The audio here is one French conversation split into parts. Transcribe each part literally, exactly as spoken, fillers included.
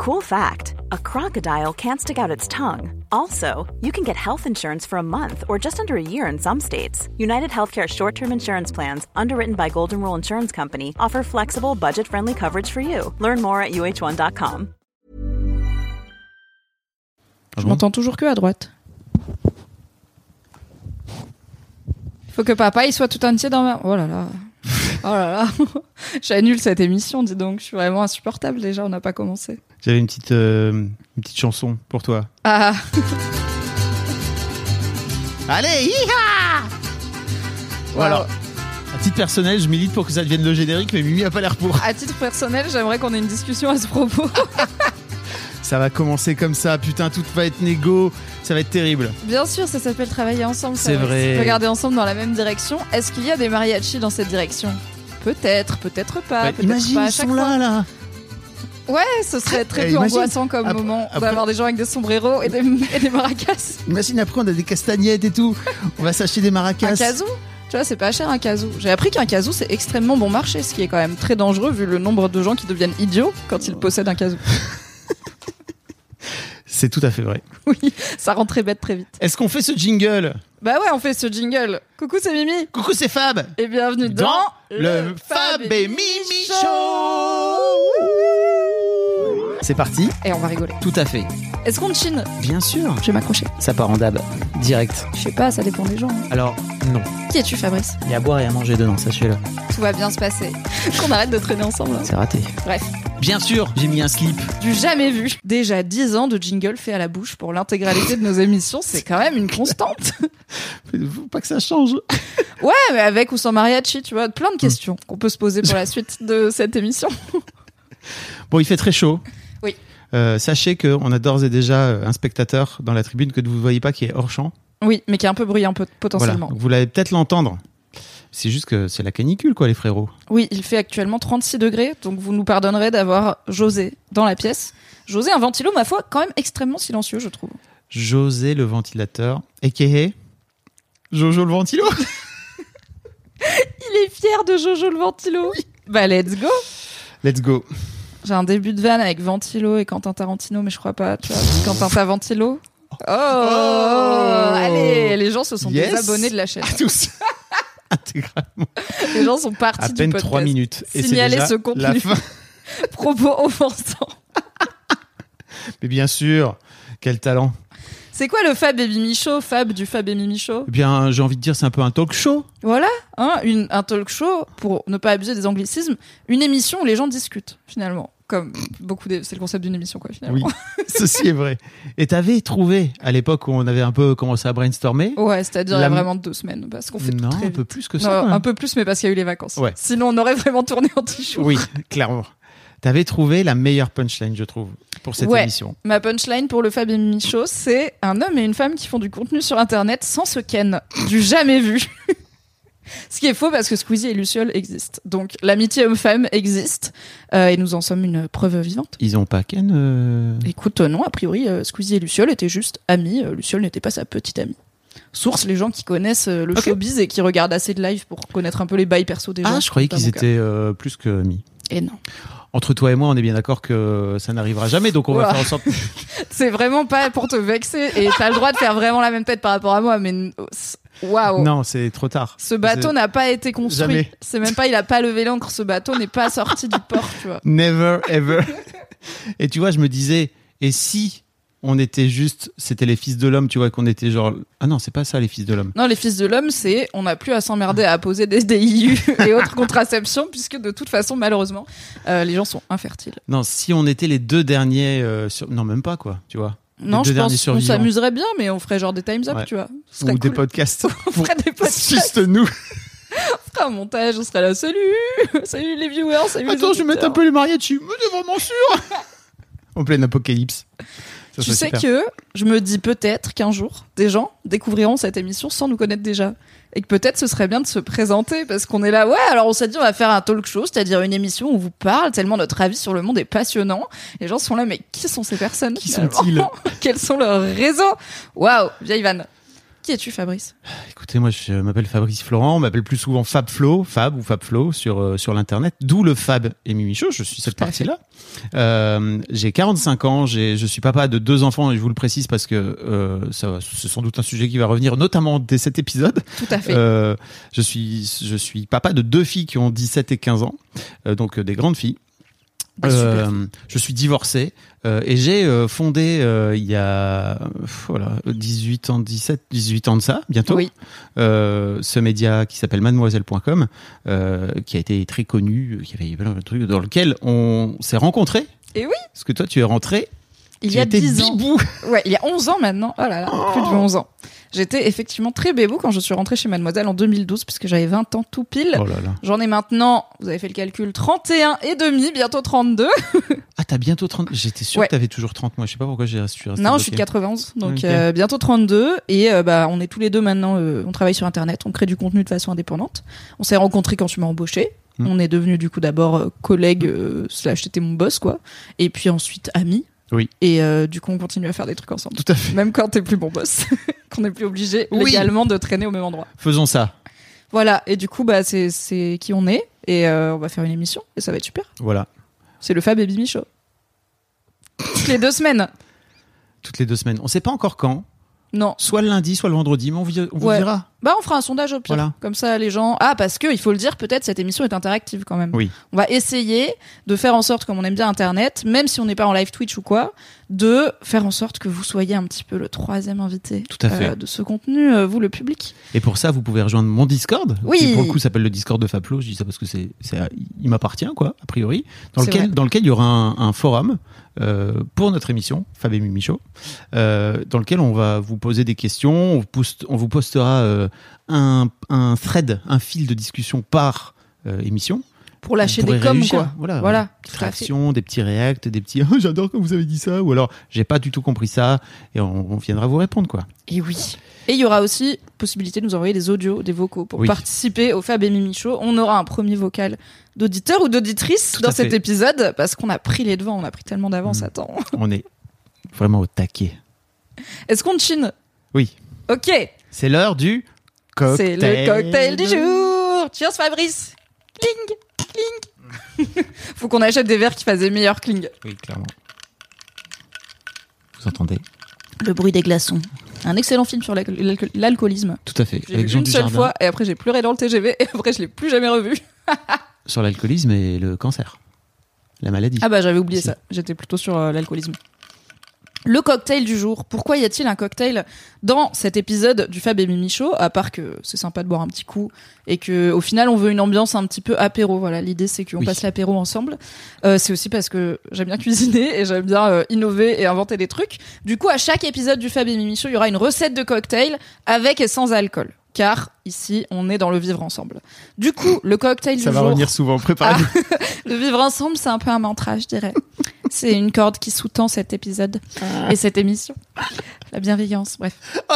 Cool fact, a crocodile can't stick out its tongue. Also, you can get health insurance for a month or just under a year in some states. United Healthcare short-term insurance plans, underwritten by Golden Rule Insurance Company, offer flexible, budget-friendly coverage for you. Learn more at U H one dot com. Je m'entends toujours que à droite. Il faut que papa il soit tout entier dans ma... Oh là là. Oh là là. J'annule cette émission, dis donc. Je suis vraiment insupportable déjà, on n'a pas commencé. J'avais une petite, euh, une petite chanson pour toi. Ah. Allez, hi-ha! Voilà. Wow. À titre personnel, je milite pour que ça devienne le générique, mais Mimi a pas l'air pour. À titre personnel, j'aimerais qu'on ait une discussion à ce propos. Ça va commencer comme ça, putain, tout va être négo, ça va être terrible. Bien sûr, ça s'appelle travailler ensemble. C'est vrai. Regarder ensemble dans la même direction. Est-ce qu'il y a des mariachis dans cette direction ? Peut-être, peut-être pas. Bah, peut-être imagine, pas à ils chaque sont fois. là, là. Ouais, ce serait très Eh, peu imagine, angoissant comme après, moment après, d'avoir des gens avec des sombreros et des, et des maracas. Imagine, après, on a des castagnettes et tout. On va s'acheter des maracas. Un kazoo ? Tu vois, c'est pas cher un kazoo. J'ai appris qu'un kazoo, c'est extrêmement bon marché, ce qui est quand même très dangereux vu le nombre de gens qui deviennent idiots quand ils possèdent un kazoo. C'est tout à fait vrai. Oui, ça rend très bête très vite. Est-ce qu'on fait ce jingle ? Bah ouais, on fait ce jingle. Coucou, c'est Mimi. Coucou, c'est Fab. Et bienvenue dans, dans le, le Fab et Mimi Show. C'est parti. Et on va rigoler. Tout à fait. Est-ce qu'on chine ? Bien sûr. Je vais m'accrocher. Ça part en dab. Direct. Je sais pas, ça dépend des gens. Hein. Alors, non. Qui es-tu, Fabrice ? Il y a à boire et à manger dedans, sachez-le. Tout va bien se passer. Qu'on arrête de traîner ensemble. Hein. C'est raté. Bref. Bien sûr, j'ai mis un slip. Du jamais vu. Déjà dix ans de jingle fait à la bouche pour l'intégralité de nos émissions, c'est quand même une constante. Faut pas que ça change. Ouais, mais avec ou sans mariachi, tu vois, plein de questions qu'on peut se poser pour la suite de cette émission. Bon, il fait très chaud. Oui. Euh, sachez qu'on a d'ores et déjà un spectateur dans la tribune que vous ne voyez pas qui est hors champ. Oui, mais qui est un peu bruyant potentiellement. Voilà. Donc vous l'allez peut-être l'entendre. C'est juste que c'est la canicule, quoi, les frérots. Oui, il fait actuellement trente-six degrés, donc vous nous pardonnerez d'avoir José dans la pièce. José, un ventilo, ma foi, quand même extrêmement silencieux, je trouve. José le ventilateur. Et qu'est Jojo le ventilo. Il est fier de Jojo le ventilo. Oui. Bah, let's go. Let's go. J'ai un début de vanne avec Ventilo et Quentin Tarantino, mais je crois pas, tu vois. Quentin Tarantino. Oh, oh allez, les gens se sont yes. désabonnés de la chaîne. À tous. Intégralement. Les gens sont partis à du peine podcast. trois minutes. Et signaler c'est déjà ce contenu. La fin. Propos offensants. Mais bien sûr, quel talent. C'est quoi le Fab et Mimi Show, Fab du Fab et Mimi Show ? Eh bien, j'ai envie de dire, c'est un peu un talk show. Voilà, hein, une, un talk show, pour ne pas abuser des anglicismes, une émission où les gens discutent, finalement. Comme beaucoup des... C'est le concept d'une émission, quoi, finalement. Oui, ceci est vrai. Et t'avais trouvé, à l'époque où on avait un peu commencé à brainstormer... Ouais, c'est-à-dire la... il y a vraiment deux semaines, parce qu'on fait non, tout très un vite. peu plus que ça. Non, un peu plus, mais parce qu'il y a eu les vacances. Ouais. Sinon, on aurait vraiment tourné en dix jours. Oui, clairement. T'avais trouvé la meilleure punchline, je trouve, pour cette ouais. émission. Ma punchline pour le Fab et Mimi Show, c'est un homme et une femme qui font du contenu sur Internet sans se ken. Du jamais vu. Ce qui est faux parce que Squeezie et Luciole existent. Donc l'amitié homme-femme existe euh, et nous en sommes une preuve vivante. Ils ont pas ken euh... Écoute, euh, non, a priori, euh, Squeezie et Luciole étaient juste amis. Euh, Luciole n'était pas sa petite amie. Source, les gens qui connaissent euh, le okay. showbiz et qui regardent assez de live pour connaître un peu les bails perso des gens. Ah, je croyais qu'ils étaient euh, plus que amis. Et non. Entre toi et moi, on est bien d'accord que ça n'arrivera jamais, donc on ouais. va faire en sorte... C'est vraiment pas pour te vexer, et t'as le droit de faire vraiment la même tête par rapport à moi, mais waouh. Non, c'est trop tard. Ce bateau c'est... n'a pas été construit. Jamais. C'est même pas, il a pas levé l'ancre, ce bateau n'est pas sorti du port, tu vois. Never, ever. Et tu vois, je me disais, et si on était juste, c'était les fils de l'homme, tu vois, qu'on était genre... Ah non, c'est pas ça, les fils de l'homme. Non, les fils de l'homme, c'est on n'a plus à s'emmerder à poser des S D I U et autres contraceptions, puisque de toute façon, malheureusement, euh, les gens sont infertiles. Non, si on était les deux derniers... Euh, sur... Non, même pas, quoi, tu vois. Non, je pense qu'on s'amuserait bien, mais on ferait genre des times up, ouais. tu vois. Ou cool. Des podcasts. On ferait des podcasts. Juste nous. On ferait un montage, on serait là, salut salut les viewers, salut Attends, les auditeurs. je vais mettre un peu les mariachis, mais t'es vraiment sûr? En plein apocalypse. Ça tu sais super. Que je me dis peut-être qu'un jour, des gens découvriront cette émission sans nous connaître déjà. Et que peut-être ce serait bien de se présenter parce qu'on est là, ouais, alors on s'est dit on va faire un talk show, c'est-à-dire une émission où on vous parle tellement notre avis sur le monde est passionnant. Les gens sont là, mais qui sont ces personnes? Qui sont-ils? Quels sont leurs réseaux? Waouh, vieille vanne. Qui es-tu, Fabrice ? Écoutez, moi, je m'appelle Fabrice Florent. On m'appelle plus souvent Fab Flo, Fab ou Fab Flo sur, euh, sur l'Internet. D'où le Fab et Mimi Show. Je suis cette partie-là. Euh, j'ai quarante-cinq ans. J'ai, je suis papa de deux enfants et je vous le précise parce que euh, ça, c'est sans doute un sujet qui va revenir, notamment dès cet épisode. Tout à fait. Euh, je suis, je suis papa de deux filles qui ont dix-sept et quinze ans. Euh, donc, euh, des grandes filles. Bah, Euh, je suis divorcé euh, et j'ai euh, fondé euh, il y a voilà dix-huit ans, dix-sept, dix-huit ans de ça, bientôt, oui. euh, ce média qui s'appelle mademoiselle point com, euh, qui a été très connu, qui avait plein de trucs dans lequel on s'est rencontrés. Et oui. Parce que toi, tu es rentré. Il tu y a étais dix ans. bibou. Ouais, il y a onze ans maintenant. Oh là là, Oh. plus de onze ans. J'étais effectivement très bébou quand je suis rentrée chez Mademoiselle en deux mille douze, puisque j'avais vingt ans tout pile. Oh là là. J'en ai maintenant, vous avez fait le calcul, trente et un et demi, bientôt trente-deux. Ah, t'as bientôt trente. J'étais sûr Ouais. que t'avais toujours trente. Moi, je sais pas pourquoi j'ai resté. Non, je suis de quatre-vingt-onze, donc Ok. euh, bientôt trente-deux. Et euh, bah, on est tous les deux maintenant, euh, on travaille sur Internet, on crée du contenu de façon indépendante. On s'est rencontrés quand tu m'as embauché. Mm. On est devenus du coup d'abord euh, collègues, euh, slash t'étais mon boss, quoi. Et puis ensuite amis. Oui. Et euh, du coup, on continue à faire des trucs ensemble. Tout à fait. Même quand t'es plus mon boss, qu'on n'est plus obligé Oui. légalement de traîner au même endroit. Faisons ça. Voilà, et du coup, bah, c'est, c'est qui on est, et euh, on va faire une émission, et ça va être super. Voilà. C'est le Fab et Mimi Show. Toutes les deux semaines. Toutes les deux semaines. On sait pas encore quand. Non. Soit le lundi, soit le vendredi, mais on, vi- on vous Ouais. dira. Bah, on fera un sondage au pire. Voilà. Comme ça, les gens. Ah, parce que, il faut le dire, peut-être, cette émission est interactive quand même. Oui. On va essayer de faire en sorte, comme on aime bien Internet, même si on n'est pas en live Twitch ou quoi, de faire en sorte que vous soyez un petit peu le troisième invité Tout à fait. euh, de ce contenu, euh, vous, le public. Et pour ça, vous pouvez rejoindre mon Discord, Oui. qui pour le coup s'appelle le Discord de Fablo. Je dis ça parce que c'est, c'est, il m'appartient, quoi, a priori. Dans C'est lequel, vrai. dans lequel il y aura un, un forum euh, pour notre émission, Fab et Mimi Show, euh, dans lequel on va vous poser des questions. On vous, poste, on vous postera euh, un, un thread, un fil de discussion par euh, émission. Pour lâcher Vous des pourrez coms, réagir. quoi. Voilà. Voilà. Des Tout à fait. réactions, des petits réacts, des petits oh, j'adore quand vous avez dit ça, ou alors j'ai pas du tout compris ça, et on, on viendra vous répondre, quoi. Et oui. Et il y aura aussi possibilité de nous envoyer des audios, des vocaux pour Oui. participer au Fab et Mimi Show. On aura un premier vocal d'auditeur ou d'auditrice Tout dans à cet fait. épisode parce qu'on a pris les devants, on a pris tellement d'avance. Mm. Attends. On est vraiment au taquet. Est-ce qu'on chine ? Oui. Ok. C'est l'heure du cocktail. C'est le cocktail du jour. Cheers Fabrice. Cling, cling. Faut qu'on achète des verres qui fassent des meilleurs cling. Oui, clairement. Vous entendez ? Le bruit des glaçons. Un excellent film sur l'alco- l'alco- l'alcoolisme. Tout à fait. J'ai Avec vu Jean une seule Dujardin. fois et après j'ai pleuré dans le T G V et après je l'ai plus jamais revu. Sur l'alcoolisme et le cancer. La maladie. Ah bah j'avais oublié Si. ça. J'étais plutôt sur euh, l'alcoolisme. Le cocktail du jour. Pourquoi y a-t-il un cocktail dans cet épisode du Fab et Mimi Show, à part que c'est sympa de boire un petit coup et que au final on veut une ambiance un petit peu apéro. Voilà, l'idée c'est qu'on Oui. passe l'apéro ensemble. Euh, c'est aussi parce que j'aime bien cuisiner et j'aime bien euh, innover et inventer des trucs. Du coup, à chaque épisode du Fab et Mimi Show, il y aura une recette de cocktail avec et sans alcool. Car ici, on est dans le vivre ensemble. Du coup, le cocktail Ça du va jour. revenir souvent. Préparez-vous. Le vivre ensemble, c'est un peu un mantra, je dirais. C'est une corde qui sous-tend cet épisode et cette émission. La bienveillance, bref.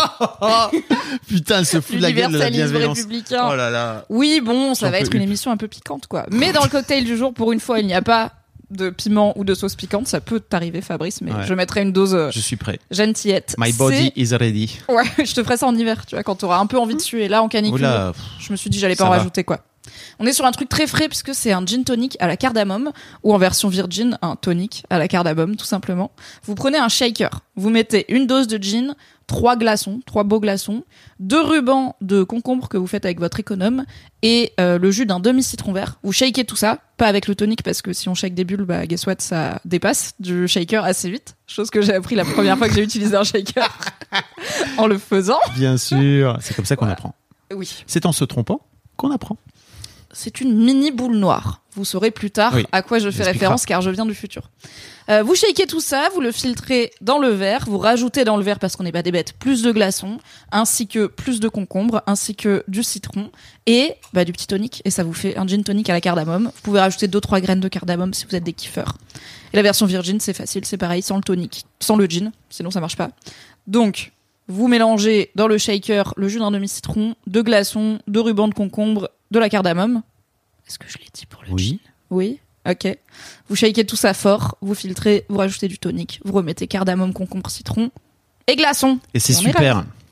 Putain, elle se fout de la gueule de la L'universalisme bienveillance. républicain. Oh là là. Oui, bon, ça J'en va peux être une plus. émission un peu piquante, quoi. Mais dans le cocktail du jour, pour une fois, il n'y a pas de piment ou de sauce piquante. Ça peut t'arriver, Fabrice, mais Ouais. je mettrai une dose euh, Je suis prêt. gentillette. My body is ready. C'est- Ouais, je te ferai ça en hiver, tu vois, quand t'auras un peu envie de suer. Là, en canicule, Oula. je me suis dit, j'allais pas Ça en va. rajouter, quoi. On est sur un truc très frais puisque c'est un gin tonic à la cardamome ou en version virgin, un tonic à la cardamome tout simplement. Vous prenez un shaker, vous mettez une dose de gin, trois glaçons, trois beaux glaçons, deux rubans de concombre que vous faites avec votre économe et euh, le jus d'un demi-citron vert. Vous shakez tout ça, pas avec le tonic parce que si on shake des bulles, bah guess what, ça dépasse du shaker assez vite. Chose que j'ai appris la première fois que j'ai utilisé un shaker en le faisant. Bien sûr. C'est comme ça qu'on Voilà. apprend. Oui. C'est en se trompant qu'on apprend. C'est une mini boule noire. Vous saurez plus tard Oui, à quoi je fais j'expliquerai. référence car je viens du futur. Euh, vous shakez tout ça, vous le filtrez dans le verre, vous rajoutez dans le verre parce qu'on n'est pas des bêtes plus de glaçons, ainsi que plus de concombre, ainsi que du citron et bah, du petit tonic et ça vous fait un gin tonic à la cardamome. Vous pouvez rajouter deux trois graines de cardamome si vous êtes des kiffeurs. Et la version virgin c'est facile, c'est pareil sans le tonic, sans le gin, sinon ça marche pas. Donc vous mélangez dans le shaker le jus d'un demi-citron, deux glaçons, deux rubans de concombre, de la cardamome. Est-ce que je l'ai dit pour le Oui. gin ? Oui. Ok. Vous shakez tout ça fort, vous filtrez, vous rajoutez du tonic, vous remettez cardamome, concombre, citron et glaçons. Et c'est Et on est super.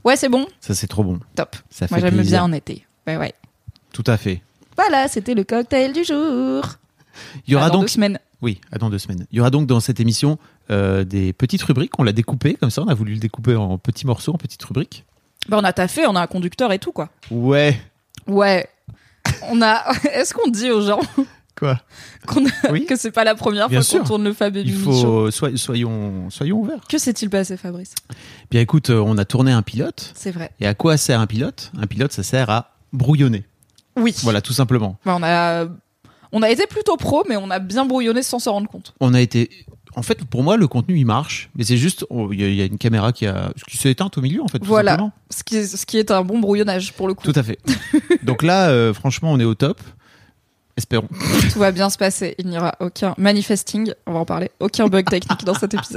Ouais, c'est bon. Ça, c'est trop bon. Top. Ça Moi, fait j'aime plaisir. bien en été. Ouais, ouais. Tout à fait. Voilà, c'était le cocktail du jour. Il y aura Ah, dans donc... deux semaines. Oui, à dans deux semaines. Il y aura donc dans cette émission euh, des petites rubriques. On l'a découpé comme ça. On a voulu le découper en petits morceaux, en petites rubriques. Bah, on a taffé, on a un conducteur et tout, quoi. Ouais. Ouais. On a. Est-ce qu'on dit aux gens Quoi qu'on a... Oui. que c'est pas la première Bien fois sûr. qu'on tourne le Fab et Il Mimi Show? faut... Soy- soyons... soyons ouverts. Que s'est-il passé, Fabrice? Bien écoute, euh, on a tourné un pilote. C'est vrai. Et à quoi sert un pilote? Un pilote, ça sert à brouillonner. Oui. Voilà, tout simplement. Bah, on a. On a été plutôt pro, mais on a bien brouillonné sans s'en rendre compte. On a été... En fait, pour moi, le contenu, il marche. Mais c'est juste... oh, Il y, a- il y a une caméra qui, a... qui s'est éteinte au milieu, en fait. Tout Voilà. simplement. Ce qui, est, ce qui est un bon brouillonnage, pour le coup. Tout à fait. Donc là, euh, franchement, on est au top. Espérons. Tout va bien se passer. Il n'y aura aucun manifesting, on va en parler, aucun bug technique dans cet épisode.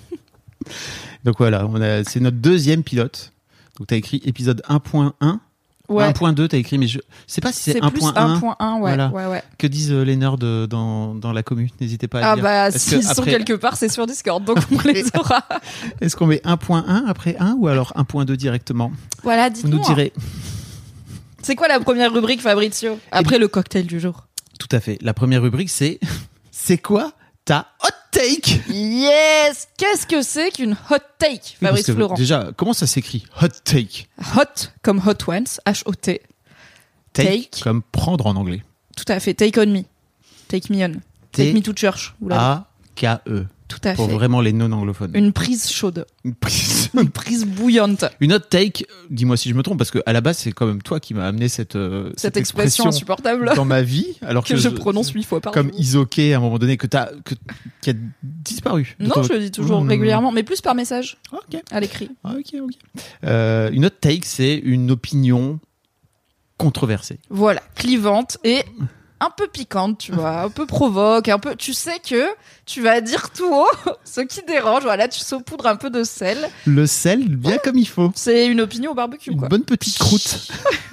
Donc voilà, on a... c'est notre deuxième pilote. Donc t'as écrit épisode un point un. Ouais. un point deux, t'as écrit, mais je sais pas si c'est, C'est un plus point un un. point un, ouais, Voilà. ouais, ouais. Que disent euh, les nerds de- dans, dans la commune? N'hésitez pas à Ah dire. bah, Est-ce s'ils que sont après- quelque part, c'est sur Discord, donc on les aura. Est-ce qu'on met un point un après un ou alors un point deux directement? Voilà, Vous dites-nous. nous direz. C'est quoi la première rubrique, Fabrizio? Après le cocktail du jour. Tout à fait. La première rubrique, c'est c'est quoi ta hot take? Yes! Qu'est-ce que c'est qu'une hot take, Oui, parce Fabrice que Florent? Déjà, comment ça s'écrit? Hot take. Hot comme hot ones, H O T. Take, Take. comme prendre en anglais. Tout à fait. Take on me. Take me on. Take me to church. Oula. A K E. Tout à Pour fait. vraiment les non-anglophones. Une prise chaude. Une prise. Une prise bouillante. Une hot take, euh, dis-moi si je me trompe, parce que à la base, c'est quand même toi qui m'as amené cette, euh, Cette expression insupportable dans ma vie, alors que, que je prononce huit fois par comme jour. Isoké à un moment donné, que t'as, que, qui a disparu. de Non, ton- je le dis toujours Mmh. régulièrement, mais plus par message, Ah, ok, à l'écrit. Ah, ok, ok. Euh, une hot take, c'est une opinion controversée. Voilà, clivante et un peu piquante, tu vois, un peu provoque, un peu. Tu sais que tu vas dire tout haut ce qui dérange. Voilà, tu saupoudres un peu de sel. Le sel, bien comme il faut. C'est une opinion au barbecue, Une quoi. bonne petite croûte.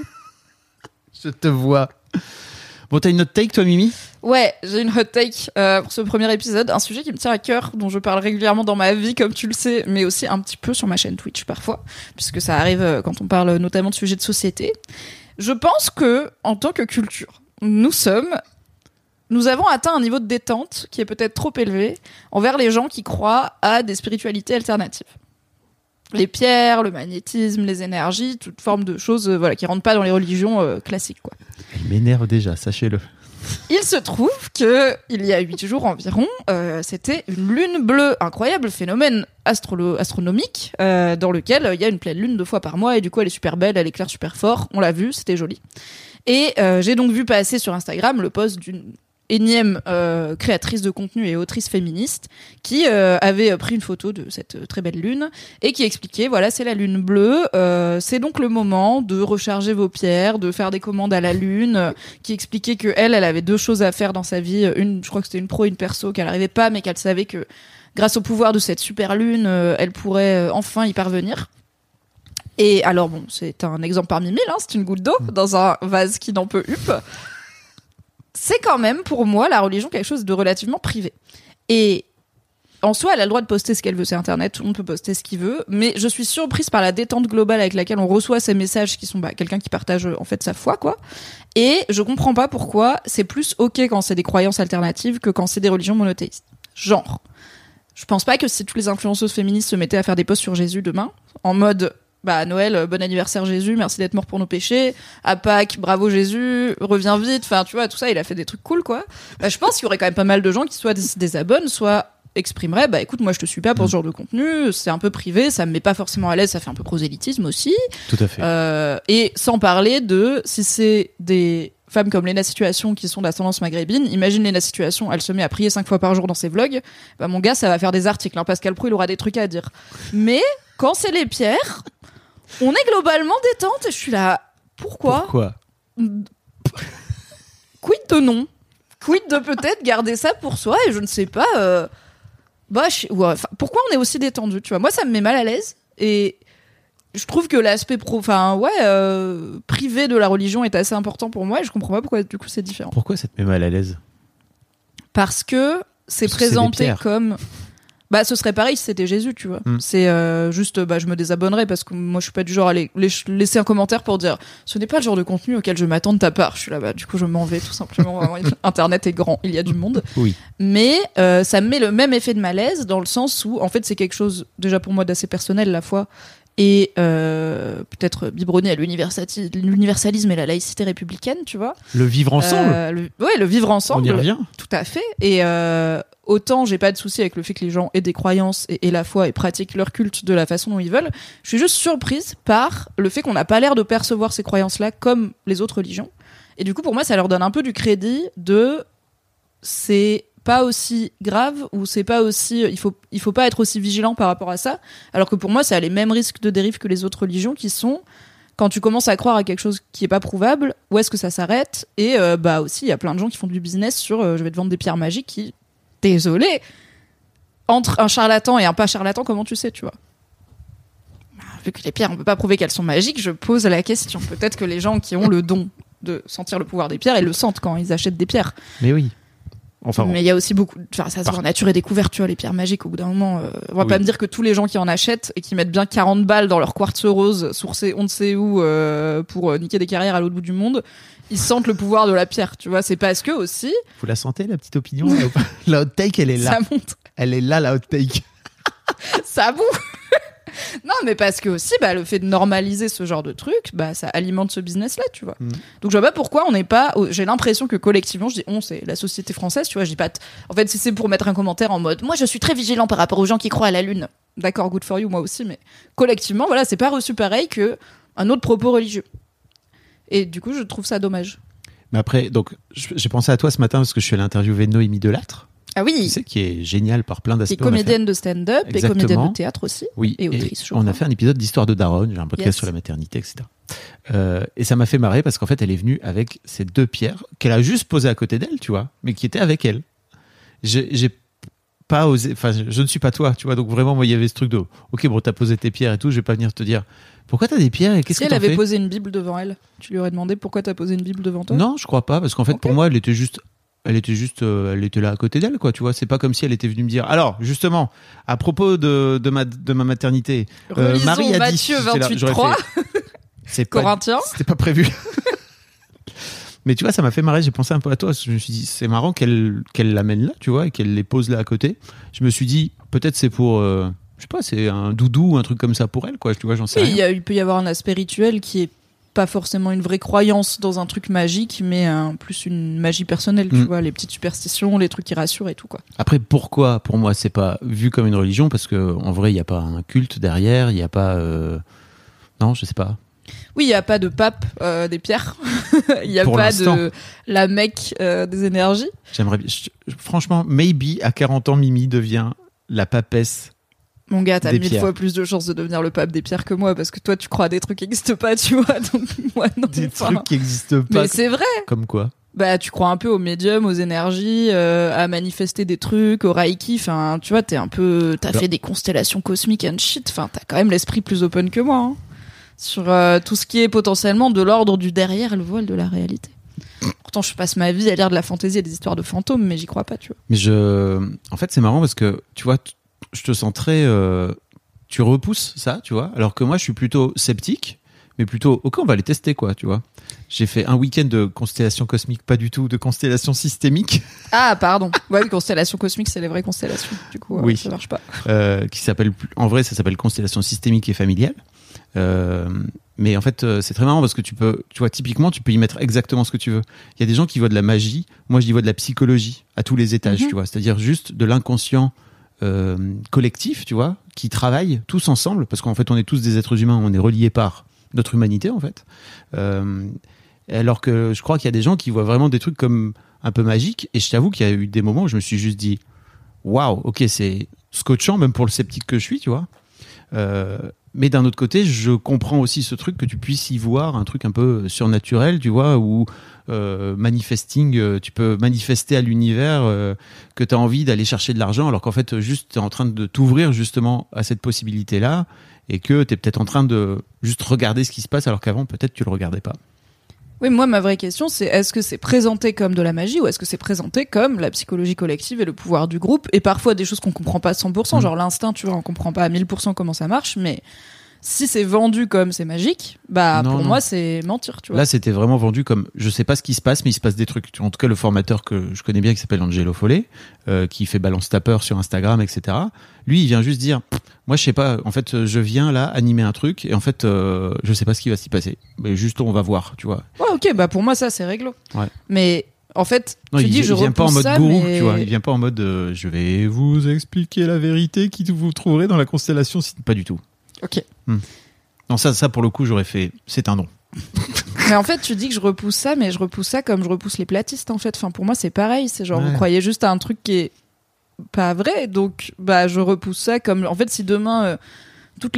Je te vois. Bon, t'as une hot take, toi, Mimi? Ouais, j'ai une hot take euh, pour ce premier épisode, un sujet qui me tient à cœur, dont je parle régulièrement dans ma vie, comme tu le sais, mais aussi un petit peu sur ma chaîne Twitch parfois, puisque ça arrive euh, quand on parle notamment de sujets de société. Je pense que, en tant que culture, nous sommes, nous avons atteint un niveau de détente qui est peut-être trop élevé envers les gens qui croient à des spiritualités alternatives. Les pierres, le magnétisme, les énergies, toute forme de choses, euh, voilà, qui rentrent pas dans les religions euh, classiques, quoi. Elle m'énerve déjà, sachez-le. Il se trouve que il y a huit jours environ, euh, c'était une lune bleue, incroyable phénomène astrolo- astronomique euh, dans lequel il y a une pleine lune deux fois par mois et du coup elle est super belle, elle éclaire super fort, on l'a vu, c'était joli. Et euh, j'ai donc vu passer sur Instagram le post d'une énième euh, créatrice de contenu et autrice féministe qui euh, avait pris une photo de cette euh, très belle lune et qui expliquait, voilà, c'est la lune bleue, euh, c'est donc le moment de recharger vos pierres, de faire des commandes à la lune, euh, qui expliquait que elle, elle avait deux choses à faire dans sa vie, une, je crois que c'était une pro et une perso, qu'elle n'arrivait pas, mais qu'elle savait que grâce au pouvoir de cette super lune, euh, elle pourrait euh, enfin y parvenir. Et alors bon, c'est un exemple parmi mille, hein, c'est une goutte d'eau dans un vase qui n'en peut huppe. C'est quand même, pour moi, la religion quelque chose de relativement privé. Et en soi, elle a le droit de poster ce qu'elle veut, c'est Internet, tout le monde peut poster ce qu'il veut, mais je suis surprise par la détente globale avec laquelle on reçoit ces messages qui sont bah, quelqu'un qui partage en fait sa foi, quoi. Et je comprends pas pourquoi c'est plus ok quand c'est des croyances alternatives que quand c'est des religions monothéistes. Genre, je pense pas que si toutes les influenceuses féministes se mettaient à faire des posts sur Jésus demain, en mode... Bah, à Noël, bon anniversaire Jésus, merci d'être mort pour nos péchés. À Pâques, bravo Jésus, reviens vite. Enfin, tu vois, tout ça, il a fait des trucs cool, quoi. Bah, je pense qu'il y aurait quand même pas mal de gens qui soit se désabonnent, soit exprimeraient, bah écoute, moi je te suis pas pour ce genre de contenu, c'est un peu privé, ça me met pas forcément à l'aise, ça fait un peu prosélytisme aussi. Tout à fait. Euh, et sans parler de, si c'est des femmes comme Léna Situation qui sont d'ascendance maghrébine, imagine Léna Situation, elle se met à prier cinq fois par jour dans ses vlogs, bah mon gars, ça va faire des articles, hein, Pascal Prou, il aura des trucs à dire. Mais quand c'est les pierres, on est globalement détente et je suis là. Pourquoi Pourquoi Quid de non Quid de peut-être garder ça pour soi et je ne sais pas. Euh... Bah, je... ouais, pourquoi on est aussi détendu, tu vois? Moi, ça me met mal à l'aise et je trouve que l'aspect pro, enfin ouais, euh, privé de la religion est assez important pour moi et je comprends pas pourquoi du coup c'est différent. Pourquoi ça te met mal à l'aise? Parce que c'est Parce que c'est des présenté pierres. comme. Bah, ce serait pareil si c'était Jésus, tu vois. Mm. C'est euh, juste, bah, je me désabonnerais parce que moi, je suis pas du genre à aller, laisser un commentaire pour dire ce n'est pas le genre de contenu auquel je m'attends de ta part. Je suis là, bah, du coup, je m'en vais tout simplement. Internet est grand, il y a du monde. Oui. Mais euh, ça me met le même effet de malaise dans le sens où, en fait, c'est quelque chose, déjà pour moi, d'assez personnel, la foi. Et euh, peut-être biberonné à l'universalisme et la laïcité républicaine, tu vois. Le vivre ensemble. Euh, le, ouais, le vivre ensemble. On y revient. Tout à fait. Et euh, autant j'ai pas de souci avec le fait que les gens aient des croyances et, et la foi et pratiquent leur culte de la façon dont ils veulent. Je suis juste surprise par le fait qu'on n'a pas l'air de percevoir ces croyances-là comme les autres religions. Et du coup, pour moi, ça leur donne un peu du crédit de c'est pas aussi grave ou c'est pas aussi il faut il faut pas être aussi vigilant par rapport à ça, alors que pour moi ça a les mêmes risques de dérive que les autres religions, qui sont quand tu commences à croire à quelque chose qui est pas prouvable, où est-ce que ça s'arrête. Et euh, bah aussi il y a plein de gens qui font du business sur euh, je vais te vendre des pierres magiques, qui, désolé, entre un charlatan et un pas charlatan, comment tu sais, tu vois. Vu que les pierres on peut pas prouver qu'elles sont magiques, je pose la question. Peut-être que les gens qui ont le don de sentir le pouvoir des pierres, ils le sentent quand ils achètent des pierres. Mais oui. Enfin, mais il y a aussi beaucoup, enfin, ça se voit en nature et découverte, tu vois, les pierres magiques, au bout d'un moment, euh, on va oui. pas me dire que tous les gens qui en achètent et qui mettent bien quarante balles dans leur quartz rose sourcé on ne sait où, euh, pour euh, niquer des carrières à l'autre bout du monde, ils sentent le pouvoir de la pierre, tu vois. C'est parce que aussi. Vous la sentez, la petite opinion? La hot take, elle est là. Ça monte. Elle est là, la hot take. Ça boue. Non, mais parce que aussi, bah, le fait de normaliser ce genre de truc, bah, ça alimente ce business-là, tu vois. Mmh. Donc, je vois pas pourquoi on n'est pas. J'ai l'impression que collectivement, je dis on, c'est la société française, tu vois. Je dis pas. T... En fait, si c'est pour mettre un commentaire en mode, moi, je suis très vigilant par rapport aux gens qui croient à la lune. D'accord, good for you, moi aussi, mais collectivement, voilà, c'est pas reçu pareil que un autre propos religieux. Et du coup, je trouve ça dommage. Mais après, donc, j'ai pensé à toi ce matin parce que je suis allé interviewer Noémie Delattre. Ah oui. Tu sais, qui est géniale par plein d'aspects. Qui est comédienne de stand-up Exactement. Et comédienne de théâtre aussi. Oui. Et autrice, et je on crois. a fait un épisode d'Histoire de Daronne, j'ai un podcast yes. sur la maternité, et cetera. Euh, et ça m'a fait marrer parce qu'en fait, elle est venue avec ces deux pierres qu'elle a juste posées à côté d'elle, tu vois, mais qui étaient avec elle. J'ai, j'ai pas osé, enfin, je ne suis pas toi, tu vois, donc vraiment, moi, il y avait ce truc de, ok, bon, t'as posé tes pierres et tout, je vais pas venir te dire, pourquoi t'as des pierres et qu'est-ce si que t'en elle avait fais posé une Bible devant elle, tu lui aurais demandé pourquoi t'as posé une Bible devant toi? Non, je crois pas, parce qu'en fait, okay. pour moi, elle était juste. Elle était juste, euh, elle était là à côté d'elle, quoi. Tu vois, c'est pas comme si elle était venue me dire. Alors, justement, à propos de de ma de ma maternité, euh, Marie a Matthieu dit. vingt-huit trois. C'est Corinthiens. C'était pas prévu. Mais tu vois, ça m'a fait marrer. J'ai pensé un peu à toi. Je me suis dit, c'est marrant qu'elle qu'elle l'amène là, tu vois, et qu'elle les pose là à côté. Je me suis dit, peut-être c'est pour, euh, je sais pas, c'est un doudou ou un truc comme ça pour elle, quoi. Tu vois, j'en sais oui, rien. Il, y a, il peut y avoir un aspect rituel qui est pas forcément une vraie croyance dans un truc magique, mais un, plus une magie personnelle, tu mmh. vois, les petites superstitions, les trucs qui rassurent et tout, quoi. Après, pourquoi, pour moi, c'est pas vu comme une religion? Parce que en vrai, il y a pas un culte derrière, il y a pas, euh... non, je sais pas. Oui, il y a pas de pape euh, des pierres, il y a pour pas l'instant. de la Mecque euh, des énergies. J'aimerais, je, franchement, maybe à quarante ans, Mimi devient la papesse. Mon gars, t'as des mille pierres. fois plus de chances de devenir le pape des pierres que moi, parce que toi, tu crois à des trucs qui n'existent pas, tu vois. Donc, moi, non. Des enfin... trucs qui n'existent pas. Mais c'est vrai. Comme quoi? Bah, tu crois un peu aux médiums, aux énergies, euh, à manifester des trucs, au reiki. Enfin, tu vois, t'es un peu, t'as Alors... fait des constellations cosmiques and shit. Enfin, t'as quand même l'esprit plus open que moi, hein, sur euh, tout ce qui est potentiellement de l'ordre du derrière le voile de la réalité. Pourtant, je passe ma vie à lire de la fantaisie et des histoires de fantômes, mais j'y crois pas, tu vois. Mais je, en fait, c'est marrant parce que, tu vois, t- je te sens très, euh... tu repousses ça, tu vois, alors que moi, je suis plutôt sceptique, mais plutôt, ok, on va les tester, quoi, tu vois. J'ai fait un week-end de constellation cosmique, pas du tout de constellation systémique. Ah, pardon. Ouais, constellation cosmique, c'est les vraies constellations. Du coup, oui. euh, ça marche pas. Euh, qui s'appelle, en vrai, ça s'appelle constellation systémique et familiale. Euh, mais en fait, euh, c'est très marrant parce que tu peux, tu vois, typiquement, tu peux y mettre exactement ce que tu veux. Il y a des gens qui voient de la magie. Moi, je dis vois de la psychologie à tous les étages, mm-hmm. tu vois. C'est-à-dire juste de l'inconscient euh, collectif, tu vois, qui travaillent tous ensemble parce qu'en fait, on est tous des êtres humains, on est reliés par notre humanité, en fait. Euh, alors que je crois qu'il y a des gens qui voient vraiment des trucs comme un peu magiques. Et je t'avoue qu'il y a eu des moments où je me suis juste dit, waouh, ok, c'est scotchant, même pour le sceptique que je suis, tu vois. Euh, mais d'un autre côté, je comprends aussi ce truc que tu puisses y voir un truc un peu surnaturel, tu vois, ou euh, manifesting, euh, tu peux manifester à l'univers euh, que tu as envie d'aller chercher de l'argent, alors qu'en fait, juste, tu es en train de t'ouvrir justement à cette possibilité-là, et que tu es peut-être en train de juste regarder ce qui se passe, alors qu'avant, peut-être, tu le regardais pas. Oui, moi, ma vraie question, c'est est-ce que c'est présenté comme de la magie ou est-ce que c'est présenté comme la psychologie collective et le pouvoir du groupe et parfois des choses qu'on comprend pas à cent pour cent, mmh. genre l'instinct, tu vois, on comprend pas à mille pour cent comment ça marche, mais si c'est vendu comme c'est magique, bah non, pour non. moi, c'est mentir, tu vois. Là, c'était vraiment vendu comme je sais pas ce qui se passe, mais il se passe des trucs. En tout cas, le formateur que je connais bien qui s'appelle Angelo Follet, euh, qui fait Balance Tapper sur Instagram, et cetera. Lui, il vient juste dire moi, je sais pas, en fait, je viens là animer un truc et en fait, euh, je sais pas ce qui va s'y passer. Mais juste, on va voir, tu vois. Ouais, ok, bah pour moi, ça, c'est réglo. Ouais. Mais en fait, non, tu il, dis, il je vient pas en mode ça, gourou, mais... tu vois. Il vient pas en mode euh, je vais vous expliquer la vérité qui vous trouverez dans la constellation. Pas du tout. Ok. Hmm. Non, ça, ça, pour le coup, j'aurais fait c'est un non. Mais en fait, tu dis que je repousse ça, mais je repousse ça comme je repousse les platistes, en fait. Enfin, pour moi, c'est pareil. C'est genre, ouais. vous croyez juste à un truc qui est pas vrai, donc bah je repousse ça comme en fait si demain euh, toutes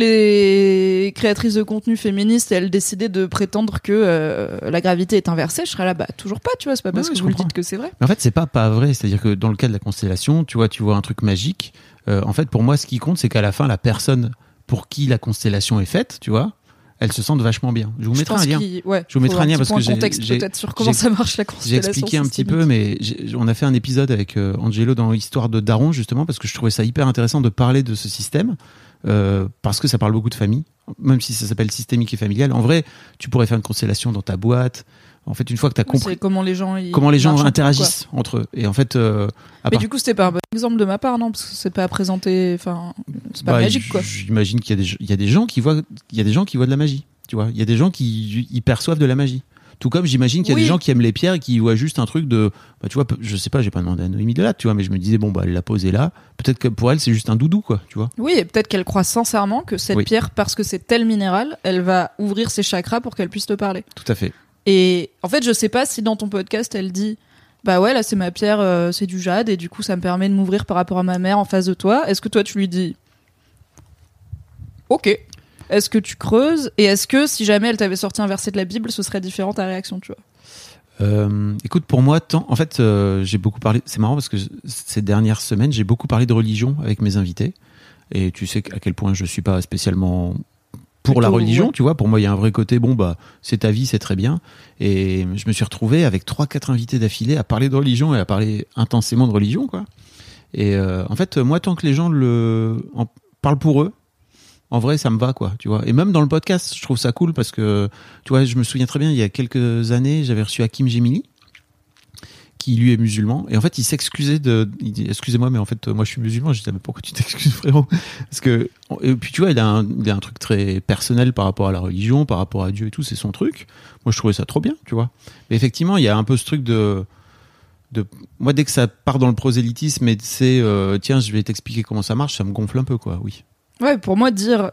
les créatrices de contenu féministes elles décidaient de prétendre que euh, la gravité est inversée, je serais là bah toujours pas, tu vois, c'est pas parce ouais, que vous le dites que c'est vrai. Mais en fait c'est pas pas vrai, c'est-à-dire que dans le cas de la constellation, tu vois, tu vois un truc magique. Euh, en fait pour moi ce qui compte c'est qu'à la fin la personne pour qui la constellation est faite, tu vois, elles se sentent vachement bien. Je vous je mettrai un lien. Ouais, je vous mettrai un lien parce que j'ai contexte j'ai, peut-être sur comment ça marche la constellation. J'ai expliqué un petit peu, mais j'ai, on a fait un épisode avec euh, Angelo dans Histoire de Daron justement parce que je trouvais ça hyper intéressant de parler de ce système euh, parce que ça parle beaucoup de famille, même si ça s'appelle systémique et familial. En vrai, tu pourrais faire une constellation dans ta boîte. En fait, une fois que tu as compris c'est comment les gens, comment les gens interagissent quoi. Entre eux. Et en fait, euh, mais part... du coup, c'était pas un bon exemple de ma part, non, parce que c'est pas à présenter. Enfin, c'est pas bah, magique, quoi. J'imagine qu'il y a des, il y a des gens qui voient, il y a des gens qui voient de la magie. Tu vois, il y a des gens qui y perçoivent de la magie. Tout comme j'imagine qu'il y a oui. des gens qui aiment les pierres et qui voient juste un truc de, bah, tu vois, je sais pas, j'ai pas demandé à Noémie Delatte, tu vois, mais je me disais bon bah elle l'a posé là. Peut-être que pour elle c'est juste un doudou, quoi, tu vois. Oui, et peut-être qu'elle croit sincèrement que cette oui. pierre, parce que c'est tel minéral, elle va ouvrir ses chakras pour qu'elle puisse te parler. Tout à fait. Et en fait, je sais pas si dans ton podcast elle dit, bah ouais, là c'est ma pierre, euh, c'est du jade et du coup ça me permet de m'ouvrir par rapport à ma mère en face de toi. Est-ce que toi tu lui dis, ok. Est-ce que tu creuses et est-ce que si jamais elle t'avait sorti un verset de la Bible, ce serait différent ta réaction, tu vois? Euh, écoute, pour moi, tant, en fait, euh, j'ai beaucoup parlé. C'est marrant parce que je, ces dernières semaines, j'ai beaucoup parlé de religion avec mes invités. Et tu sais à quel point je suis pas spécialement pour Plutôt, la religion, ouais. tu vois. Pour moi, il y a un vrai côté. Bon, bah, c'est ta vie, c'est très bien. Et je me suis retrouvé avec trois, quatre invités d'affilée à parler de religion et à parler intensément de religion, quoi. Et euh, en fait, moi, tant que les gens le en parlent pour eux. En vrai, ça me va, quoi, tu vois. Et même dans le podcast, je trouve ça cool parce que, tu vois, je me souviens très bien, il y a quelques années, j'avais reçu Hakim Gemili, qui lui est musulman. Et en fait, il s'excusait de, il dit, excusez-moi, mais en fait, moi, je suis musulman. Je disais, mais pourquoi tu t'excuses, frérot? Parce que, et puis, tu vois, il a, un, il a un truc très personnel par rapport à la religion, par rapport à Dieu et tout, c'est son truc. Moi, je trouvais ça trop bien, tu vois. Mais effectivement, il y a un peu ce truc de, de, moi, dès que ça part dans le prosélytisme et c'est, euh, tiens, je vais t'expliquer comment ça marche, ça me gonfle un peu, quoi, oui. Ouais, pour moi, dire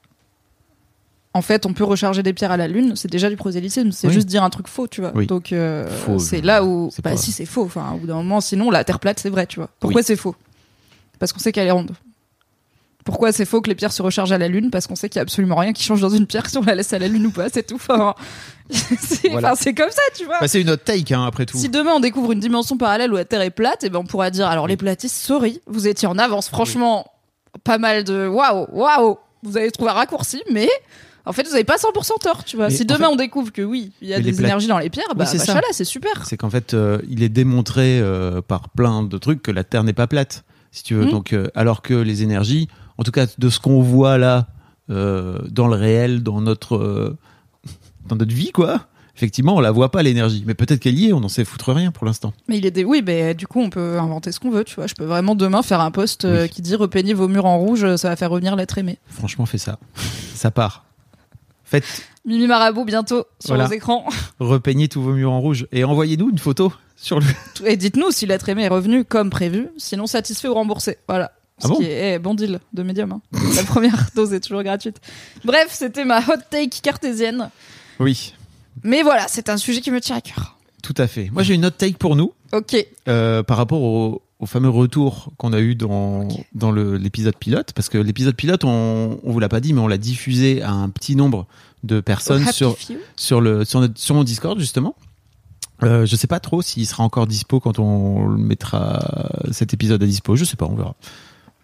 en fait, on peut recharger des pierres à la lune, c'est déjà du prosélytisme, c'est oui. juste dire un truc faux, tu vois. Oui. Donc, euh, faux, c'est là où. C'est bah, pas... si, c'est faux. Enfin, au bout d'un moment, sinon, la terre plate, c'est vrai, tu vois. Pourquoi oui. c'est faux? Parce qu'on sait qu'elle est ronde. Pourquoi c'est faux que les pierres se rechargent à la lune? Parce qu'on sait qu'il y a absolument rien qui change dans une pierre si on la laisse à la lune ou pas, c'est tout. Enfin, c'est, voilà. c'est comme ça, tu vois. Bah, c'est une autre take, hein, après tout. Si demain on découvre une dimension parallèle où la terre est plate, et ben on pourra dire alors les platistes, sorry, vous étiez en avance, franchement. Oui. Pas mal de waouh, waouh, vous avez trouvé un raccourci, mais en fait, vous n'avez pas cent pour cent tort, tu vois. Mais si demain fait, on découvre que oui, il y a des pla... énergies dans les pierres, bah, oui, c'est, bah, c'est super. C'est qu'en fait, euh, il est démontré euh, par plein de trucs que la Terre n'est pas plate, si tu veux. Mmh. Donc, euh, alors que les énergies, en tout cas de ce qu'on voit là, euh, dans le réel, dans notre, euh, dans notre vie, quoi. Effectivement, on la voit pas l'énergie, mais peut-être qu'elle y est, on n'en sait foutre rien pour l'instant. Mais il est des... oui, mais du coup, on peut inventer ce qu'on veut, tu vois. Je peux vraiment demain faire un post euh, oui. qui dit repeignez vos murs en rouge, ça va faire revenir l'être aimé. Franchement, fais ça, ça part. Faites. Mimi Marabout bientôt sur voilà. vos écrans. Repeignez tous vos murs en rouge et envoyez-nous une photo sur le. Et dites-nous si l'être aimé est revenu comme prévu, sinon satisfait ou remboursé. Voilà. Ce ah bon qui est eh, bon deal de Medium. Hein. La première dose est toujours gratuite. Bref, c'était ma hot take cartésienne. Oui. Mais voilà, c'est un sujet qui me tient à cœur. Tout à fait. Moi, j'ai une autre take pour nous. Ok. Euh, par rapport au, au fameux retour qu'on a eu dans, okay. dans le, l'épisode pilote. Parce que l'épisode pilote, on, on vous l'a pas dit, mais on l'a diffusé à un petit nombre de personnes sur, sur, le, sur, notre, sur mon Discord, justement. Euh, je sais pas trop s'il sera encore dispo quand on mettra cet épisode à dispo. Je sais pas, on verra.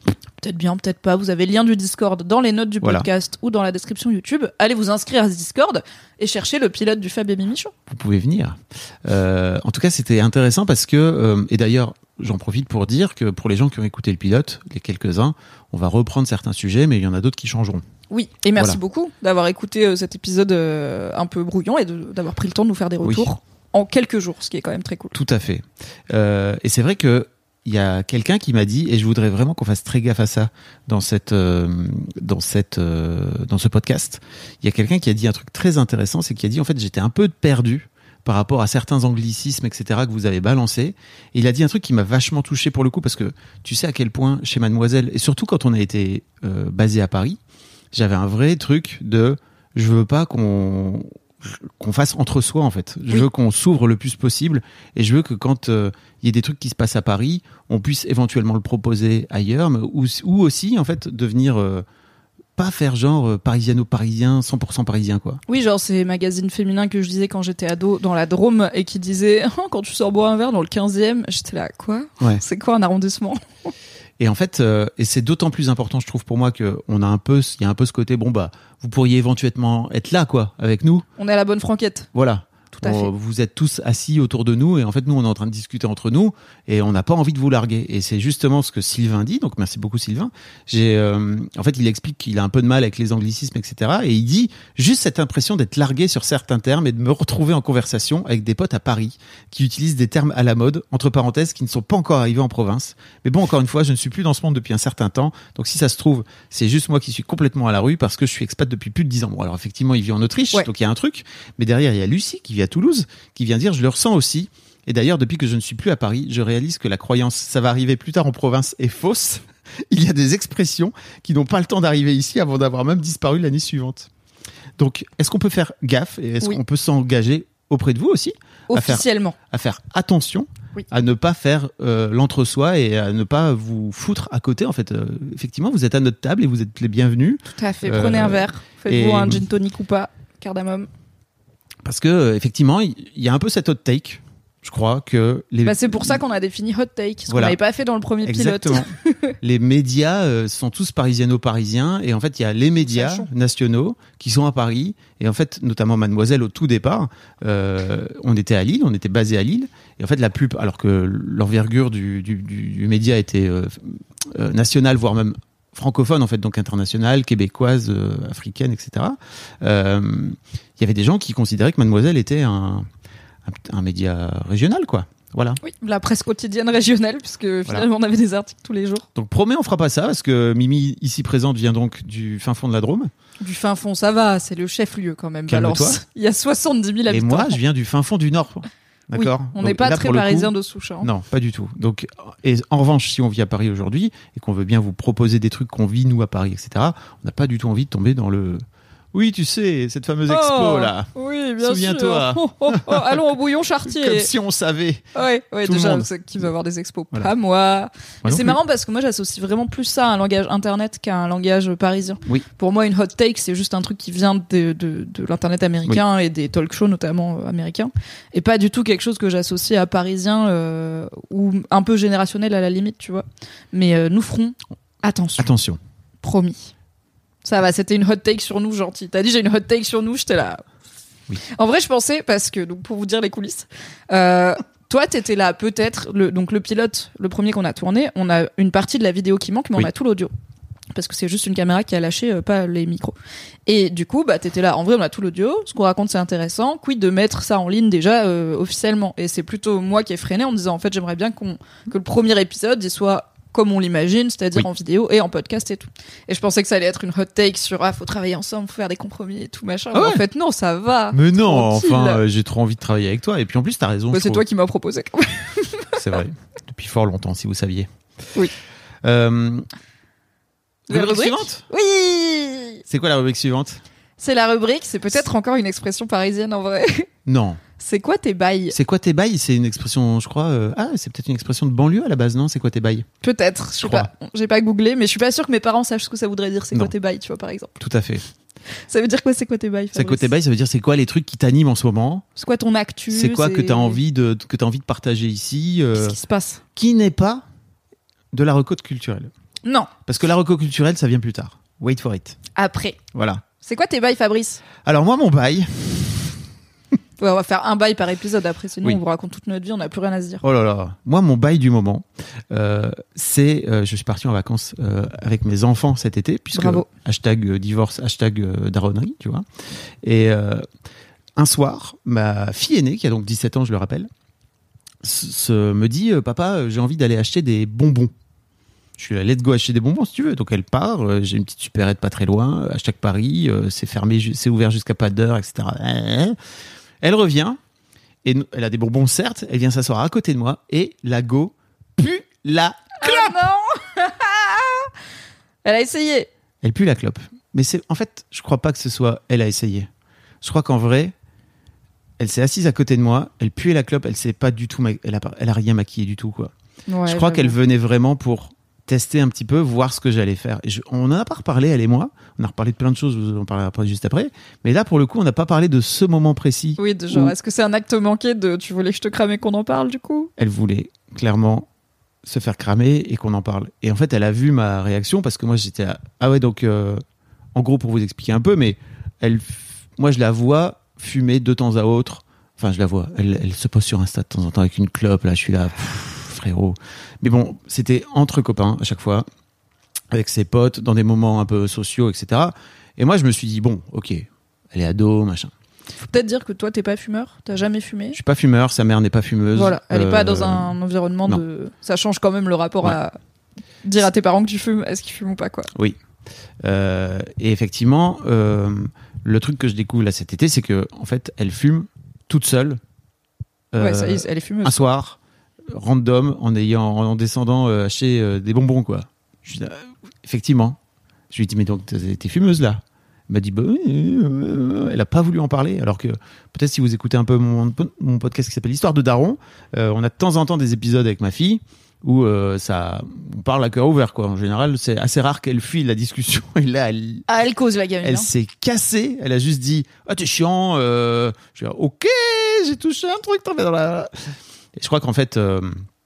Peut-être bien, peut-être pas. Vous avez le lien du Discord dans les notes du Voilà. podcast ou dans la description YouTube. Allez vous inscrire à ce Discord et chercher le pilote du Fab et Mimi Show. Vous pouvez venir. Euh, en tout cas, c'était intéressant parce que, euh, et d'ailleurs, j'en profite pour dire que pour les gens qui ont écouté le pilote, les quelques-uns, on va reprendre certains sujets, mais il y en a d'autres qui changeront. Oui, et merci Voilà. beaucoup d'avoir écouté euh, cet épisode euh, un peu brouillon et de- d'avoir pris le temps de nous faire des retours Oui. en quelques jours, ce qui est quand même très cool. Tout à fait. Euh, et c'est vrai que il y a quelqu'un qui m'a dit, et je voudrais vraiment qu'on fasse très gaffe à ça dans cette, euh, dans cette, euh, dans ce podcast. Il y a quelqu'un qui a dit un truc très intéressant, c'est qu'il a dit en fait j'étais un peu perdu par rapport à certains anglicismes, et cetera que vous avez balancés. Et il a dit un truc qui m'a vachement touché pour le coup parce que tu sais à quel point chez Mademoiselle et surtout quand on a été euh, basé à Paris, j'avais un vrai truc de je veux pas qu'on qu'on fasse entre soi en fait. Je Oui. veux qu'on s'ouvre le plus possible et je veux que quand il euh, y ait des trucs qui se passent à Paris, on puisse éventuellement le proposer ailleurs, mais, ou, ou aussi en fait devenir euh, pas faire genre euh, parisiano-parisien, cent pour cent parisien quoi. Oui, genre ces magazines féminins que je lisais quand j'étais ado dans la Drôme et qui disaient oh, quand tu sors boire un verre dans le quinzième, j'étais là quoi Ouais. C'est quoi un arrondissement? Et en fait, euh, et c'est d'autant plus important, je trouve, pour moi, que on a un peu, il y a un peu ce côté, bon bah, vous pourriez éventuellement être là, quoi, avec nous. On est à la bonne franquette. Voilà. Tout à On- fait. Vous êtes tous assis autour de nous et en fait, nous, on est en train de discuter entre nous et on n'a pas envie de vous larguer. Et c'est justement ce que Sylvain dit. Donc, merci beaucoup, Sylvain. J'ai, euh, en fait, il explique qu'il a un peu de mal avec les anglicismes, et cetera. Et il dit juste cette impression d'être largué sur certains termes et de me retrouver en conversation avec des potes à Paris qui utilisent des termes à la mode, entre parenthèses, qui ne sont pas encore arrivés en province. Mais bon, encore une fois, je ne suis plus dans ce monde depuis un certain temps. Donc, si ça se trouve, c'est juste moi qui suis complètement à la rue parce que je suis expat depuis plus de dix ans. Bon, alors effectivement, il vit en Autriche, Ouais. donc il y a un truc. Mais derrière, il y a Lucie qui vit à Toulouse, qui vient dire, je le ressens aussi. Et d'ailleurs, depuis que je ne suis plus à Paris, je réalise que la croyance, ça va arriver plus tard en province, est fausse. Il y a des expressions qui n'ont pas le temps d'arriver ici avant d'avoir même disparu l'année suivante. Donc, est-ce qu'on peut faire gaffe et est-ce Oui. qu'on peut s'engager auprès de vous aussi à faire, Officiellement. à faire attention, Oui. à ne pas faire euh, l'entre-soi et à ne pas vous foutre à côté. En fait, euh, effectivement, vous êtes à notre table et vous êtes les bienvenus. Tout à fait. Euh, Prenez un verre. Faites-vous et- un gin tonic ou pas. Cardamome. Parce que, euh, effectivement, il y a un peu cette hot take, je crois, que les... Bah, c'est pour ça qu'on a défini hot take. Ce Voilà. qu'on n'avait pas fait dans le premier Exactement. pilote. Les médias euh, sont tous parisiano-parisiens et en fait il y a les médias Sachant. nationaux qui sont à Paris et en fait notamment Mademoiselle au tout départ euh, on était à Lille, on était basé à Lille et en fait la plupart, alors que l'envergure du, du, du, du média était euh, euh, nationale voire même francophone en fait donc internationale, québécoise, euh, africaine, et cetera. Euh, il y avait des gens qui considéraient que Mademoiselle était un, un, un média régional quoi. Voilà. Oui, la presse quotidienne régionale, puisque finalement on avait des articles tous les jours. Donc promets, on fera pas ça parce que Mimi ici présente vient donc du fin fond de la Drôme Du fin fond, ça va, c'est le chef-lieu quand même. Calme-toi. Valence. Il y a soixante-dix mille et habitants. moi je viens du fin fond du Nord. D'accord. Oui, on Donc, n'est pas là, très pour le coup, parisien de souche. Hein. Non, pas du tout. Donc, et en revanche, si on vit à Paris aujourd'hui et qu'on veut bien vous proposer des trucs qu'on vit nous à Paris, et cetera, on n'a pas du tout envie de tomber dans le. Oui, tu sais, cette fameuse expo Oh, là. Oui, bien Souviens-toi. sûr. Oh, oh, oh, allons au bouillon Chartier. Comme si on savait. Ouais, ouais, Tout le déjà, monde. c'est qui veut avoir des expos. Voilà. Pas moi. Moi Mais non c'est plus. marrant parce que moi j'associe vraiment plus ça à un langage internet qu'à un langage parisien. Oui. Pour moi, une hot take, c'est juste un truc qui vient de, de, de l'internet américain et des talk shows notamment euh, américains. Et pas du tout quelque chose que j'associe à parisien euh, ou un peu générationnel à la limite, tu vois. Mais euh, nous ferons attention. Attention. Promis. Ça va, c'était une hot take sur nous, gentil. T'as dit j'ai une hot take sur nous, j'étais là. Oui. En vrai, je pensais, parce que, donc pour vous dire les coulisses, euh, toi t'étais là peut-être, le, donc le pilote, le premier qu'on a tourné, on a une partie de la vidéo qui manque, mais Oui. on a tout l'audio. Parce que c'est juste une caméra qui a lâché, euh, pas les micros. Et du coup, bah t'étais là, en vrai on a tout l'audio, ce qu'on raconte c'est intéressant, quid de mettre ça en ligne déjà euh, officiellement. Et c'est plutôt moi qui ai freiné en me disant en fait j'aimerais bien qu'on, que le premier épisode il soit comme on l'imagine, c'est-à-dire Oui. en vidéo et en podcast et tout. Et je pensais que ça allait être une hot take sur ah faut travailler ensemble, faut faire des compromis et tout machin. Ah Mais ouais. en fait non, ça va. Mais non, Tranquille. enfin, euh, j'ai trop envie de travailler avec toi. Et puis en plus, t'as raison. Bah, je c'est trouve. toi qui m'as proposé quand même. C'est vrai. Depuis fort longtemps, si vous saviez. Oui. Euh... La rubrique rubrique suivante. Oui. C'est quoi la rubrique suivante? C'est la rubrique, c'est peut-être encore une expression parisienne en vrai. Non. C'est quoi tes bails? C'est quoi tes bails? C'est une expression, je crois. euh, Ah, c'est peut-être une expression de banlieue à la base, non? C'est quoi tes bails? Peut-être, je sais crois. pas. J'ai pas googlé, mais je suis pas sûre que mes parents sachent ce que ça voudrait dire. C'est quoi Non. tes bails, tu vois, par exemple. Tout à fait. Ça veut dire quoi, c'est quoi tes bails? C'est quoi Fabrice tes bails? Ça veut dire c'est quoi les trucs qui t'animent en ce moment? C'est quoi ton actu? C'est quoi que t'as envie de que t'as envie de partager ici? euh, Qu'est-ce qui se passe? Qui n'est pas de la reco culturelle? Non. Parce que la reco culturelle, ça vient plus tard. Wait for it. Après. Voilà. C'est quoi tes bails, Fabrice ? Alors moi, mon bail... Ouais, on va faire un bail par épisode après, sinon Oui. on vous raconte toute notre vie, on n'a plus rien à se dire. Oh là là. Moi, mon bail du moment, euh, c'est... Euh, je suis parti en vacances euh, avec mes enfants cet été, puisque Bravo. hashtag euh, divorce, hashtag euh, daronnerie, tu vois. Et euh, un soir, ma fille aînée, qui a donc dix-sept ans, je le rappelle, se, se me dit euh, papa, euh, j'ai envie d'aller acheter des bonbons. Je suis là, let's go acheter des bonbons si tu veux. Donc elle part, euh, j'ai une petite supérette pas très loin, euh, hashtag Paris, euh, c'est fermé, ju- c'est ouvert jusqu'à pas d'heure, et cetera. Elle revient, et n- elle a des bonbons certes, elle vient s'asseoir à côté de moi, et la go pue la clope. Ah non. Elle a essayé. Elle pue la clope. Mais c'est, en fait, je crois pas que ce soit elle a essayé. Je crois qu'en vrai, elle s'est assise à côté de moi, elle puait la clope, elle s'est pas du tout, ma- elle a, pas- elle a rien maquillé du tout, quoi. Ouais, je crois j'avoue. qu'elle venait vraiment pour tester un petit peu, voir ce que j'allais faire. Et je- on en a pas reparlé, elle et moi. On a reparlé de plein de choses, on en parlera pas juste après. Mais là, pour le coup, on n'a pas parlé de ce moment précis. Oui, de genre, où est-ce que c'est un acte manqué de tu voulais que je te crame et qu'on en parle du coup ? elle voulait clairement se faire cramer et qu'on en parle. Et en fait, elle a vu ma réaction parce que moi, j'étais à... Ah ouais, donc, euh, en gros, pour vous expliquer un peu, mais elle, moi, je la vois fumer de temps à autre. Enfin, je la vois. Elle, elle se pose sur Insta de temps en temps avec une clope. Là, je suis là, pff, frérot. Mais bon, c'était entre copains à chaque fois, avec ses potes, dans des moments un peu sociaux, et cetera. Et moi, je me suis dit, bon, ok, elle est ado, machin. Faut peut-être dire que toi, t'es pas fumeur, t'as jamais fumé. Je suis pas fumeur, sa mère n'est pas fumeuse. Voilà, elle est pas Euh, dans un environnement non. de. Ça change quand même le rapport Ouais. à dire à tes parents que tu fumes, est-ce qu'ils fument ou pas, quoi. Oui. Euh, et effectivement, euh, le truc que je découvre là cet été, c'est que en fait, elle fume toute seule. euh, Ouais, ça y est, elle est fumeuse. un soir, random, en ayant, en descendant euh, acheter euh, des bonbons, quoi. Je dis, euh, effectivement. Je lui ai dit, mais donc, t'es t'es fumeuse là? Elle m'a dit, bah oui, euh, elle a pas voulu en parler. Alors que peut-être si vous écoutez un peu mon, mon podcast qui s'appelle Histoire de Daron, euh, on a de temps en temps des épisodes avec ma fille où euh, ça, on parle à cœur ouvert, quoi. En général, c'est assez rare qu'elle fuit la discussion. Et là, elle, Ah, elle cause la gamine. elle hein. s'est cassée. Elle a juste dit, ah, t'es chiant. Euh... Je dis, ok, j'ai touché un truc. Dans la... Et je crois qu'en fait, euh,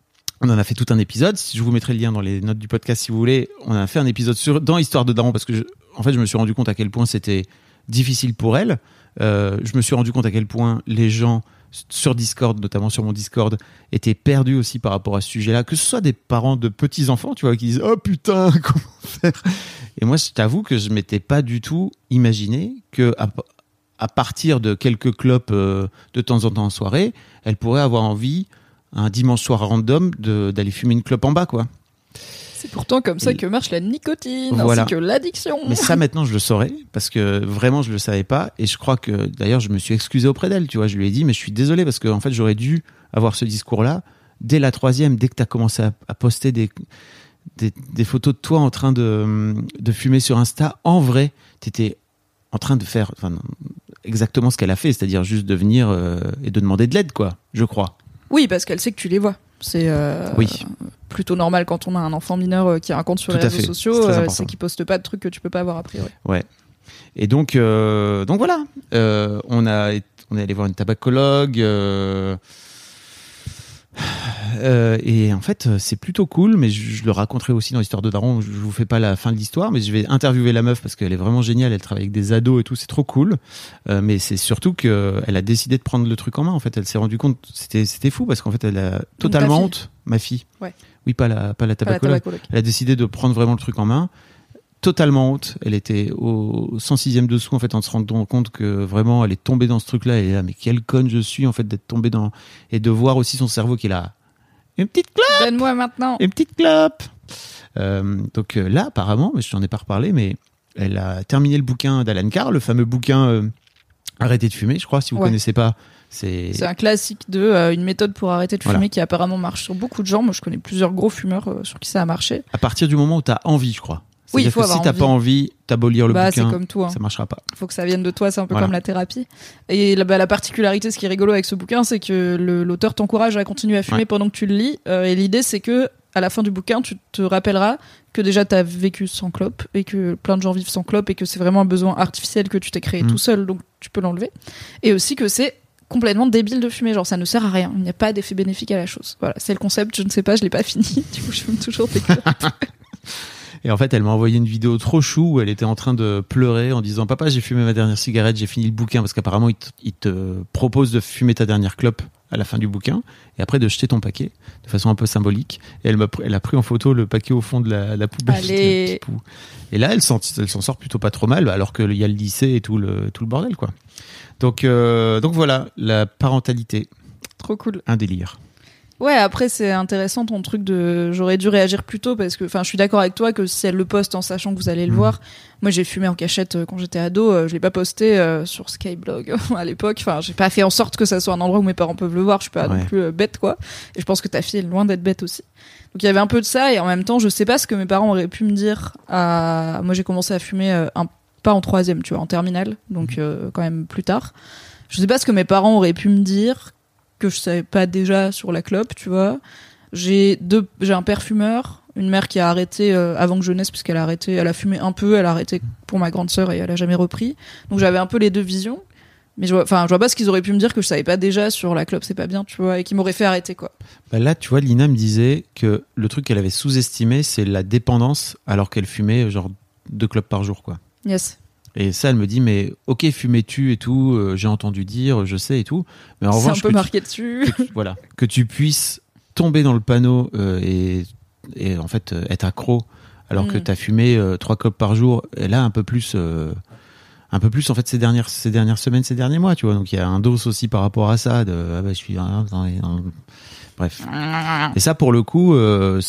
on en a fait tout un épisode. Si je vous mettrai le lien dans les notes du podcast, si vous voulez, on a fait un épisode sur dans Histoire de Daron parce que, je, en fait, je me suis rendu compte à quel point c'était difficile pour elle. Euh, je me suis rendu compte à quel point les gens sur Discord, notamment sur mon Discord, étaient perdus aussi par rapport à ce sujet-là. Que ce soit des parents de petits enfants, tu vois, qui disent oh putain, comment faire ? Et moi, je t'avoue que je m'étais pas du tout imaginé que à, à partir de quelques clopes euh, de temps en temps en soirée, elle pourrait avoir envie un dimanche soir random de, d'aller fumer une clope en bas, quoi. C'est pourtant comme ça Et- que marche la nicotine, Voilà. ainsi que l'addiction. Mais ça, maintenant, je le saurais, parce que vraiment, je le savais pas. Et je crois que, d'ailleurs, je me suis excusé auprès d'elle, tu vois. Je lui ai dit, mais je suis désolé, parce que, en fait, j'aurais dû avoir ce discours-là dès la troisième, dès que tu as commencé à, à poster des, des, des photos de toi en train de, de fumer sur Insta. En vrai, tu étais en train de faire enfin, exactement ce qu'elle a fait, c'est-à-dire juste de venir euh, et de demander de l'aide, quoi, je crois. Oui, parce qu'elle sait que tu les vois. C'est euh, Oui. plutôt normal quand on a un enfant mineur euh, qui a un compte sur Tout les à réseaux fait. sociaux, C'est très euh, important. c'est qu'il poste pas de trucs que tu peux pas avoir a priori. Ouais. Et donc, euh, donc voilà. Euh, on a, on est allé voir une tabacologue. Euh, euh, et en fait, c'est plutôt cool. Mais je, je le raconterai aussi dans l'histoire de Daron. Je vous fais pas la fin de l'histoire, mais je vais interviewer la meuf parce qu'elle est vraiment géniale. Elle travaille avec des ados et tout. C'est trop cool. Euh, mais c'est surtout que elle a décidé de prendre le truc en main. En fait, elle s'est rendue compte. C'était, c'était fou parce qu'en fait, elle a totalement fille. honte. Ma fille. Ouais. Oui, pas la, pas la Pas la tabacologue. tabacologue. Elle a décidé de prendre vraiment le truc en main. Totalement honte. Elle était au cent sixième dessous, en fait, en se rendant compte que vraiment, elle est tombée dans ce truc-là. Elle est là, mais quelle conne je suis, en fait, d'être tombée dans. Et de voir aussi son cerveau qui est là. Une petite clope, Donne-moi maintenant. une petite clope. Euh, donc euh, là, apparemment, mais je t'en ai pas reparlé, mais elle a terminé le bouquin d'Alan Carr, le fameux bouquin euh, Arrêtez de fumer, je crois, si vous Ouais. connaissez pas. C'est. C'est un classique de euh, une méthode pour arrêter de fumer Voilà. qui apparemment marche sur beaucoup de gens. Moi, je connais plusieurs gros fumeurs euh, sur qui ça a marché. À partir du moment où tu as envie, je crois. Oui, il C'est-à-dire faut que avoir si t'as envie. pas envie, t'as beau lire le Bah, c'est bouquin, comme tout. Hein. ça marchera pas. Faut que ça vienne de toi, c'est un peu Voilà. comme la thérapie. Et la, bah, la particularité, ce qui est rigolo avec ce bouquin, c'est que le- l'auteur t'encourage à continuer à fumer Ouais. pendant que tu le lis. Euh, et l'idée, c'est que à la fin du bouquin, tu te rappelleras que déjà t'as vécu sans clope et que plein de gens vivent sans clope et que c'est vraiment un besoin artificiel que tu t'es créé Mm. tout seul, donc tu peux l'enlever. Et aussi que c'est complètement débile de fumer, genre ça ne sert à rien, il n'y a pas d'effet bénéfique à la chose. Voilà, c'est le concept, je ne sais pas, je l'ai pas fini, du coup je fume toujours des clopes. Et en fait, elle m'a envoyé une vidéo trop chou où elle était en train de pleurer en disant « Papa, j'ai fumé ma dernière cigarette, j'ai fini le bouquin. » Parce qu'apparemment, il te, il te propose de fumer ta dernière clope à la fin du bouquin et après de jeter ton paquet de façon un peu symbolique. Et elle, m'a, elle a pris en photo le paquet au fond de la, la poubelle. Allez. Et là, elle s'en, elle s'en sort plutôt pas trop mal alors qu'il y a le lycée et tout le, tout le bordel, quoi. Donc, euh, donc voilà, la parentalité. Trop cool. Un délire. Ouais, après c'est intéressant ton truc de j'aurais dû réagir plus tôt parce que enfin je suis d'accord avec toi que si elle le poste en sachant que vous allez le mmh. voir, moi j'ai fumé en cachette quand j'étais ado, je l'ai pas posté euh, sur Skyblog à l'époque, enfin j'ai pas fait en sorte que ça soit un endroit où mes parents peuvent le voir, je suis pas ouais. non plus euh, bête quoi. Et je pense que ta fille est loin d'être bête aussi. Donc il y avait un peu de ça et en même temps je sais pas ce que mes parents auraient pu me dire à... moi j'ai commencé à fumer euh, un... pas en troisième, tu vois, en terminale, donc euh, quand même plus tard. Je sais pas ce que mes parents auraient pu me dire que je savais pas déjà sur la clope, tu vois. J'ai deux, j'ai un père fumeur, une mère qui a arrêté euh, avant que je naisse puisqu'elle a arrêté, elle a fumé un peu, elle a arrêté pour ma grande sœur et elle a jamais repris. Donc j'avais un peu les deux visions, mais je vois, enfin je vois pas ce qu'ils auraient pu me dire que je savais pas déjà sur la clope, c'est pas bien, tu vois, et qui m'aurait fait arrêter quoi. Bah là, tu vois, Lina me disait que le truc qu'elle avait sous-estimé, c'est la dépendance alors qu'elle fumait genre deux clopes par jour, quoi. Yes. Et ça, elle me dit, mais ok, fumais-tu et tout, euh, j'ai entendu dire, je sais et tout. Mais en c'est revanche, un peu marqué tu, dessus. Que tu, voilà, que tu puisses tomber dans le panneau euh, et, et en fait euh, être accro alors mm. que tu as fumé euh, trois clopes par jour, et là un peu plus, euh, un peu plus en fait ces dernières, ces dernières semaines, ces derniers mois, tu vois. Donc il y a un dos aussi par rapport à ça. De, ah bah, je suis, hein, dans les, dans... Bref. Et ça, pour le coup. Euh,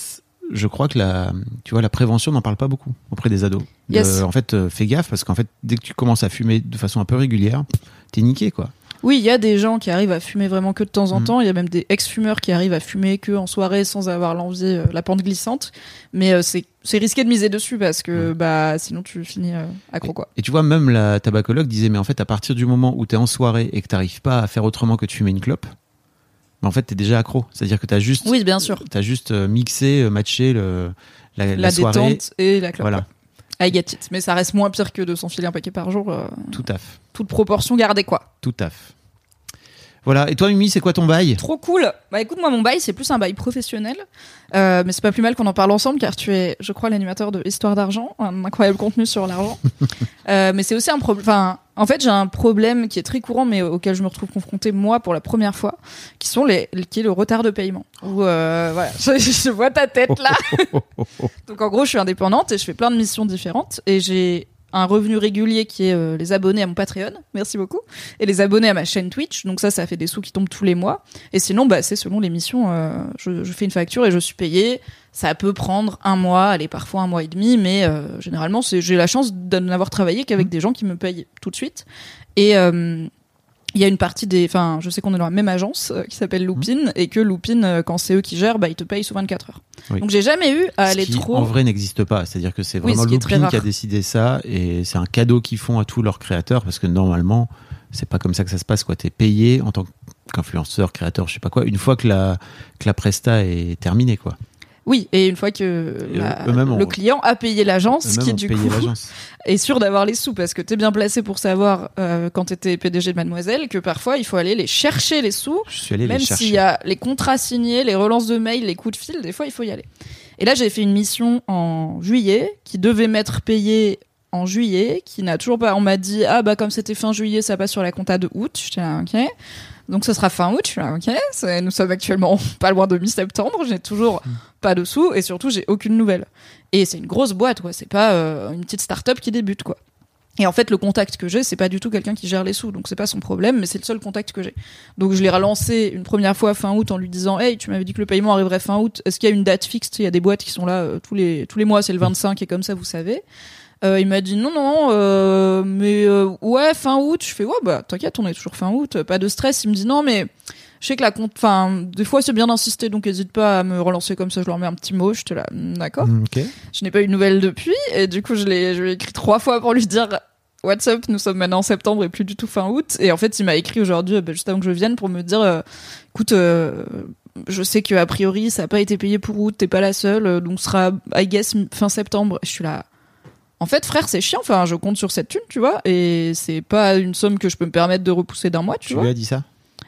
je crois que la, tu vois, la prévention n'en parle pas beaucoup auprès des ados. Yes. Euh, en fait, euh, fais gaffe parce qu'en fait, dès que tu commences à fumer de façon un peu régulière, t'es niqué, quoi. Oui, il y a des gens qui arrivent à fumer vraiment que de temps en mmh. temps. Il y a même des ex-fumeurs qui arrivent à fumer que en soirée sans avoir l'envie, euh, la pente glissante. Mais euh, c'est, c'est risqué de miser dessus parce que mmh. bah sinon tu finis euh, accro, quoi. Et, et tu vois, même la tabacologue disait, mais en fait, à partir du moment où t'es en soirée et que t'arrives pas à faire autrement que de fumer une clope, mais en fait, t'es déjà accro. C'est-à-dire que t'as juste, oui, bien sûr. T'as juste mixé, matché le, la, la, la soirée. détente et la clope. Voilà. I get it. Mais ça reste moins pire que de s'enfiler un paquet par jour. Euh, Tout à fait. Toute proportion gardée, quoi. Tout à fait. Voilà. Et toi, Mimi, c'est quoi ton bail ? Trop cool. Bah écoute, moi, mon bail, c'est plus un bail professionnel. Euh, mais c'est pas plus mal qu'on en parle ensemble, car tu es, je crois, l'animateur de Histoire d'argent, un incroyable contenu sur l'argent. euh, mais c'est aussi un problème. Enfin, en fait, j'ai un problème qui est très courant, mais auquel je me retrouve confrontée moi pour la première fois, qui sont les, qui est le retard de paiement. Où euh, voilà, je, je vois ta tête là. Donc en gros, je suis indépendante et je fais plein de missions différentes et j'ai un revenu régulier qui est euh, les abonnés à mon Patreon, merci beaucoup, et les abonnés à ma chaîne Twitch, donc ça, ça fait des sous qui tombent tous les mois, et sinon, bah, c'est selon l'émission, euh, je, je fais une facture et je suis payée, ça peut prendre un mois, allez, parfois un mois et demi, mais euh, généralement, c'est, j'ai la chance de n'avoir travaillé qu'avec des gens qui me payent tout de suite, et euh, il y a une partie des, enfin, je sais qu'on est dans la même agence euh, qui s'appelle Loopin, mmh. et que Loopin, euh, quand c'est eux qui gèrent, bah, ils te payent sous vingt-quatre heures. Oui. Donc j'ai jamais eu à aller Ce qui, trop. En vrai, n'existe pas. C'est-à-dire que c'est vraiment oui, Loopin qui a décidé ça, et c'est un cadeau qu'ils font à tous leurs créateurs, parce que normalement, c'est pas comme ça que ça se passe, quoi. T'es payé en tant qu'influenceur, créateur, je sais pas quoi, une fois que la que la presta est terminée, quoi. Oui, et une fois que la, le ont, client a payé l'agence, qui du coup l'agence. Est sûr d'avoir les sous, parce que t'es bien placé pour savoir, euh, quand t'étais P D G de Mademoiselle, que parfois il faut aller les chercher les sous, Je suis allé même les chercher. S'il y a les contrats signés, les relances de mails, les coups de fil, des fois il faut y aller. Et là j'ai fait une mission en juillet, qui devait m'être payée en juillet, qui n'a toujours pas, on m'a dit, ah bah comme c'était fin juillet, ça passe sur la compta de août, j'étais là, ok. Donc ce sera fin août, je suis là, ok, c'est, nous sommes actuellement pas loin de mi-septembre, j'ai toujours mmh. pas de sous et surtout j'ai aucune nouvelle. Et c'est une grosse boîte, quoi, c'est pas euh, une petite start-up qui débute, quoi. Et en fait, le contact que j'ai, c'est pas du tout quelqu'un qui gère les sous, donc c'est pas son problème, mais c'est le seul contact que j'ai. Donc je l'ai relancé une première fois fin août en lui disant, hey, tu m'avais dit que le paiement arriverait fin août, est-ce qu'il y a une date fixe ? Il y a des boîtes qui sont là euh, tous les tous les mois, c'est le vingt-cinq et comme ça vous savez. Euh, il m'a dit non non euh, mais euh, ouais fin août. Je fais ouais bah t'inquiète on est toujours fin août, pas de stress. Il me dit non mais je sais que la compte, enfin des fois c'est bien d'insister donc hésite pas à me relancer comme ça je leur mets un petit mot. Je te la d'accord. Okay. Je n'ai pas eu de nouvelles depuis et du coup je l'ai je lui ai écrit trois fois pour lui dire what's up, nous sommes maintenant en septembre et plus du tout fin août. Et en fait il m'a écrit aujourd'hui bah, juste avant que je vienne pour me dire euh, écoute euh, je sais que a priori ça a pas été payé pour août, t'es pas la seule donc ce sera I guess fin septembre. Je suis là. En fait, frère, c'est chiant. Enfin, je compte sur cette thune, tu vois, et c'est pas une somme que je peux me permettre de repousser d'un mois, tu, tu vois. Tu lui as dit ça ?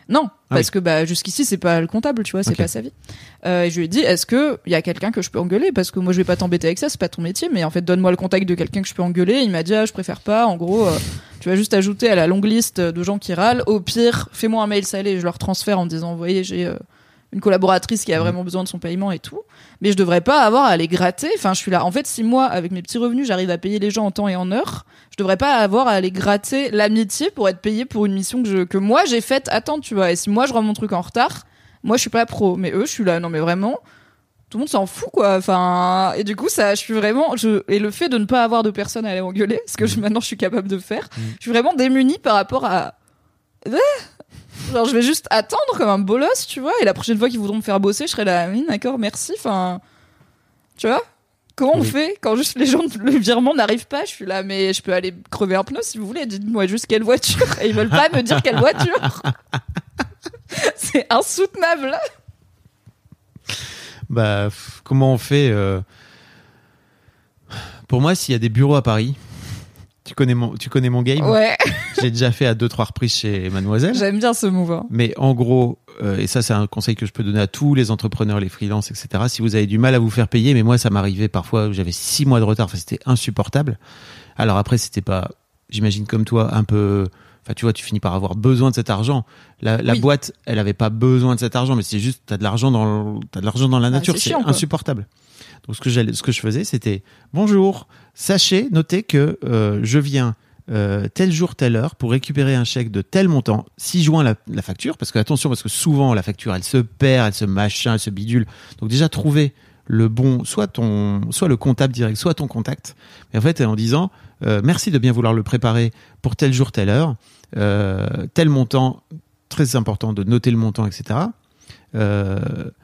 Non, Ah parce oui. que bah, jusqu'ici, c'est pas le comptable, tu vois, c'est Ok. pas sa vie. Euh, et je lui ai dit, est-ce qu'il y a quelqu'un que je peux engueuler? Parce que moi, je vais pas t'embêter avec ça, c'est pas ton métier, mais en fait, donne-moi le contact de quelqu'un que je peux engueuler. Il m'a dit, ah, je préfère pas. En gros, euh, tu vas juste ajouter à la longue liste de gens qui râlent. Au pire, fais-moi un mail salé et je leur transfère en disant, vous voyez, j'ai euh, une collaboratrice qui a vraiment besoin de son paiement et tout. Mais je devrais pas avoir à les gratter. Enfin, je suis là. En fait, si moi, avec mes petits revenus, j'arrive à payer les gens en temps et en heure, je devrais pas avoir à aller gratter l'amitié pour être payé pour une mission que, je, que moi j'ai faite à temps, tu vois. Et si moi je rends mon truc en retard, moi je suis pas pro. Mais eux, je suis là, non mais vraiment, tout le monde s'en fout quoi. Enfin, et du coup, ça, je suis vraiment. Je, et le fait de ne pas avoir de personne à aller engueuler, ce que je, maintenant je suis capable de faire, je suis vraiment démunie par rapport à. Genre, je vais juste attendre comme un bolos, tu vois. Et la prochaine fois qu'ils voudront me faire bosser, je serai là, oui, d'accord, merci. Enfin, tu vois. Comment on Oui. fait quand juste les gens, le virement n'arrive pas? Je suis là, mais je peux aller crever un pneu si vous voulez. Dites-moi juste quelle voiture. Et ils veulent pas me dire quelle voiture. C'est insoutenable. Bah, pff, comment on fait euh... Pour moi, s'il y a des bureaux à Paris, tu connais mon, tu connais mon game. Ouais, J'ai déjà fait à deux trois reprises chez Mademoiselle. j'aime bien ce mouvement. Mais en gros, euh, et ça c'est un conseil que je peux donner à tous les entrepreneurs, les freelances, et cetera. Si vous avez du mal à vous faire payer, mais moi ça m'arrivait parfois où j'avais six mois de retard, enfin c'était insupportable. Alors après c'était pas, j'imagine comme toi, un peu, enfin tu vois, tu finis par avoir besoin de cet argent. La, la Oui. boîte, elle avait pas besoin de cet argent, mais c'est juste t'as de l'argent dans, t'as de l'argent dans la nature, c'est c'est chiant, quoi. insupportable. Donc ce que j'allais, ce que je faisais, c'était bonjour, sachez, notez que euh, je viens. Euh, tel jour, telle heure, pour récupérer un chèque de tel montant, si joint la, la facture, parce que attention, parce que souvent la facture elle se perd, elle se machin, elle se bidule. Donc déjà trouver le bon, soit ton, soit le comptable direct, soit ton contact. Mais en fait, en disant euh, merci de bien vouloir le préparer pour tel jour, telle heure, euh, tel montant, très important de noter le montant, et cetera. Euh,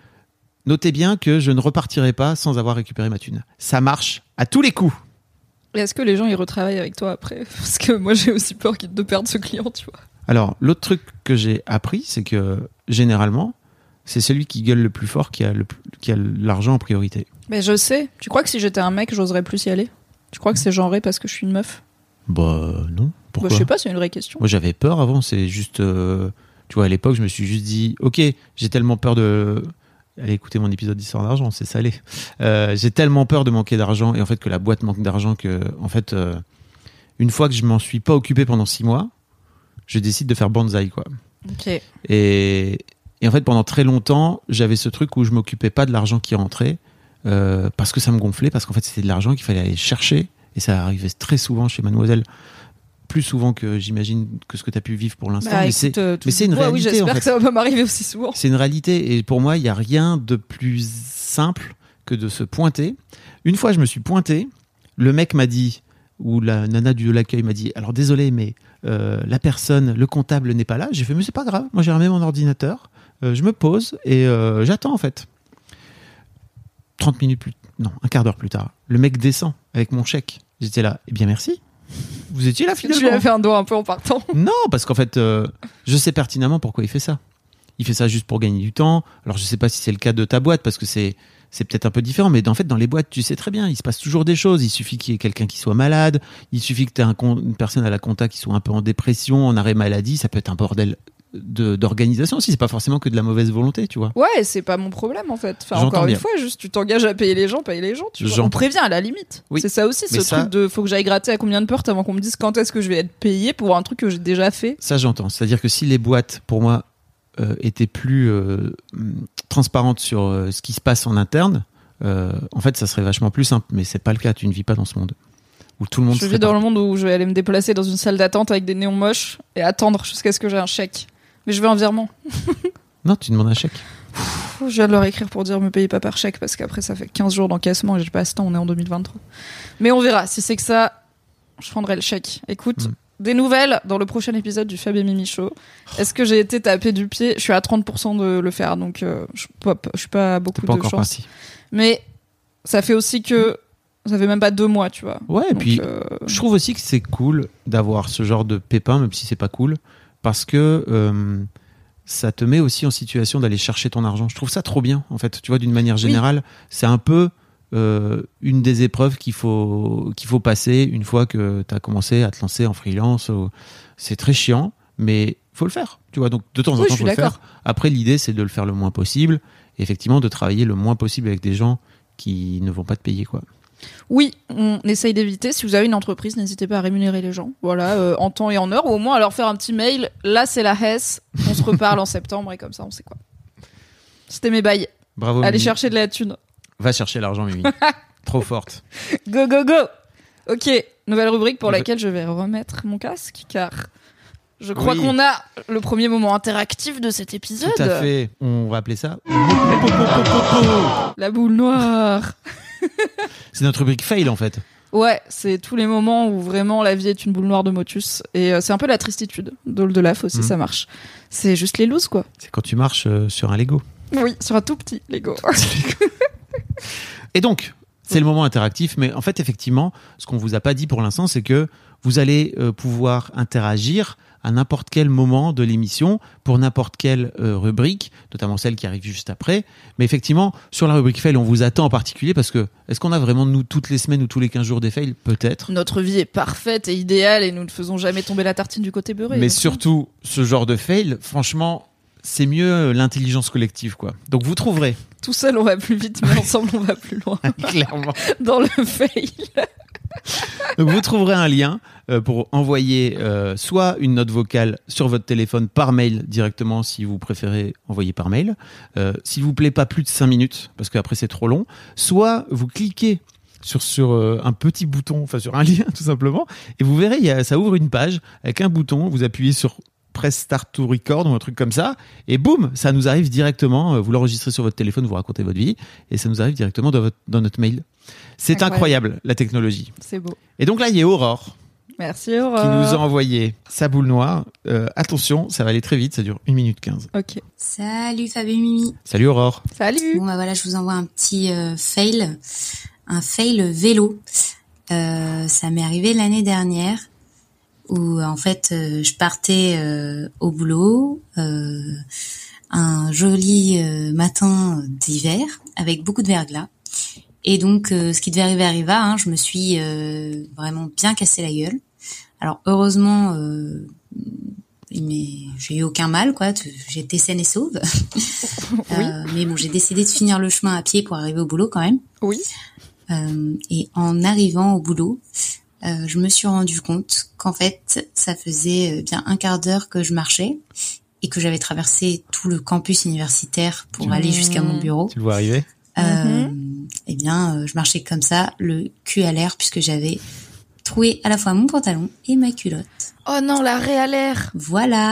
notez bien que je ne repartirai pas sans avoir récupéré ma thune. Ça marche à tous les coups. Et est-ce que les gens ils retravaillent avec toi après? Parce que moi j'ai aussi peur de perdre ce client, tu vois. Alors, l'autre truc que j'ai appris, c'est que généralement, c'est celui qui gueule le plus fort qui a, le, qui a l'argent en priorité. Mais je sais. Tu crois que si j'étais un mec, j'oserais plus y aller? Tu crois que c'est genré parce que je suis une meuf? Bah non. Pourquoi? Bah, je sais pas, c'est une vraie question. Moi, j'avais peur avant. C'est juste, euh, tu vois, à l'époque, je me suis juste dit, ok, j'ai tellement peur de. Allez écouter mon épisode d'Histoire d'argent, c'est salé. Euh, j'ai tellement peur de manquer d'argent et en fait que la boîte manque d'argent que, en fait, euh, une fois que je m'en suis pas occupé pendant six mois, je décide de faire banzai, quoi. Ok. Et, et en fait, pendant très longtemps, j'avais ce truc où je m'occupais pas de l'argent qui rentrait euh, parce que ça me gonflait, parce qu'en fait, c'était de l'argent qu'il fallait aller chercher. Et ça arrivait très souvent chez Mademoiselle, plus souvent que j'imagine que ce que tu as pu vivre pour l'instant. Bah, mais écoute, c'est, euh, mais c'est une ouais, réalité. Oui, j'espère en fait. que ça va pas m'arriver aussi souvent. C'est une réalité. Et pour moi, il n'y a rien de plus simple que de se pointer. Une fois, je me suis pointé. Le mec m'a dit, ou la nana de l'accueil m'a dit, alors désolé, mais euh, la personne, le comptable n'est pas là. J'ai fait, mais c'est pas grave. Moi, j'ai remis mon ordinateur. Euh, je me pose et euh, j'attends, en fait. trente minutes plus non, un quart d'heure plus tard, le mec descend avec mon chèque. J'étais là, eh bien merci. Vous étiez là finalement. Tu lui as fait un doigt un peu en partant. Non, parce qu'en fait, euh, je sais pertinemment pourquoi il fait ça. Il fait ça juste pour gagner du temps. Alors je sais pas si c'est le cas de ta boîte, parce que c'est c'est peut-être un peu différent, mais en fait dans les boîtes, tu sais très bien, il se passe toujours des choses. Il suffit qu'il y ait quelqu'un qui soit malade, il suffit que tu aies un con- une personne à la compta qui soit un peu en dépression, en arrêt maladie, ça peut être un bordel de, d'organisation aussi. C'est pas forcément que de la mauvaise volonté, tu vois. Ouais, c'est pas mon problème en fait. Enfin, J'entends encore bien. une fois, juste tu t'engages à payer les gens, payer les gens. Tu vois. On J'entends. prévient à la limite. Oui. C'est ça aussi, ce Mais ça- truc de faut que j'aille gratter à combien de portes avant qu'on me dise quand est-ce que je vais être payé pour un truc que j'ai déjà fait. Ça, j'entends. C'est-à-dire que si les boîtes, pour moi, euh, étaient plus euh, transparentes sur euh, ce qui se passe en interne, euh, en fait, ça serait vachement plus simple. Mais c'est pas le cas. Tu ne vis pas dans ce monde où tout le monde. Je serait vis dans par- le monde où je vais aller me déplacer dans une salle d'attente avec des néons moches et attendre jusqu'à ce que j'ai un chèque. Mais je veux un virement. Non, tu demandes un chèque. Pff, je viens de leur écrire pour dire me payez pas par chèque parce qu'après ça fait quinze jours d'encaissement et j'ai pas ce temps, on est en deux mille vingt-trois. Mais on verra. Si c'est que ça, je prendrai le chèque. Écoute. Mm. Des nouvelles dans le prochain épisode du Fab et Mimi Show. Est-ce que j'ai été tapé du pied? Je suis à trente pour cent de le faire, donc euh, je suis pas, je suis pas à beaucoup T'es pas de encore chance. parti. Mais ça fait aussi que ça fait même pas deux mois, tu vois. Ouais, et Donc, puis euh, je trouve aussi que c'est cool d'avoir ce genre de pépin, même si c'est pas cool, parce que euh, ça te met aussi en situation d'aller chercher ton argent. Je trouve ça trop bien, en fait. Tu vois, d'une manière générale, c'est un peu euh, une des épreuves qu'il faut, qu'il faut passer une fois que tu as commencé à te lancer en freelance. Ou... C'est très chiant, mais faut le faire. Tu vois, donc de temps en Oui, temps, je faut suis le d'accord. faire. Après, l'idée, c'est de le faire le moins possible. Et effectivement, de travailler le moins possible avec des gens qui ne vont pas te payer, quoi. Oui, on essaye d'éviter. Si vous avez une entreprise, n'hésitez pas à rémunérer les gens. Voilà, euh, en temps et en heure, ou au moins à leur faire un petit mail. Là, c'est la Hesse. On se reparle en septembre et comme ça, on sait quoi. C'était mes bails. Bravo. Allez Mimi. chercher de la thune. Va chercher l'argent, Mimi. Trop forte. Go, go, go. Ok, nouvelle rubrique pour Je- laquelle je vais remettre mon casque, car je crois Oui. qu'on a le premier moment interactif de cet épisode. Tout à fait. On va appeler ça. La boule noire. C'est notre rubrique fail, en fait. Ouais, c'est tous les moments où vraiment la vie est une boule noire de Motus. Et euh, c'est un peu la tristitude. Dole de Laf aussi, Mhm. ça marche. C'est juste les looses, quoi. C'est quand tu marches euh, sur un Lego. Oui, sur un tout petit Lego. Et donc, c'est le moment interactif, mais en fait, effectivement, ce qu'on vous a pas dit pour l'instant, c'est que vous allez euh, pouvoir interagir à n'importe quel moment de l'émission pour n'importe quelle euh, rubrique, notamment celle qui arrive juste après. Mais effectivement, sur la rubrique fail, on vous attend en particulier parce que est-ce qu'on a vraiment, nous, toutes les semaines ou tous les quinze jours des fails? Peut-être. Notre vie est parfaite et idéale et nous ne faisons jamais tomber la tartine du côté beurré. Mais donc, surtout, ce genre de fail, franchement, c'est mieux l'intelligence collective, quoi. Donc, vous trouverez, tout seul, on va plus vite, mais ensemble, on va plus loin. clairement. Dans le fail. Donc vous trouverez un lien euh, pour envoyer euh, soit une note vocale sur votre téléphone par mail directement si vous préférez envoyer par mail. Euh, S'il vous plaît, pas plus de cinq minutes parce qu'après c'est trop long. Soit vous cliquez sur, sur euh, un petit bouton, enfin sur un lien tout simplement, et vous verrez, il y a, ça ouvre une page avec un bouton, vous appuyez sur Press Start to Record ou un truc comme ça, et boum, ça nous arrive directement, euh, vous l'enregistrez sur votre téléphone, vous racontez votre vie, et ça nous arrive directement dans, votre, dans notre mail. C'est Incroyable. incroyable, la technologie. C'est beau. Et donc là, il y a Aurore Merci, Aurore. qui nous a envoyé sa boule noire. Euh, attention, ça va aller très vite, ça dure une minute quinze. Ok. Salut Fab et Mimi. Salut Aurore. Salut. Bon bah voilà, je vous envoie un petit euh, fail, un fail vélo. Euh, ça m'est arrivé l'année dernière où en fait euh, je partais euh, au boulot euh, un joli euh, matin d'hiver avec beaucoup de verglas. Et donc, euh, ce qui devait arriver arriva. Hein, je me suis euh, vraiment bien cassé la gueule. Alors heureusement, euh, mais j'ai eu aucun mal, quoi. J'ai été saine et sauve. Oui. Euh, mais bon, j'ai décidé de finir le chemin à pied pour arriver au boulot quand même. Oui. Euh, et en arrivant au boulot, euh, je me suis rendu compte qu'en fait, ça faisait bien un quart d'heure que je marchais et que j'avais traversé tout le campus universitaire pour Mmh. aller jusqu'à mon bureau. Tu le vois arriver? Euh, eh bien, euh, je marchais comme ça, le cul à l'air, puisque j'avais troué à la fois mon pantalon et ma culotte. Oh non, l'arrêt à l'air. Voilà.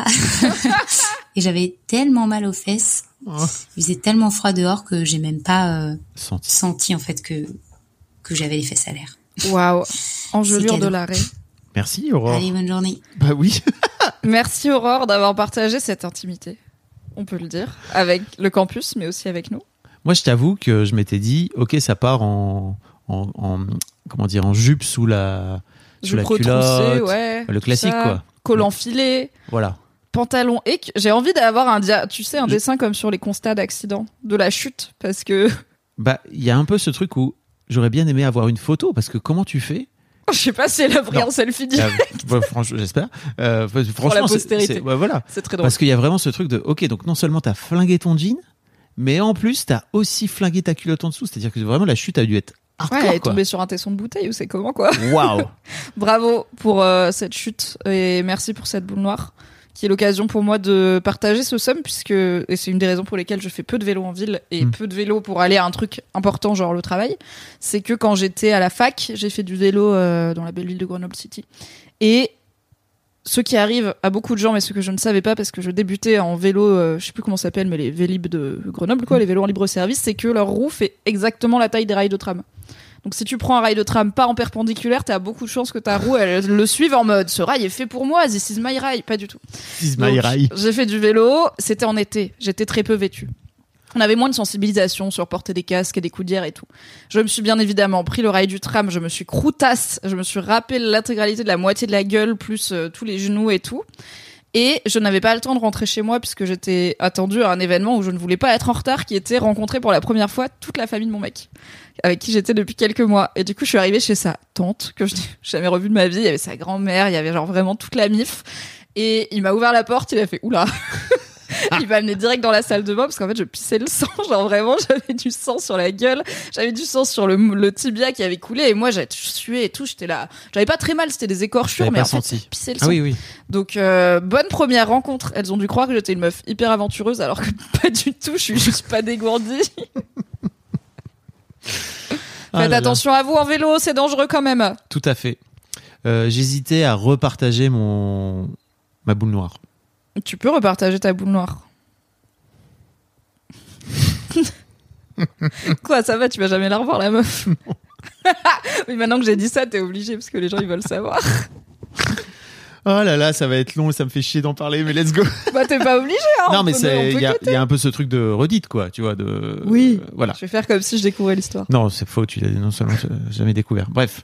Et j'avais tellement mal aux fesses, Oh. il faisait tellement froid dehors que j'ai même pas euh, Senti. senti en fait que que j'avais les fesses à l'air. Waouh. Engelure cadeau. de l'arrêt. Merci Aurore. Allez, bonne journée. Bah oui. Merci Aurore d'avoir partagé cette intimité. On peut le dire. Avec le campus, mais aussi avec nous. Moi, je t'avoue que je m'étais dit, ok, ça part en, en, en comment dire, en jupe sous la, sous Jupe la retroussée, culotte, ouais. le classique ça. quoi. Col enfilé, Voilà. pantalon. Et que- j'ai envie d'avoir un, dia- tu sais, un Je- dessin comme sur les constats d'accident, de la chute, parce que Bah, il y a un peu ce truc où j'aurais bien aimé avoir une photo parce que comment tu fais? je sais pas si elle a pris Non. en selfie Euh, direct. bah, franchement, j'espère. Euh, franchement, la c'est- postérité. c'est- ouais, voilà. C'est très drôle. Parce qu'il y a vraiment ce truc de, ok, donc non seulement t'as flingué ton jean, mais en plus t'as aussi flingué ta culotte en dessous. C'est-à-dire que vraiment la chute a dû être hardcore, Ouais, elle est quoi. tombée sur un tesson de bouteille ou c'est comment quoi. Waouh. Bravo pour euh, cette chute et merci pour cette boule noire qui est l'occasion pour moi de partager ce somme puisque et c'est une des raisons pour lesquelles je fais peu de vélo en ville et Mm. peu de vélo pour aller à un truc important genre le travail, c'est que quand j'étais à la fac, j'ai fait du vélo euh, dans la belle ville de Grenoble City et ce qui arrive à beaucoup de gens, mais ce que je ne savais pas parce que je débutais en vélo, euh, je sais plus comment ça s'appelle, mais les Vélib de Grenoble, quoi, les vélos en libre service, c'est que leur roue fait exactement la taille des rails de tram. Donc si tu prends un rail de tram pas en perpendiculaire, t'as beaucoup de chances que ta roue elle le suive en mode ce rail est fait pour moi, this is my rail, pas du tout. Is Donc, my rail. j'ai fait du vélo, c'était en été, j'étais très peu vêtue. On avait moins de sensibilisation sur porter des casques et des coudières et tout. Je me suis bien évidemment pris le rail du tram, je me suis croutasse, je me suis râpé l'intégralité de la moitié de la gueule, plus euh, tous les genoux et tout. Et je n'avais pas le temps de rentrer chez moi puisque j'étais attendue à un événement où je ne voulais pas être en retard, qui était rencontrer pour la première fois toute la famille de mon mec, avec qui j'étais depuis quelques mois. Et du coup, je suis arrivée chez sa tante, que je n'ai jamais revue de ma vie. Il y avait sa grand-mère, il y avait genre vraiment toute la mif. Et il m'a ouvert la porte, il a fait « Oula !» Il m'a amené direct dans la salle de bain parce qu'en fait je pissais le sang, genre vraiment j'avais du sang sur la gueule, j'avais du sang sur le, le tibia qui avait coulé et moi j'avais sué et tout, j'étais là, j'avais pas très mal, c'était des écorchures mais en senti. fait ça pissait le sang. Ah oui oui. Donc euh, bonne première rencontre, elles ont dû croire que j'étais une meuf hyper aventureuse alors que pas du tout, je suis juste pas dégourdie. Ah Faites là attention là. à vous en vélo, c'est dangereux quand même. Tout à fait. Euh, j'hésitais à repartager mon ma boule noire. Tu peux repartager ta boule noire. Quoi, ça va, tu vas jamais la revoir la meuf. Oui, maintenant que j'ai dit ça, t'es obligé parce que les gens ils veulent savoir. Oh là là, ça va être long et ça me fait chier d'en parler, mais let's go. Bah t'es pas obligé. Hein, non mais peut, c'est il y, y, y a un peu ce truc de redite quoi, tu vois de. Oui. Euh, voilà. Je vais faire comme si je découvrais l'histoire. Non, c'est faux. Tu l'as non seulement jamais découvert. Bref,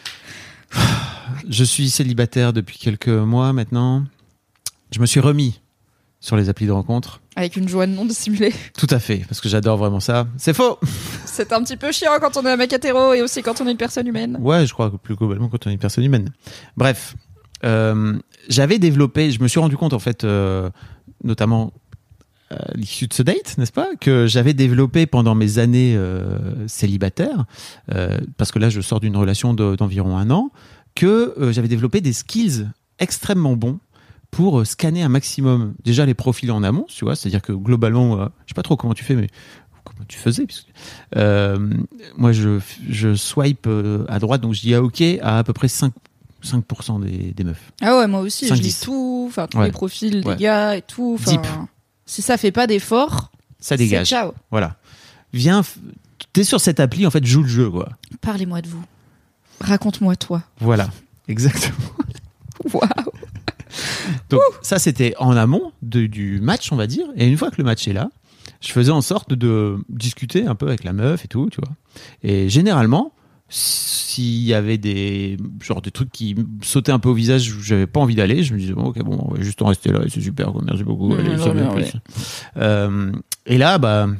je suis célibataire depuis quelques mois maintenant. Je me suis remis sur les applis de rencontre. Avec une joie non dissimulée. Tout à fait, parce que j'adore vraiment ça. C'est faux. C'est un petit peu chiant quand on est un mec hétéro et aussi quand on est une personne humaine. Ouais, je crois que plus globalement quand on est une personne humaine. Bref, euh, j'avais développé, je me suis rendu compte en fait, euh, notamment à l'issue de ce date, n'est-ce pas, que j'avais développé pendant mes années euh, célibataires, euh, parce que là je sors d'une relation de, d'environ un an, que euh, j'avais développé des skills extrêmement bons pour scanner un maximum déjà les profils en amont, tu vois, c'est-à-dire que globalement, euh, je sais pas trop comment tu fais, mais comment tu faisais, puisque, euh, moi je, je swipe euh, à droite, donc je dis ah ok à à peu près cinq pour cent des, des meufs. Ah ouais, moi aussi, cinq, je lis dix. tout, enfin tous Ouais. les profils Ouais. des gars et tout. Deep. Si ça fait pas d'effort, Ça dégage. c'est ciao. Voilà. Viens, f- t'es sur cette appli, en fait, joue le jeu, quoi. Parlez-moi de vous. Raconte-moi toi. Voilà. Exactement. Waouh. Donc, ça, c'était en amont de- du match, on va dire. Et une fois que le match est là, je faisais en sorte de discuter un peu avec la meuf et tout, tu vois. Et généralement, s'il y avait des, genre des trucs qui me sautaient un peu au visage où j'avais pas envie d'aller, je me disais, bon, ok, bon, on va juste en rester là, et c'est super, quoi, merci beaucoup. Mmh, allez, ouais, ça va ouais, plus. ouais. Euh, et là, bah,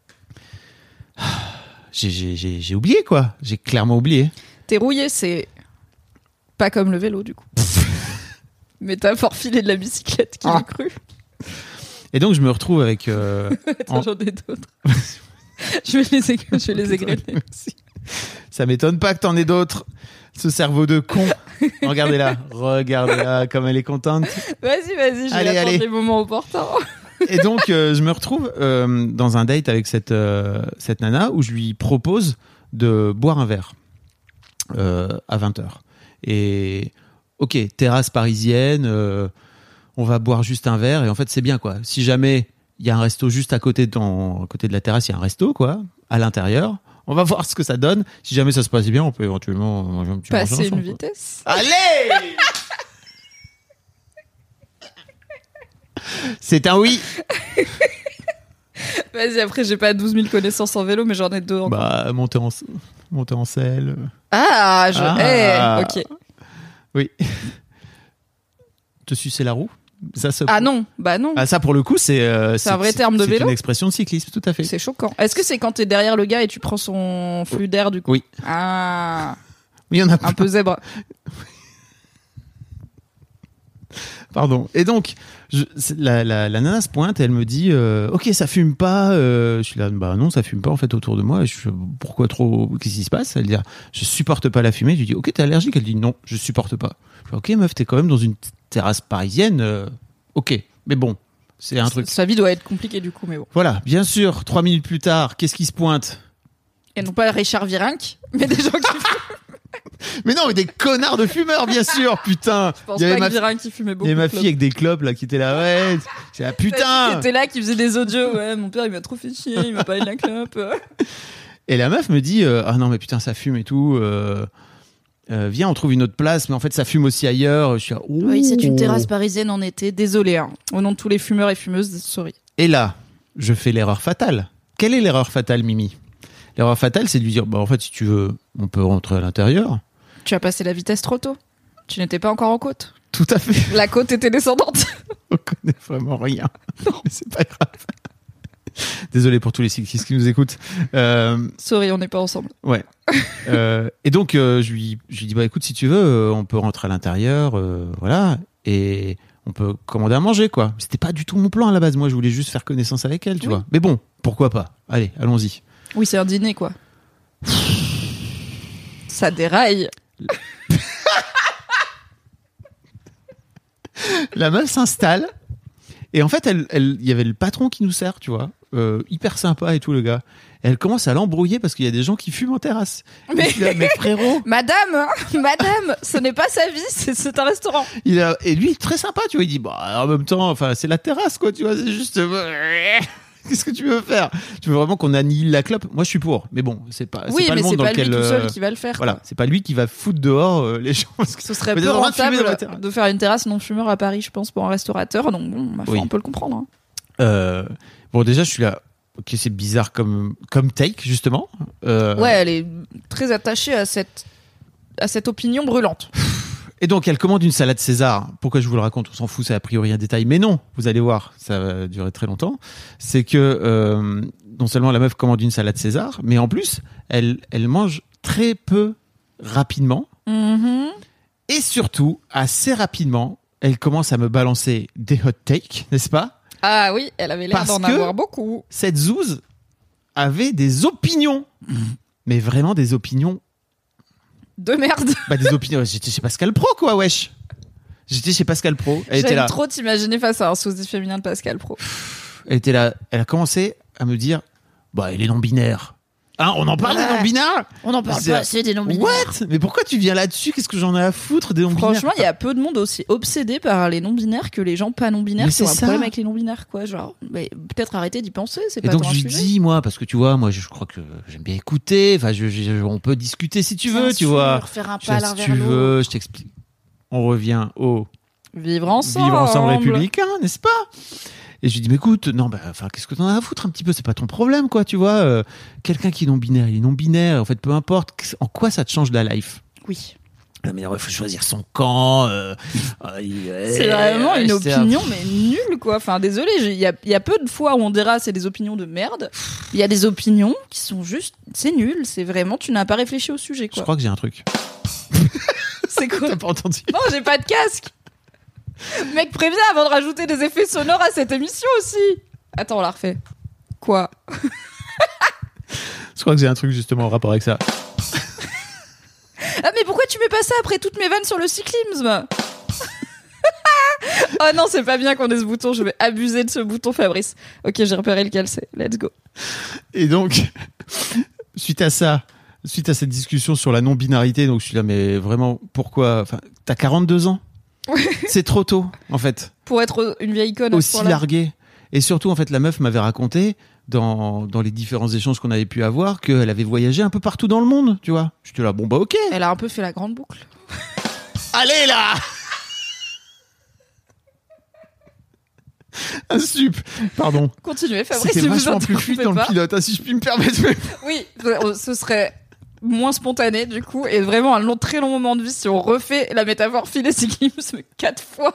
j'ai, j'ai, j'ai, j'ai oublié, quoi. J'ai clairement oublié. T'es rouillé, c'est pas comme le vélo du coup. Mais t'as forfilé de la bicyclette, qui Ah. l'eût cru. Et donc, je me retrouve avec, euh, Attends, en- j'en ai d'autres. je vais les, ég- je vais les égrener. Ça m'étonne pas que t'en aies d'autres. Ce cerveau de con. Regardez-la. Regardez-la comme elle est contente. Vas-y, vas-y, je Allez, vais attendre allez. les moments opportuns. Et donc, euh, je me retrouve euh, dans un date avec cette, euh, cette nana où je lui propose de boire un verre euh, à vingt heures. Et ok, terrasse parisienne, euh, on va boire juste un verre. Et en fait, c'est bien, quoi. Si jamais il y a un resto juste à côté de, ton- à côté de la terrasse, il y a un resto, quoi, à l'intérieur. On va voir ce que ça donne. Si jamais ça se passe bien, on peut éventuellement manger un petit morceau Passer une ensemble, quoi. vitesse. Allez! C'est un oui. Vas-y, après, j'ai pas douze mille connaissances en vélo, mais j'en ai deux encore. Bah, monter en, monter en selle. Ah, je. Ah. Eh, ok. Oui. Te sucer la roue? Ça, se... Ah non, bah non. Ah, ça, pour le coup, c'est. euh, C'est un vrai terme de c'est vélo une expression de cyclisme, tout à fait. C'est choquant. Est-ce que c'est quand t'es derrière le gars et tu prends son flux d'air du coup? Oui. Ah, Mais il y en a un plein. peu zèbre. Pardon. Et donc, je, c'est- la, la, la nana se pointe et elle me dit euh, ok, ça fume pas. Euh, je suis là, bah non, ça fume pas en fait autour de moi. Et je suis, pourquoi trop? Qu'est-ce qui se passe? Elle dit je supporte pas la fumée. Je lui dis ok, t'es allergique? Elle dit non, je supporte pas. Je dis ok, meuf, t'es quand même dans une t- terrasse parisienne. euh, ok, mais bon, c'est un truc. Sa vie doit être compliquée du coup, mais bon. Voilà, bien sûr. Trois minutes plus tard, qu'est-ce qui se pointe? Et non pas Richard Virenque, mais des gens qui fument. Mais non, mais des connards de fumeurs, bien sûr, putain. Je pense Il y avait pas ma, que Virenque qui fumait il beaucoup. y avait ma de fille clopes. avec des clopes là qui était là, ouais. C'est la Qui putain. était là, qui faisait des audios. Ouais, mon père il m'a trop fait chier, il m'a parlé de la clope. Et la meuf me dit euh, ah non mais putain ça fume et tout. Euh, euh, viens, on trouve une autre place, mais en fait ça fume aussi ailleurs. Je suis là, ouh. Oui, c'est une terrasse parisienne en été. Désolé, hein. Au nom de tous les fumeurs et fumeuses, sorry. Et là, je fais l'erreur fatale. Quelle est l'erreur fatale, Mimi? L'erreur fatale, c'est de lui dire bah en fait si tu veux, on peut rentrer à l'intérieur. Tu as passé la vitesse trop tôt. Tu n'étais pas encore en côte. Tout à fait. La côte était descendante. On connaît vraiment rien. Non, mais c'est pas grave. Désolé pour tous les cyclistes qui nous écoutent. Euh, Sorry, on n'est pas ensemble. Ouais. euh, et donc, euh, je lui, je lui dis, bah écoute, si tu veux, euh, on peut rentrer à l'intérieur, euh, voilà, et on peut commander à manger, quoi. C'était pas du tout mon plan à la base. Moi, je voulais juste faire connaissance avec elle, tu oui. vois. Mais bon, pourquoi pas. Allez, allons-y. Oui, c'est un dîner, quoi. Ça déraille. La meuf s'installe. Et en fait, elle, elle, il y avait le patron qui nous sert, tu vois, euh, hyper sympa et tout, le gars. Et elle commence à l'embrouiller parce qu'il y a des gens qui fument en terrasse. Mais, et là, mais frérot, madame, madame, ce n'est pas sa vie, c'est, c'est un restaurant. Il a, et lui, très sympa, tu vois, il dit, bah, en même temps, enfin, c'est la terrasse, quoi, tu vois, c'est juste, qu'est-ce que tu veux faire? Tu veux vraiment qu'on annihile la clope? Moi, je suis pour. Mais bon, c'est pas, oui, c'est pas mais le monde c'est dans pas lequel, lui tout seul euh, qui va le faire. Voilà, Quoi. c'est pas lui qui va foutre dehors euh, les gens. Parce que ce serait peu peu rentable de, de faire une terrasse non fumeur à Paris, je pense, pour un restaurateur. Donc bon, ma foi, oui. on peut le comprendre. Hein. Euh, bon, déjà, je suis là. Ok, c'est bizarre comme comme take justement. Euh... Ouais, elle est très attachée à cette à cette opinion brûlante. Et donc, elle commande une salade César. Pourquoi je vous le raconte? On s'en fout, c'est a priori un détail. Mais non, vous allez voir, ça va durer très longtemps. C'est que euh, non seulement la meuf commande une salade César, mais en plus, elle elle mange très peu rapidement. Mm-hmm. Et surtout, assez rapidement, elle commence à me balancer des hot takes, n'est-ce pas? Ah oui, elle avait l'air Parce d'en que avoir beaucoup. Cette zouze avait des opinions. Mais vraiment des opinions. De merde. Bah, des opinions. J'étais chez Pascal Pro, quoi, wesh. J'étais chez Pascal Pro. Elle était J'aime là. trop t'imaginer face à un sosie féminin de Pascal Pro. Elle était là. Elle a commencé à me dire, bah, elle est non-binaire. Hein, on en parle ouais. des non-binaires? On en parle c'est... pas assez des non-binaires. What? Mais pourquoi tu viens là-dessus? Qu'est-ce que j'en ai à foutre des non-binaires? Franchement, il y a peu de monde aussi obsédé par les non-binaires que les gens pas non-binaires mais qui ont un ça. problème avec les non-binaires, quoi. Genre, mais peut-être arrêter d'y penser, c'est et pas donc tant je un lui sujet. dis, moi, parce que tu vois, moi, je, je crois que j'aime bien écouter. Enfin, je, je, on peut discuter si tu Bien veux, sûr, tu vois. faire un pas l'un si vers tu l'autre. veux, je t'explique. On revient au Vivre ensemble. vivre ensemble républicain, n'est-ce pas? Et je lui dis, mais écoute, non, bah, enfin, qu'est-ce que t'en as à foutre un petit peu? C'est pas ton problème, quoi, tu vois. Euh, quelqu'un qui est non-binaire, il est non-binaire. En fait, peu importe. En quoi ça te change de la life? Oui. Non, mais il faut choisir son camp. Euh, euh, C'est vraiment une euh, opinion, mais nulle, quoi. Enfin, désolé, il y a, y a peu de fois où on dira c'est des opinions de merde. Il y a des opinions qui sont juste, c'est nul. C'est vraiment, tu n'as pas réfléchi au sujet, quoi. Je crois que j'ai un truc. C'est quoi? T'as pas entendu? Non, j'ai pas de casque. Mec, préviens avant de rajouter des effets sonores à cette émission aussi. Attends, on la refait. Quoi? Je crois que j'ai un truc justement en rapport avec ça. Ah, mais pourquoi tu mets pas ça après toutes mes vannes sur le cyclisme? Oh non, c'est pas bien qu'on ait ce bouton. Je vais abuser de ce bouton, Fabrice. Ok, j'ai repéré lequel c'est. Let's go. Et donc, suite à ça, suite à cette discussion sur la non-binarité, donc je suis là, mais vraiment, pourquoi? Enfin, t'as quarante-deux ans? C'est trop tôt, en fait. Pour être une vieille conne. Aussi larguée. Et surtout, en fait, la meuf m'avait raconté, dans, dans les différents échanges qu'on avait pu avoir, qu'elle avait voyagé un peu partout dans le monde, tu vois. J'étais là, bon bah ok. Elle a un peu fait la grande boucle. Allez là! Un sup, pardon. Continuez, Fabrice. C'était ne vous vachement plus fluide dans pas. le pilote, hein, si je puis me permettre. Oui, ce serait moins spontané du coup, et vraiment un long, très long moment de vie si on refait la métaphore filet cyclisme quatre fois.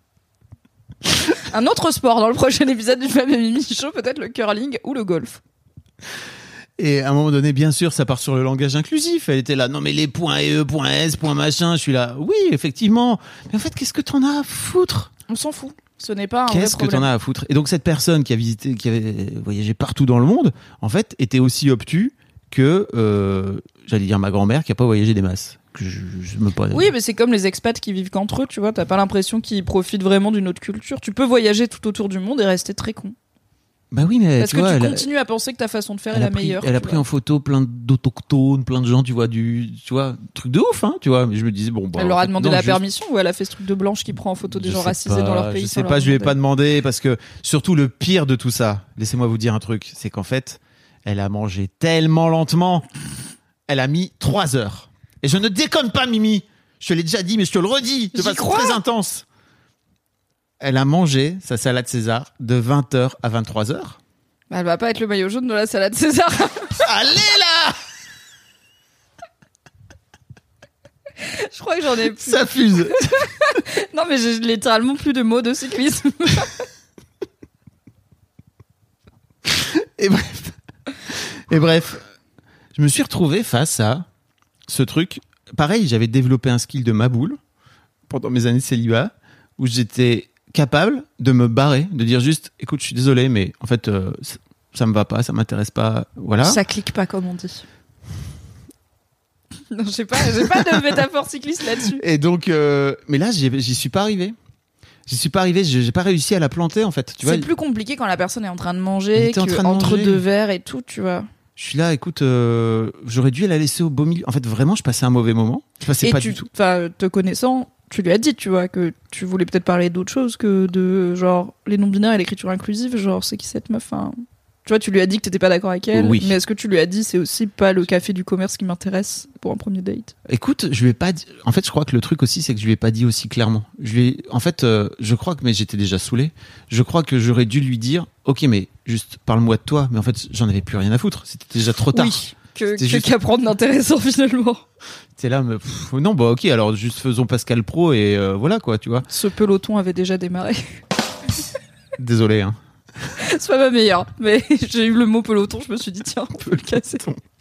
Un autre sport dans le prochain épisode du Fab et Mimi Show, peut-être le curling ou le golf. Et à un moment donné, bien sûr, ça part sur le langage inclusif. Elle était là, non mais les points E, points S, points machin. Je suis là, oui, effectivement. Mais en fait, qu'est-ce que t'en as à foutre? On s'en fout. Ce n'est pas un Qu'est-ce vrai que t'en as à foutre? Et donc cette personne qui a visité, qui avait voyagé partout dans le monde, en fait, était aussi obtue que, euh, j'allais dire ma grand-mère qui a pas voyagé des masses. Que je, je me pas... Oui, mais c'est comme les expats qui vivent qu'entre eux, tu vois. T'as pas l'impression qu'ils profitent vraiment d'une autre culture. Tu peux voyager tout autour du monde et rester très con. Bah oui, mais Parce tu que vois, tu elle continues a, à penser que ta façon de faire est elle la a pris, meilleure. Elle a pris vois. en photo plein d'autochtones, plein de gens, tu vois, du, tu vois, truc de ouf, hein, tu vois. Mais je me disais bon, bah, Elle leur a en fait, demandé non, la juste... permission ou elle a fait ce truc de blanche qui prend en photo des Je gens sais racisés pas, dans leur pays. Je sans sais leur pas, je lui ai demander. pas demandé parce que surtout le pire de tout ça, laissez-moi vous dire un truc, c'est qu'en fait, elle a mangé tellement lentement, elle a mis trois heures. Et je ne déconne pas, Mimi. Je te l'ai déjà dit, mais je te le redis de J'y façon crois. très intense. Elle a mangé sa salade César de vingt heures à vingt-trois heures. Bah, elle va pas être le maillot jaune de la salade César. Allez là! Je crois que j'en ai plus. Ça fuse. Non, mais j'ai littéralement plus de mots de cyclisme. Et bref. Et bref, je me suis retrouvé face à ce truc. Pareil, j'avais développé un skill de maboule pendant mes années de célibat où j'étais capable de me barrer, de dire juste, écoute, je suis désolé, mais en fait, euh, ça, ça me va pas, ça m'intéresse pas, voilà. Ça clique pas, comme on dit. Non, je sais pas, j'ai pas de métaphore cycliste là-dessus. Et donc, euh, mais là, j'y, j'y suis pas arrivé. J'y suis pas arrivé, j'ai, j'ai pas réussi à la planter en fait. Tu c'est vois, plus compliqué quand la personne est en train de manger, que en train de entre manger. deux verres et tout, tu vois. Je suis là, écoute, euh, j'aurais dû la laisser au beau milieu. En fait, vraiment, je passais un mauvais moment. Je passais et pas tu, du tout. Enfin, te connaissant, tu lui as dit, tu vois, que tu voulais peut-être parler d'autre chose que de genre les non-binaires et l'écriture inclusive, genre c'est qui cette meuf, hein. Tu vois, tu lui as dit que t'étais pas d'accord avec elle, Oui. mais est-ce que tu lui as dit c'est aussi pas le café du commerce qui m'intéresse pour un premier date? Écoute, je lui ai pas dit. En fait, je crois que le truc aussi, c'est que je lui ai pas dit aussi clairement. Je lui ai... En fait, euh, je crois que, mais j'étais déjà saoulé. Je crois que j'aurais dû lui dire, ok, mais juste parle-moi de toi. Mais en fait, j'en avais plus rien à foutre. C'était déjà trop tard. Oui, que, que juste... qu'apprendre d'intéressant finalement. T'es là, mais pff, non, bah ok, alors juste faisons Pascal Pro et euh, voilà quoi, tu vois. Ce peloton avait déjà démarré. Désolé, hein. C'est pas ma meilleure, mais j'ai eu le mot peloton, je me suis dit tiens, on peut le casser.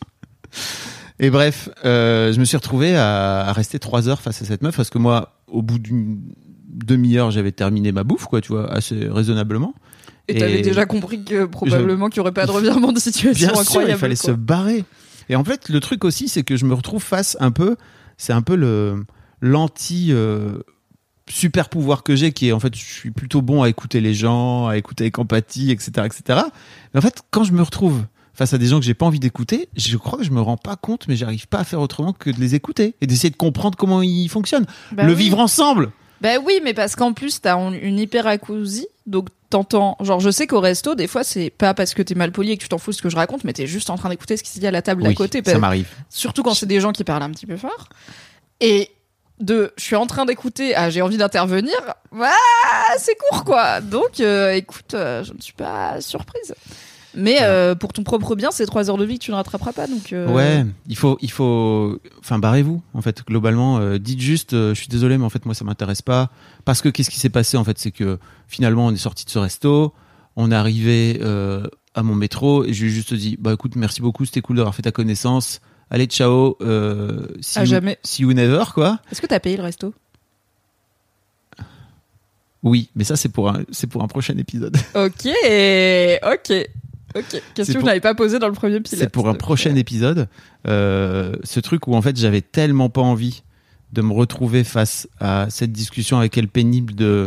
Et bref, euh, je me suis retrouvé à, à rester trois heures face à cette meuf parce que moi, au bout d'une demi-heure, j'avais terminé ma bouffe, quoi, tu vois, assez raisonnablement. Et, et t'avais déjà compris que probablement je... qu'il n'y aurait pas de revirement de situation Bien incroyable. Sûr, il fallait quoi. se barrer. Et en fait, le truc aussi, c'est que je me retrouve face un peu, c'est un peu le l'anti. Euh, super pouvoir que j'ai qui est en fait je suis plutôt bon à écouter les gens, à écouter avec empathie, etc, etc. Mais en fait quand je me retrouve face à des gens que j'ai pas envie d'écouter, je crois que je me rends pas compte, mais j'arrive pas à faire autrement que de les écouter et d'essayer de comprendre comment ils fonctionnent, bah le oui. vivre ensemble. Bah oui, mais parce qu'en plus t'as une hyperacousie, donc t'entends, genre je sais qu'au resto des fois c'est pas parce que t'es mal poli et que tu t'en fous de ce que je raconte, mais t'es juste en train d'écouter ce qui se dit à la table oui, d'à côté. Ça m'arrive. Surtout quand c'est des gens qui parlent un petit peu fort. Et de je suis en train d'écouter, ah j'ai envie d'intervenir, ah, c'est court quoi. Donc euh, écoute, euh, je ne suis pas surprise. Mais euh, pour ton propre bien, c'est trois heures de vie que tu ne rattraperas pas. Donc euh... ouais, il faut, il faut, enfin barrez-vous en fait globalement. Euh, dites juste, euh, je suis désolé, mais en fait moi ça m'intéresse pas. Parce que qu'est-ce qui s'est passé en fait, c'est que finalement on est sorti de ce resto, on est arrivé euh, à mon métro et je lui ai juste dit, bah écoute, merci beaucoup, c'était cool d'avoir fait ta connaissance. Allez, ciao. Euh, see à you, jamais. See you never, quoi. Est-ce que t'as payé le resto? Oui, mais ça, c'est pour un, c'est pour un prochain épisode. Ok, ok, ok. Question pour, que je n'avais pas posée dans le premier pilote. C'est pour un prochain épisode. Euh, ce truc où, en fait, j'avais tellement pas envie de me retrouver face à cette discussion avec elle pénible de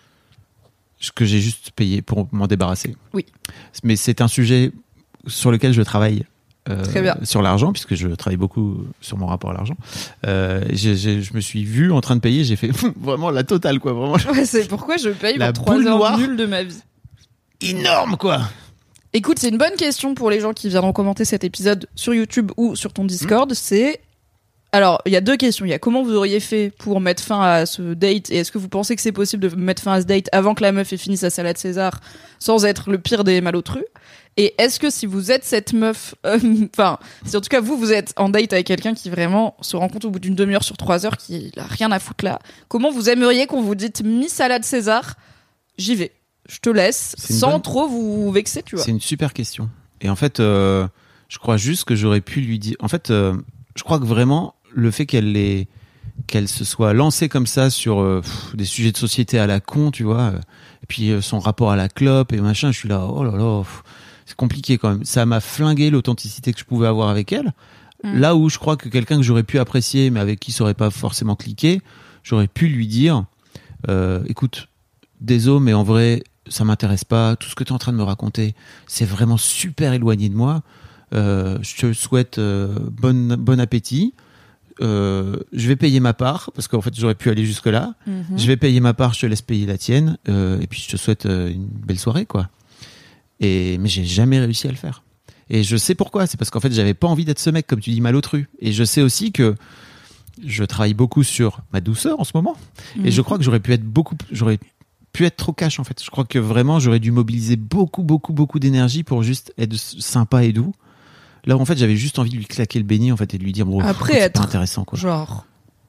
ce que j'ai juste payé pour m'en débarrasser. Oui. Mais c'est un sujet sur lequel je travaille. Euh, Très bien. Sur l'argent, puisque je travaille beaucoup sur mon rapport à l'argent. Euh, j'ai, j'ai, je me suis vu en train de payer, j'ai fait vraiment la totale, quoi. Vraiment. Ouais, c'est pourquoi je paye La pour trois boule heures noire. nulles de ma vie. Énorme, quoi. Écoute, c'est une bonne question pour les gens qui viendront commenter cet épisode sur YouTube ou sur ton Discord. Mmh. C'est alors, il y a deux questions. Il y a comment vous auriez fait pour mettre fin à ce date et est-ce que vous pensez que c'est possible de mettre fin à ce date avant que la meuf ait fini sa salade César sans être le pire des malotrus? Et est-ce que si vous êtes cette meuf, enfin, euh, si en tout cas vous, vous êtes en date avec quelqu'un qui vraiment se rend compte au bout d'une demi-heure sur trois heures qu'il a rien à foutre là, comment vous aimeriez qu'on vous dise mi-salade César, j'y vais, je te laisse, sans bonne... trop vous vexer, tu vois. C'est une super question. Et en fait, euh, je crois juste que j'aurais pu lui dire, en fait, euh, je crois que vraiment, le fait qu'elle ait, qu'elle se soit lancée comme ça sur euh, pff, des sujets de société à la con, tu vois, euh, et puis euh, son rapport à la clope et machin, je suis là, oh là là, pff, c'est compliqué quand même. Ça m'a flingué l'authenticité que je pouvais avoir avec elle. Mmh. Là où je crois que quelqu'un que j'aurais pu apprécier, mais avec qui ça aurait pas forcément cliqué, j'aurais pu lui dire, euh, écoute, désolé, mais en vrai, ça m'intéresse pas. Tout ce que tu es en train de me raconter, c'est vraiment super éloigné de moi. Euh, je te souhaite euh, bon, bon appétit. Euh, je vais payer ma part parce qu'en fait j'aurais pu aller jusque là. Mmh. Je vais payer ma part, je te laisse payer la tienne. Euh, et puis je te souhaite euh, une belle soirée, quoi. Et, mais j'ai jamais réussi à le faire. Et je sais pourquoi. C'est parce qu'en fait, j'avais pas envie d'être ce mec, comme tu dis, malotru. Et je sais aussi que je travaille beaucoup sur ma douceur en ce moment. Mmh. Et je crois que j'aurais pu être beaucoup, j'aurais pu être trop cash, en fait. Je crois que vraiment, j'aurais dû mobiliser beaucoup, beaucoup, beaucoup d'énergie pour juste être sympa et doux. Là où, en fait, j'avais juste envie de lui claquer le béni, en fait, et de lui dire, bon, après c'est être pas intéressant, quoi. Genre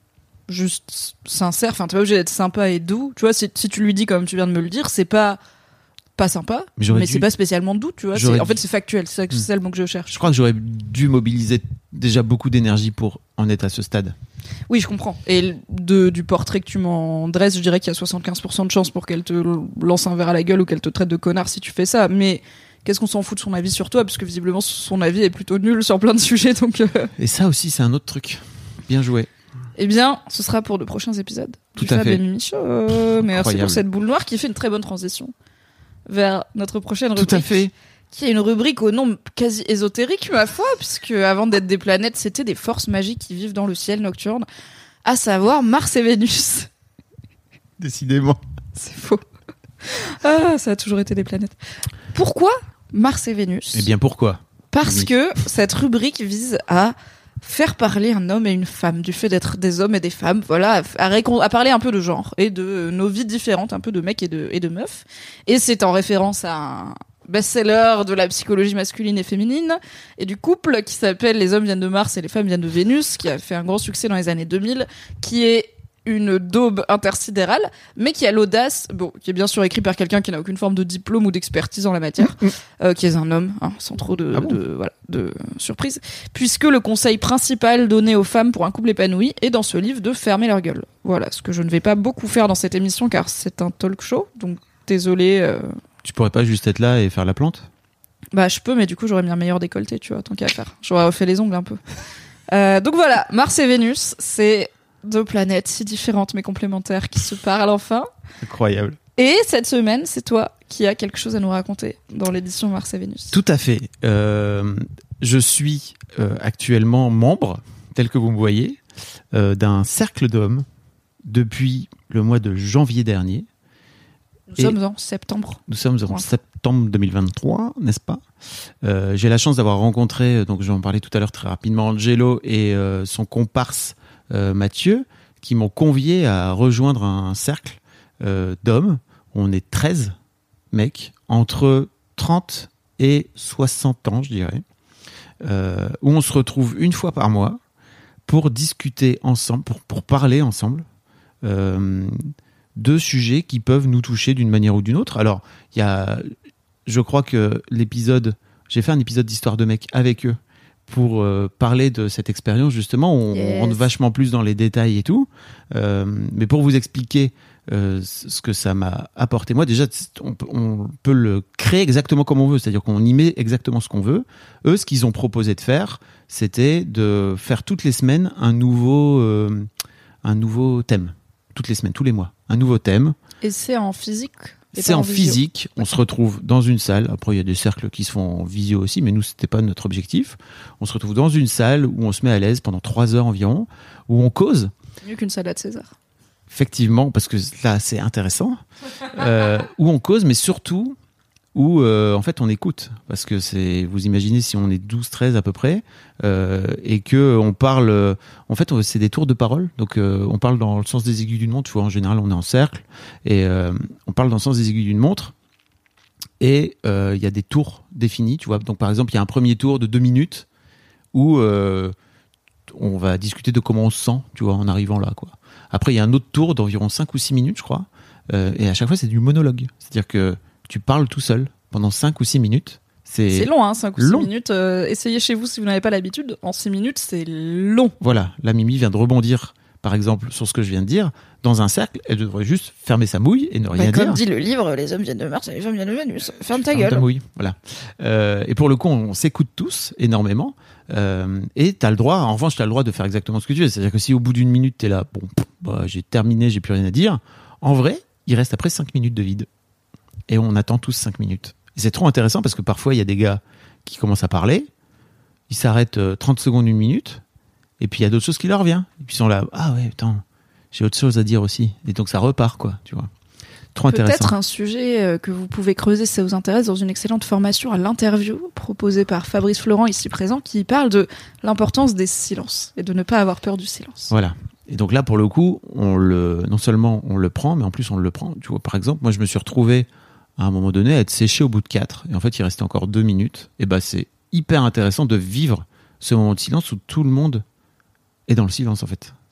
juste sincère. Enfin, t'es pas obligé d'être sympa et doux. Tu vois, si, si tu lui dis comme tu viens de me le dire, c'est pas pas sympa, mais, mais dû... c'est pas spécialement doux, tu vois. C'est, en fait, c'est factuel. C'est, c'est ça le mot que je cherche. Je crois que j'aurais dû mobiliser déjà beaucoup d'énergie pour en être à ce stade. Oui, je comprends. Et de, du portrait que tu m'en dresses, je dirais qu'il y a soixante-quinze pour cent de chances pour qu'elle te lance un verre à la gueule ou qu'elle te traite de connard si tu fais ça. Mais qu'est-ce qu'on s'en fout de son avis sur toi, parce que visiblement son avis est plutôt nul sur plein de sujets. Donc euh... Et ça aussi, c'est un autre truc. Bien joué. Eh bien, ce sera pour de prochains épisodes. Tout à fait. Mimi Show. Merci pour cette boule noire qui fait une très bonne transition vers notre prochaine rubrique. Tout à fait. Qui est une rubrique au nom quasi ésotérique, ma foi, puisque avant d'être des planètes, c'était des forces magiques qui vivent dans le ciel nocturne, à savoir Mars et Vénus. Décidément. C'est faux. Ah, ça a toujours été des planètes. Pourquoi Mars et Vénus ? Eh bien, pourquoi ? Parce oui. que cette rubrique vise à faire parler un homme et une femme, du fait d'être des hommes et des femmes, voilà, à, récon- à parler un peu de genre et de nos vies différentes, un peu de mecs et de, et de meufs. Et c'est en référence à un best-seller de la psychologie masculine et féminine et du couple qui s'appelle Les hommes viennent de Mars et les femmes viennent de Vénus, qui a fait un grand succès dans les années deux mille, qui est une daube intersidérale, mais qui a l'audace, bon, qui est bien sûr écrit par quelqu'un qui n'a aucune forme de diplôme ou d'expertise en la matière, mmh. euh, qui est un homme, hein, sans trop de, ah bon de, voilà, de surprise, puisque le conseil principal donné aux femmes pour un couple épanoui est dans ce livre de fermer leur gueule. Voilà, ce que je ne vais pas beaucoup faire dans cette émission, car c'est un talk show, donc désolé. Euh... Tu pourrais pas juste être là et faire la plante ? Bah, je peux, mais du coup, j'aurais mis un meilleur décolleté, tu vois, tant qu'à faire. J'aurais refait les ongles un peu. euh, donc voilà, Mars et Vénus, c'est deux planètes si différentes mais complémentaires qui se parlent enfin. Incroyable. Et cette semaine, c'est toi qui as quelque chose à nous raconter dans l'édition Mars et Vénus. Tout à fait. Euh, je suis euh, actuellement membre, tel que vous me voyez, euh, d'un cercle d'hommes depuis le mois de janvier dernier. Nous Et sommes en septembre. Nous sommes en ouais. septembre deux mille vingt-trois, n'est-ce pas ? euh, J'ai la chance d'avoir rencontré, donc j'en parlais tout à l'heure très rapidement, Angelo et euh, son comparse Euh, Mathieu, qui m'ont convié à rejoindre un cercle euh, d'hommes. On est treize mecs, entre trente et soixante ans, je dirais, euh, où on se retrouve une fois par mois pour discuter ensemble, pour, pour parler ensemble euh, de sujets qui peuvent nous toucher d'une manière ou d'une autre. Alors, il y a, je crois que l'épisode, j'ai fait un épisode d'Histoire de mecs avec eux, pour euh, parler de cette expérience, justement, on, yes. on rentre vachement plus dans les détails et tout. Euh, mais pour vous expliquer euh, ce que ça m'a apporté, moi, déjà, on, on peut le créer exactement comme on veut, c'est-à-dire qu'on y met exactement ce qu'on veut. Eux, ce qu'ils ont proposé de faire, c'était de faire toutes les semaines un nouveau, euh, un nouveau thème. Toutes les semaines, tous les mois. Un nouveau thème. Et c'est en physique ? C'est en, en physique, on se retrouve dans une salle. Après, il y a des cercles qui se font en visio aussi, mais nous, c'était pas notre objectif. On se retrouve dans une salle où on se met à l'aise pendant trois heures environ, où on cause. Mieux qu'une salade César. Effectivement, parce que là, c'est intéressant. euh, où on cause, mais surtout où, euh, en fait, on écoute. Parce que c'est, vous imaginez si on est douze treize à peu près, euh, et que on parle, euh, en fait, c'est des tours de parole. Donc, euh, on parle dans le sens des aiguilles d'une montre. Tu vois, en général, on est en cercle, et euh, on parle dans le sens des aiguilles d'une montre. Et il euh, y a des tours définis, tu vois. Donc, par exemple, il y a un premier tour de deux minutes où euh, on va discuter de comment on se sent, tu vois, en arrivant là, quoi. Après, il y a un autre tour d'environ cinq ou six minutes, je crois. Euh, et à chaque fois, c'est du monologue. C'est-à-dire que tu parles tout seul pendant cinq ou six minutes. C'est, c'est long, hein, cinq ou six minutes. Euh, essayez chez vous si vous n'avez pas l'habitude. En six minutes, c'est long. Voilà, la Mimi vient de rebondir, par exemple, sur ce que je viens de dire. Dans un cercle, elle devrait juste fermer sa mouille et ne rien bah, dire. Comme dit le livre, les hommes viennent de Mars et les femmes viennent de Vénus. Ferme ta Ferme gueule. ta mouille, voilà. Euh, et pour le coup, on s'écoute tous énormément. Euh, et t'as le droit, en revanche, t'as le droit de faire exactement ce que tu veux. C'est-à-dire que si au bout d'une minute, t'es là, bon, bah, j'ai terminé, j'ai plus rien à dire. En vrai, il reste après cinq minutes de vide. Et on attend tous cinq minutes. Et c'est trop intéressant parce que parfois, il y a des gars qui commencent à parler, ils s'arrêtent trente secondes, une minute, et puis il y a d'autres choses qui leur viennent. Et puis ils sont là, ah ouais, putain, j'ai autre chose à dire aussi. Et donc ça repart, quoi, tu vois. Trop Peut-être intéressant. Peut-être un sujet que vous pouvez creuser si ça vous intéresse dans une excellente formation à l'interview proposée par Fabrice Florent, ici présent, qui parle de l'importance des silences et de ne pas avoir peur du silence. Voilà. Et donc là, pour le coup, on le, non seulement on le prend, mais en plus on le prend. Tu vois, par exemple, moi je me suis retrouvé à un moment donné à être séché au bout de quatre. Et en fait, il restait encore deux minutes. Et bah, c'est hyper intéressant de vivre ce moment de silence où tout le monde est dans le silence, en fait.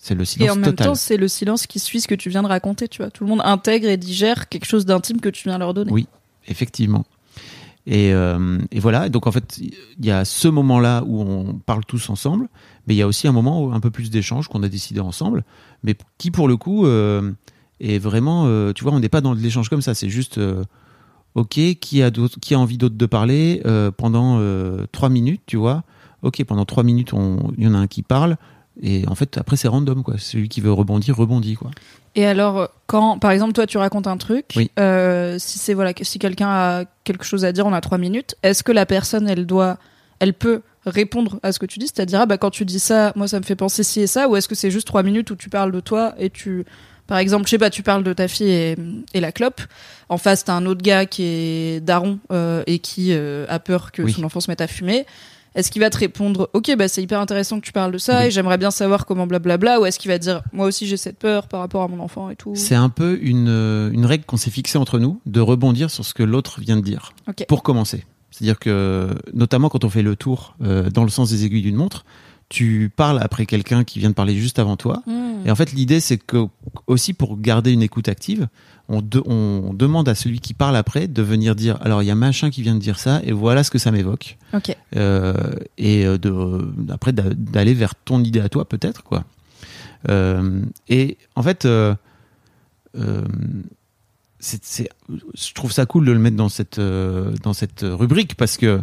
C'est le silence total. Et en même total. temps, c'est le silence qui suit ce que tu viens de raconter, tu vois. Tout le monde intègre et digère quelque chose d'intime que tu viens leur donner. Oui, effectivement. Et, euh, et voilà, donc en fait, il y a ce moment-là où on parle tous ensemble, mais il y a aussi un moment où un peu plus d'échange qu'on a décidé ensemble, mais qui pour le coup euh, est vraiment, euh, tu vois, on n'est pas dans de l'échange comme ça, c'est juste, euh, ok, qui a, d'autres, qui a envie d'autre de parler euh, pendant euh, trois minutes, tu vois, ok, pendant trois minutes, il y en a un qui parle, et en fait, après, c'est random, quoi, celui qui veut rebondir, rebondit, quoi. Et alors, quand, par exemple, toi, tu racontes un truc, oui. euh, si c'est voilà, si quelqu'un a quelque chose à dire, on a trois minutes. Est-ce que la personne, elle doit, elle peut répondre à ce que tu dis, c'est-à-dire, ah bah quand tu dis ça, moi ça me fait penser ci et ça, ou est-ce que c'est juste trois minutes où tu parles de toi et tu, par exemple, je sais pas, tu parles de ta fille et, et la clope. En face, t'as un autre gars qui est daron euh, et qui euh, a peur que oui. son enfant se mette à fumer. Est-ce qu'il va te répondre « Ok, bah c'est hyper intéressant que tu parles de ça oui. et j'aimerais bien savoir comment blablabla » ou est-ce qu'il va te dire « Moi aussi j'ai cette peur par rapport à mon enfant et tout ?» C'est un peu une, une règle qu'on s'est fixée entre nous, de rebondir sur ce que l'autre vient de dire, okay. pour commencer. C'est-à-dire que, notamment quand on fait le tour euh, dans le sens des aiguilles d'une montre, tu parles après quelqu'un qui vient de parler juste avant toi. Mmh. Et en fait, l'idée, c'est que aussi pour garder une écoute active, on, de, on demande à celui qui parle après de venir dire « Alors, il y a machin qui vient de dire ça et voilà ce que ça m'évoque. Okay. » euh, Et de, après, d'aller vers ton idée à toi, peut-être, quoi. Euh, et en fait, euh, euh, c'est, c'est, je trouve ça cool de le mettre dans cette, euh, dans cette rubrique parce que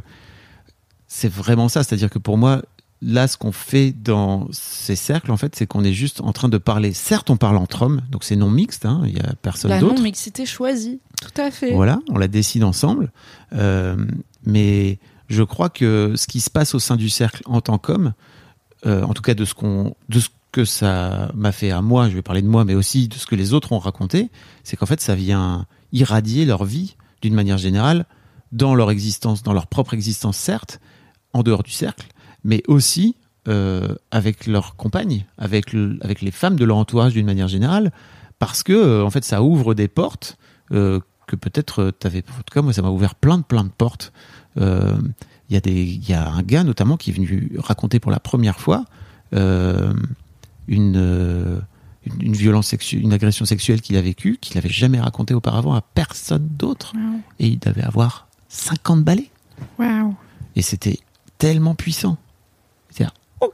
c'est vraiment ça. C'est-à-dire que pour moi, là, ce qu'on fait dans ces cercles, en fait, c'est qu'on est juste en train de parler. Certes, on parle entre hommes, donc c'est non mixte, hein, il n'y a personne la d'autre. La non-mixité choisie, tout à fait. Voilà, on la décide ensemble. Euh, mais je crois que ce qui se passe au sein du cercle en tant qu'homme, euh, en tout cas de ce, qu'on, de ce que ça m'a fait à moi, je vais parler de moi, mais aussi de ce que les autres ont raconté, c'est qu'en fait, ça vient irradier leur vie, d'une manière générale, dans leur existence, dans leur propre existence, certes, en dehors du cercle, mais aussi euh, avec leurs compagnes, avec, le, avec les femmes de leur entourage d'une manière générale, parce que euh, en fait ça ouvre des portes euh, que peut-être t'avais. En tout cas, moi ça m'a ouvert plein de plein de portes. Il euh, y a des, il y a un gars notamment qui est venu raconter pour la première fois euh, une, euh, une une violence sexuelle, une agression sexuelle qu'il a vécue, qu'il n'avait jamais raconté auparavant à personne d'autre, wow. Et il devait avoir cinquante balais. Waouh. Et c'était tellement puissant. C'est-à-dire, ok.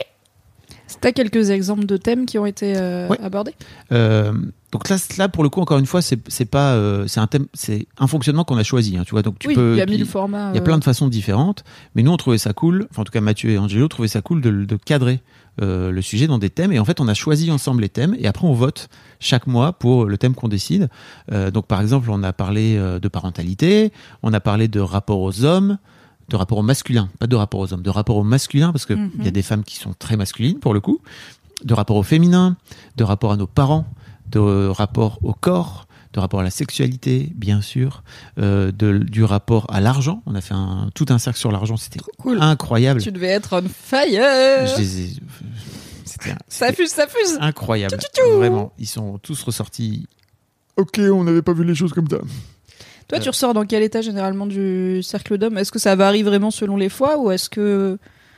T'as quelques exemples de thèmes qui ont été euh, ouais. abordés euh, Donc là, là, pour le coup, encore une fois, c'est, c'est pas, euh, c'est un thème, c'est un fonctionnement qu'on a choisi. Hein, tu vois, donc tu oui, peux. Il y a mille formats. Il y a plein de façons différentes, mais nous, on trouvait ça cool. Enfin, en tout cas, Mathieu et Angelo trouvaient ça cool de, de cadrer euh, le sujet dans des thèmes. Et en fait, on a choisi ensemble les thèmes, et après, on vote chaque mois pour le thème qu'on décide. Euh, donc, par exemple, on a parlé euh, de parentalité, on a parlé de rapport aux hommes. De rapport au masculin, pas de rapport aux hommes, de rapport au masculin, parce qu'il mm-hmm. y a des femmes qui sont très masculines, pour le coup, de rapport au féminin, de rapport à nos parents, de rapport au corps, de rapport à la sexualité, bien sûr, euh, de, du rapport à l'argent. On a fait un, tout un cercle sur l'argent, c'était cool. Incroyable. Tu devais être on fire. Je les ai... C'était, un, ça fuse, ça fuse. Incroyable, tchou, tchou. Vraiment. Ils sont tous ressortis. Ok, on n'avait pas vu les choses comme ça. Toi, tu ressors dans quel état généralement du cercle d'hommes ? Est-ce que ça varie vraiment selon les fois ou est-ce que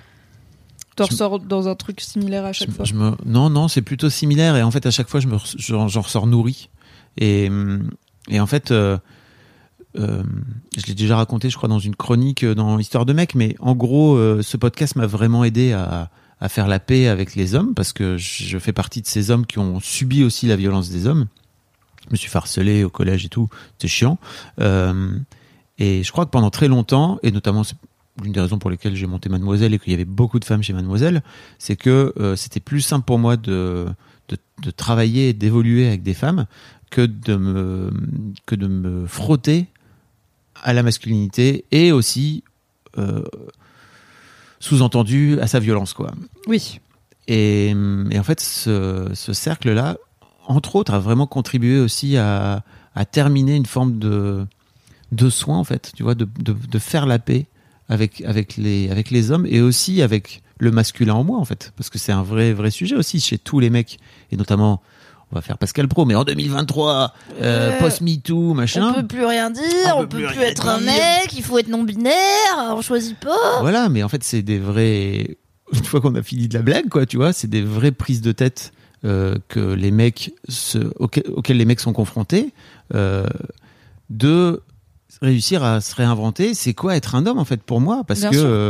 tu ressors me... dans un truc similaire à chaque je, fois je me... Non, non, c'est plutôt similaire et en fait, à chaque fois, je me... j'en, j'en ressors nourri. Et, et en fait, euh, euh, je l'ai déjà raconté, je crois, dans une chronique dans Histoire de mec, mais en gros, euh, ce podcast m'a vraiment aidé à, à faire la paix avec les hommes parce que je fais partie de ces hommes qui ont subi aussi la violence des hommes. Je me suis fait harceler au collège et tout, c'était chiant. Euh, et je crois que pendant très longtemps, et notamment c'est l'une des raisons pour lesquelles j'ai monté Mademoiselle et qu'il y avait beaucoup de femmes chez Mademoiselle, c'est que euh, c'était plus simple pour moi de, de, de travailler et d'évoluer avec des femmes que de me, que de me frotter à la masculinité et aussi, euh, sous-entendu, à sa violence, quoi. Oui. Et, et en fait, ce, ce cercle-là, entre autres, a vraiment contribué aussi à, à terminer une forme de, de soin, en fait, tu vois, de, de, de faire la paix avec, avec, les, avec les hommes et aussi avec le masculin en moi, en fait, parce que c'est un vrai, vrai sujet aussi chez tous les mecs, et notamment, on va faire Pascal Pro, mais en deux mille vingt-trois, euh, euh, post-MeToo, machin. On peut plus rien dire, on, on peut, peut plus, plus être dire. Un mec, il faut être non-binaire, on choisit pas. Voilà, mais en fait, c'est des vrais... une fois qu'on a fini de la blague, quoi, tu vois, c'est des vraies prises de tête euh, que les mecs se, auxquelles, auxquelles les mecs sont confrontés, euh, de réussir à se réinventer. C'est quoi être un homme, en fait, pour moi? Parce Bien que euh,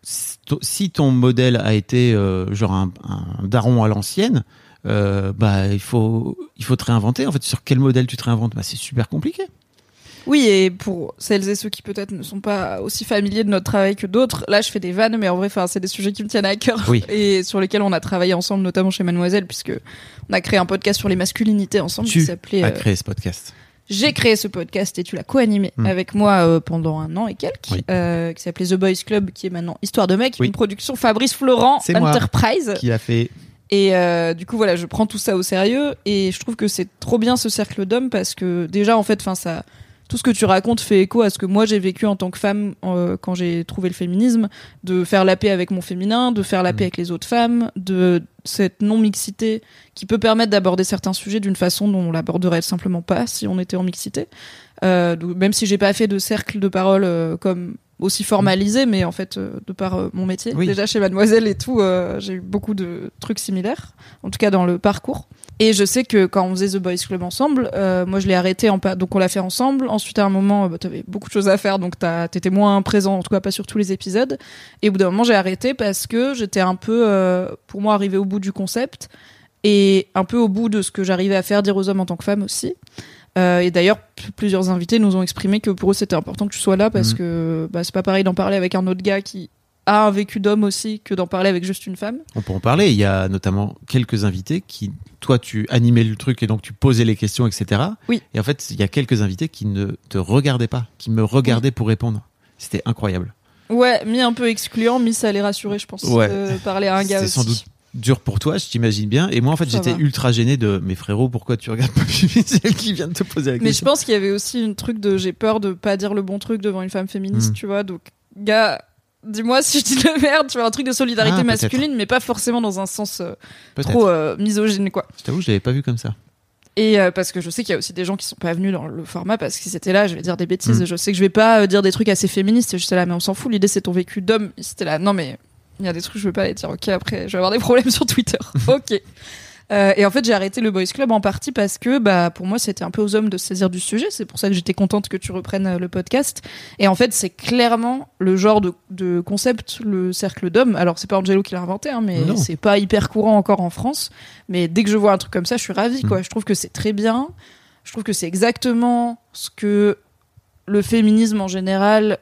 si ton modèle a été euh, genre un, un daron à l'ancienne, euh, bah il faut il faut te réinventer. En fait, sur quel modèle tu te réinventes? Bah c'est super compliqué. Oui, et pour celles et ceux qui peut-être ne sont pas aussi familiers de notre travail que d'autres, là je fais des vannes, mais en vrai, enfin, c'est des sujets qui me tiennent à cœur oui. et sur lesquels on a travaillé ensemble, notamment chez Mademoiselle, puisque on a créé un podcast sur les masculinités ensemble tu qui s'appelait. Tu as euh... créé ce podcast. J'ai créé ce podcast et tu l'as co-animé mmh. avec moi euh, pendant un an et quelques, oui. euh, qui s'appelait The Boys Club, qui est maintenant Histoire de mec, oui. une production Fabrice Florent, c'est Enterprise. Moi qui a fait. Et euh, du coup voilà, je prends tout ça au sérieux et je trouve que c'est trop bien ce cercle d'hommes parce que déjà en fait, enfin ça. Tout ce que tu racontes fait écho à ce que moi j'ai vécu en tant que femme euh, quand j'ai trouvé le féminisme, de faire la paix avec mon féminin, de faire la paix avec les autres femmes, de cette non-mixité qui peut permettre d'aborder certains sujets d'une façon dont on l'aborderait simplement pas si on était en mixité. Euh, donc, même si j'ai pas fait de cercle de parole euh, comme aussi formalisé, mais en fait euh, de par euh, mon métier, oui. déjà chez Mademoiselle et tout, euh, j'ai eu beaucoup de trucs similaires, en tout cas dans le parcours. Et je sais que quand on faisait The Boys Club ensemble, euh, moi je l'ai arrêté, en pa- donc on l'a fait ensemble. Ensuite à un moment, bah, t'avais beaucoup de choses à faire, donc t'as, t'étais moins présent, en tout cas pas sur tous les épisodes. Et au bout d'un moment j'ai arrêté parce que j'étais un peu, euh, pour moi, arrivée au bout du concept et un peu au bout de ce que j'arrivais à faire dire aux hommes en tant que femme aussi. Euh, et d'ailleurs, p- plusieurs invités nous ont exprimé que pour eux c'était important que tu sois là parce mmh. que bah, c'est pas pareil d'en parler avec un autre gars qui a un vécu d'homme aussi que d'en parler avec juste une femme. On peut en parler. Il y a notamment quelques invités qui, toi, tu animais le truc et donc tu posais les questions, et cetera. Oui. Et en fait, il y a quelques invités qui ne te regardaient pas, qui me regardaient oui. pour répondre. C'était incroyable. Ouais, mi un peu excluant, mi ça allait rassurer, je pense, ouais. de parler à un gars c'est aussi. C'est sans doute dur pour toi, je t'imagine bien. Et moi, en fait, ça j'étais va. ultra gêné de mes frérots, pourquoi tu regardes pas celle qui vient de te poser la question. Mais je pense qu'il y avait aussi un truc de j'ai peur de pas dire le bon truc devant une femme féministe, mmh. tu vois. Donc, gars, dis-moi si je dis de la merde, tu vois, un truc de solidarité ah, masculine, mais pas forcément dans un sens euh, trop euh, misogyne, quoi. Je t'avoue, je l'avais pas vu comme ça. Et euh, parce que je sais qu'il y a aussi des gens qui sont pas venus dans le format parce qu'ils étaient là, je vais dire des bêtises, mmh. je sais que je vais pas euh, dire des trucs assez féministes, j'étais là, mais on s'en fout, l'idée c'est ton vécu d'homme. C'était là, non mais il y a des trucs, je veux pas les dire, ok, après je vais avoir des problèmes sur Twitter, ok. Euh, et en fait, j'ai arrêté le Boys Club en partie parce que, bah, pour moi, c'était un peu aux hommes de se saisir du sujet. C'est pour ça que j'étais contente que tu reprennes euh, le podcast. Et en fait, c'est clairement le genre de, de concept, le cercle d'hommes. Alors, c'est pas Angelo qui l'a inventé, hein, mais non. C'est pas hyper courant encore en France. Mais dès que je vois un truc comme ça, je suis ravie, quoi. Mmh. Je trouve que c'est très bien. Je trouve que c'est exactement ce que le féminisme en général,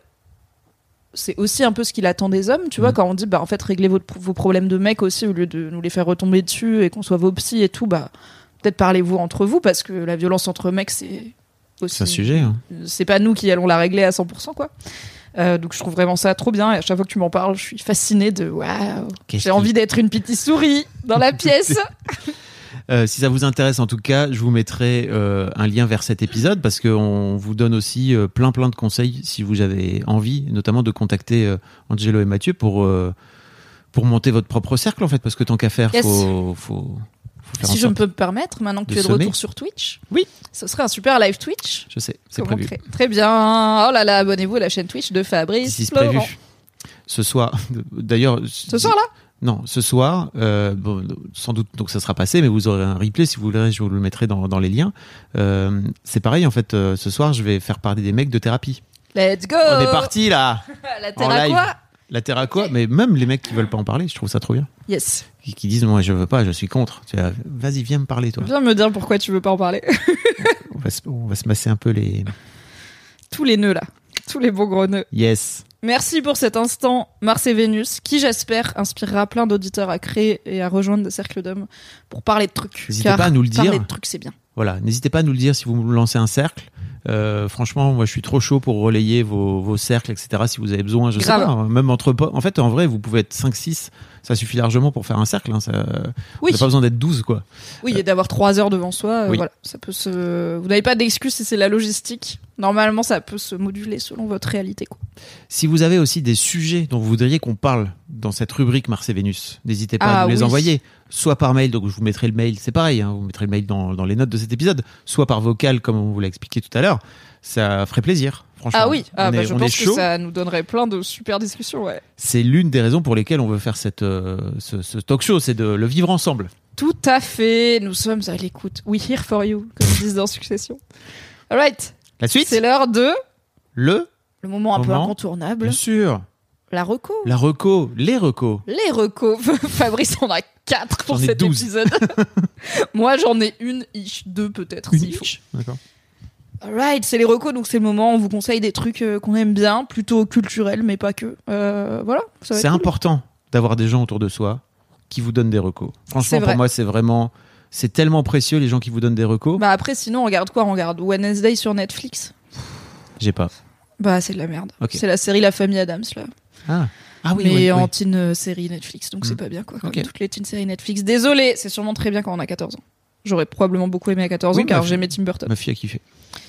c'est aussi un peu ce qu'il attend des hommes, tu vois, mmh. quand on dit, bah, en fait, réglez votre, vos problèmes de mecs aussi, au lieu de nous les faire retomber dessus et qu'on soit vos psys et tout, bah, peut-être parlez-vous entre vous, parce que la violence entre mecs, c'est aussi... C'est un sujet, hein. C'est pas nous qui allons la régler à cent pour cent, quoi. Euh, donc je trouve vraiment ça trop bien, et à chaque fois que tu m'en parles, je suis fascinée de, waouh, j'ai qui... envie d'être une petite souris dans la pièce. Euh, si ça vous intéresse, en tout cas, je vous mettrai euh, un lien vers cet épisode parce qu'on vous donne aussi euh, plein plein de conseils si vous avez envie, notamment de contacter euh, Angelo et Mathieu pour euh, pour monter votre propre cercle en fait, parce que tant qu'à faire, yes. faut, faut, faut faire si je peux me permettre, maintenant que tu es de semer. retour sur Twitch, oui, ce serait un super live Twitch. Je sais, c'est prévu. Très, très bien. Oh là là, abonnez-vous à la chaîne Twitch de Fabrice si, si, Florent. Prévu. Ce soir, d'ailleurs. Ce soir là. Non, ce soir, euh, bon, sans doute, donc ça sera passé, mais vous aurez un replay si vous voulez, je vous le mettrai dans, dans les liens. Euh, c'est pareil, en fait, euh, ce soir, je vais faire parler des mecs de thérapie. Let's go! On est parti là! La terre quoi? La terre à quoi? Mais même les mecs qui veulent pas en parler, je trouve ça trop bien. Yes. Qui, qui disent, moi, je veux pas, je suis contre. Tu vois, vas-y, viens me parler, toi. Viens me dire pourquoi tu veux pas en parler. on, va se, on va se masser un peu les... Tous les nœuds, là. Tous les beaux gros nœuds. Yes. Merci pour cet instant, Mars et Vénus, qui j'espère inspirera plein d'auditeurs à créer et à rejoindre des cercles d'hommes pour parler de trucs. N'hésitez pas à nous le dire. Parler de trucs, c'est bien. Voilà, n'hésitez pas à nous le dire si vous lancez un cercle. Euh, franchement, moi, je suis trop chaud pour relayer vos, vos cercles, et cetera. Si vous avez besoin, je Grave. sais pas, même entre potes. En fait, en vrai, vous pouvez être cinq six, ça suffit largement pour faire un cercle. Hein. Ça, oui. Vous n'avez pas besoin d'être douze, quoi. Oui, et d'avoir trois heures devant soi. Euh, oui. Voilà, ça peut se. Vous n'avez pas d'excuse si c'est la logistique. Normalement, ça peut se moduler selon votre réalité, quoi. Si vous avez aussi des sujets dont vous voudriez qu'on parle dans cette rubrique Mars et Vénus, n'hésitez pas ah, à nous les oui. envoyer, soit par mail, donc je vous mettrai le mail, c'est pareil, hein, vous mettrez le mail dans, dans les notes de cet épisode, soit par vocal, comme on vous l'a expliqué tout à l'heure. ça ferait plaisir. Franchement, ah oui, ah, bah, est, je pense que chaud. ça nous donnerait plein de super discussions. Ouais. C'est l'une des raisons pour lesquelles on veut faire cette, euh, ce, ce talk show, c'est de le vivre ensemble. Tout à fait, nous sommes à l'écoute. We here for you, comme ils disent dans Succession. Alright. La suite, c'est l'heure de le le moment un moment, peu incontournable. Bien sûr. La reco. La reco, les recos. Les recos. Fabrice en a quatre pour J'en ai cet douze. épisode. Moi, j'en ai une, ish, deux peut-être, Une s'il faut. ish. D'accord. Alright, c'est les recos, donc c'est le moment où on vous conseille des trucs euh, qu'on aime bien, plutôt culturels, mais pas que. Euh, voilà. Ça va C'est être cool. important d'avoir des gens autour de soi qui vous donnent des recos. Franchement, C'est vrai. pour moi, c'est vraiment, c'est tellement précieux les gens qui vous donnent des recos. Bah après, sinon, on regarde quoi? On regarde Wednesday sur Netflix. J'ai pas. Bah, c'est de la merde. Ok. C'est la série La Famille Adams, là. Ah. Ah oui, mais oui, en oui. teen euh, série Netflix, donc c'est Mm. pas bien, quoi. Comme Ok. toutes les teen séries Netflix. Désolé, c'est sûrement très bien quand on a quatorze ans. J'aurais probablement beaucoup aimé à quatorze Oui, ans, car ma j'aimais Tim Burton. Ma fille a kiffé.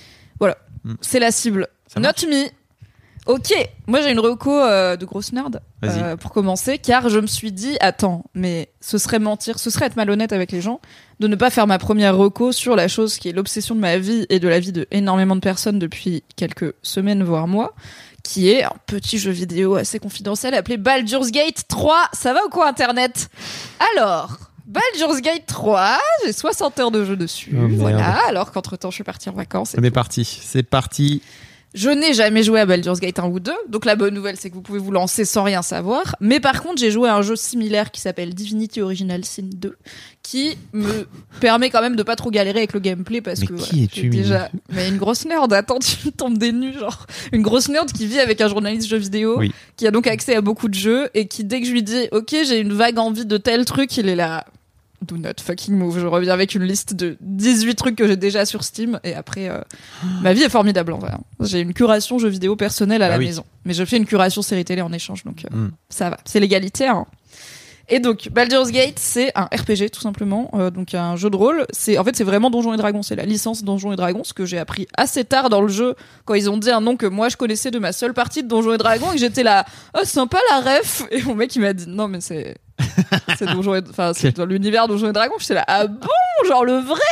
C'est la cible. Ça Not marche. me. Ok, moi j'ai une reco euh, de grosse nerd Vas-y. euh, pour commencer, car je me suis dit, attends, mais ce serait mentir, ce serait être malhonnête avec les gens de ne pas faire ma première reco sur la chose qui est l'obsession de ma vie et de la vie de énormément de personnes depuis quelques semaines, voire mois, qui est un petit jeu vidéo assez confidentiel appelé Baldur's Gate trois. Ça va ou quoi, Internet? Alors, Baldur's Gate trois, j'ai soixante heures de jeu dessus, Oh, merde. voilà, alors qu'entre-temps je suis partie en vacances. et On est parti. C'est parti. Je n'ai jamais joué à Baldur's Gate un ou deux, donc la bonne nouvelle c'est que vous pouvez vous lancer sans rien savoir. Mais par contre, j'ai joué à un jeu similaire qui s'appelle Divinity Original Sin deux, qui me permet quand même de pas trop galérer avec le gameplay parce Mais que qui voilà, es-tu, j'ai déjà. Mais une grosse nerd. Attends, tu tombes des nues, genre une grosse nerd qui vit avec un journaliste jeu vidéo, Oui. qui a donc accès à beaucoup de jeux et qui dès que je lui dis ok j'ai une vague envie de tel truc, il est là. Do not fucking move. Je reviens avec une liste de dix-huit trucs que j'ai déjà sur Steam. Et après, euh, ma vie est formidable en vrai. hein. J'ai une curation jeux vidéo personnelle à Ah la oui. maison. Mais je fais une curation série télé en échange. Donc euh, Mm. ça va. C'est l'égalitaire. hein. Et donc, Baldur's Gate, c'est un R P G tout simplement. Euh, donc un jeu de rôle. C'est En fait, c'est vraiment Donjons et Dragons. C'est la licence Donjons et Dragons, ce que j'ai appris assez tard dans le jeu quand ils ont dit un nom que moi je connaissais de ma seule partie de Donjons et Dragons. Et que j'étais là, oh sympa la ref. Et mon mec il m'a dit, non mais c'est... c'est Donjons et... enfin, c'est dans l'univers Donjons et Dragons. J'étais là, ah bon, genre le vrai.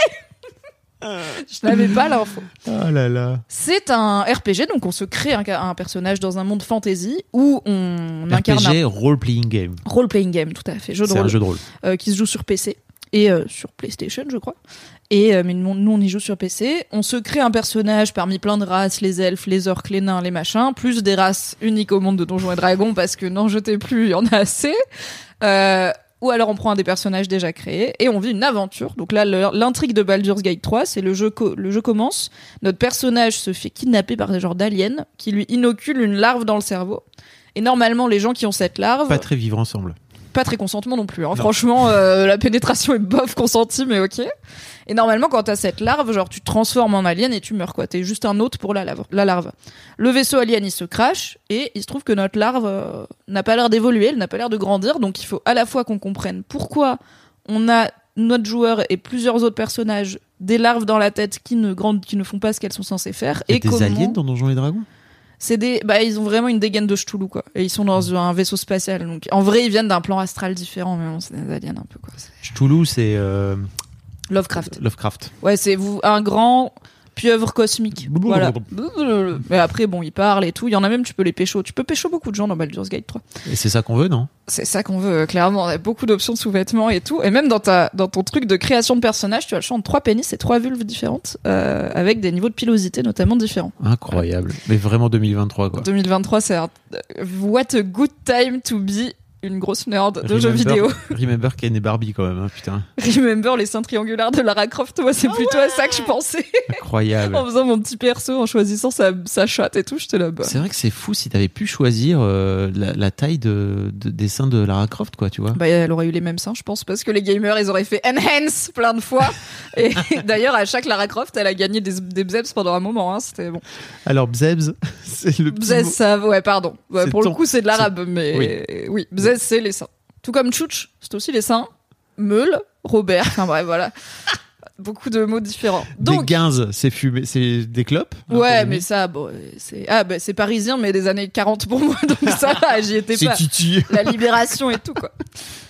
Je n'avais pas l'info. Oh là là. C'est un R P G, donc on se crée un, un personnage dans un monde fantasy où on incarne R P G, un role-playing game. role-playing game, tout à fait, jeu de C'est un rôle, jeu de rôle. euh, qui se joue sur P C et euh, sur PlayStation, je crois. Et euh, mais nous, nous, on y joue sur P C. On se crée un personnage parmi plein de races, les elfes, les orques, les nains, les machins, plus des races uniques au monde de Donjons et Dragons parce que n'en jetez plus, il y en a assez. Euh, ou alors on prend un des personnages déjà créés et on vit une aventure. Donc là, le- l'intrigue de Baldur's Gate trois, c'est le jeu, co- le jeu commence. Notre personnage se fait kidnapper par des genres d'aliens qui lui inoculent une larve dans le cerveau. Et normalement, les gens qui ont cette larve, Pas très vivre ensemble. pas très consentement non plus. Hein. Non. Franchement, euh, la pénétration est bof consentie, mais ok. Et normalement, quand t'as cette larve, genre tu te transformes en alien et tu meurs quoi. T'es juste un hôte pour la, lave- la larve. Le vaisseau alien il se crache et il se trouve que notre larve euh, n'a pas l'air d'évoluer, elle n'a pas l'air de grandir. Donc il faut à la fois qu'on comprenne pourquoi on a notre joueur et plusieurs autres personnages des larves dans la tête qui ne grandent, qui ne font pas ce qu'elles sont censées faire. Il y a Et des comment... aliens dans Donjons et Dragons. C'est des, bah ils ont vraiment une dégaine de Cthulhu quoi. Et ils sont dans un vaisseau spatial. Donc en vrai ils viennent d'un plan astral différent, mais bon, c'est des aliens un peu quoi. C'est Cthulhu, c'est euh, Lovecraft. Lovecraft. Ouais, c'est vous un grand pieuvre cosmique. Voilà. Mais après bon ils parlent et tout. Il y en a même tu peux les pécho. Tu peux pécho beaucoup de gens dans Baldur's Gate trois. Et c'est ça qu'on veut, non? C'est ça qu'on veut clairement. On a beaucoup d'options de sous-vêtements et tout. Et même dans ta dans ton truc de création de personnage, tu as le choix de trois pénis et trois vulves différentes euh, avec des niveaux de pilosité notamment différents. Incroyable. Mais vraiment deux mille vingt-trois, quoi. deux mille vingt-trois, c'est un... what a good time to be une grosse nerd de jeux Remember- vidéo. Remember Ken et Barbie, quand même, hein, putain. Remember les seins triangulaires de Lara Croft. Moi, c'est plutôt à ça que je pensais. Incroyable. En faisant mon petit perso, en choisissant sa, sa chatte et tout, j'étais là-bas. C'est vrai que c'est fou si t'avais pu choisir euh, la, la taille de, de, des seins de Lara Croft, quoi, tu vois. Bah, elle aurait eu les mêmes seins, je pense, parce que les gamers, ils auraient fait enhance plein de fois. Et d'ailleurs, à chaque Lara Croft, elle a gagné des, des bzebs pendant un moment, hein. C'était bon. Alors, Bzebs, c'est le petit Bzez, mot- ça, ouais, pardon. Ouais, C'est pour ton- le coup, c'est de l'arabe, mais oui, Bzez, c'est les seins. Tout comme Tchouch, c'est aussi les seins. Meule, Robert, enfin bref, voilà. Beaucoup de mots différents. Donc, Des guinzes, c'est fumé, c'est des clopes. hein, ouais, pour mais aimer. ça, bon, c'est ah bah c'est parisien, mais des années quarante pour moi, donc ça va, j'y étais C'est pas. Titi. La libération et tout quoi.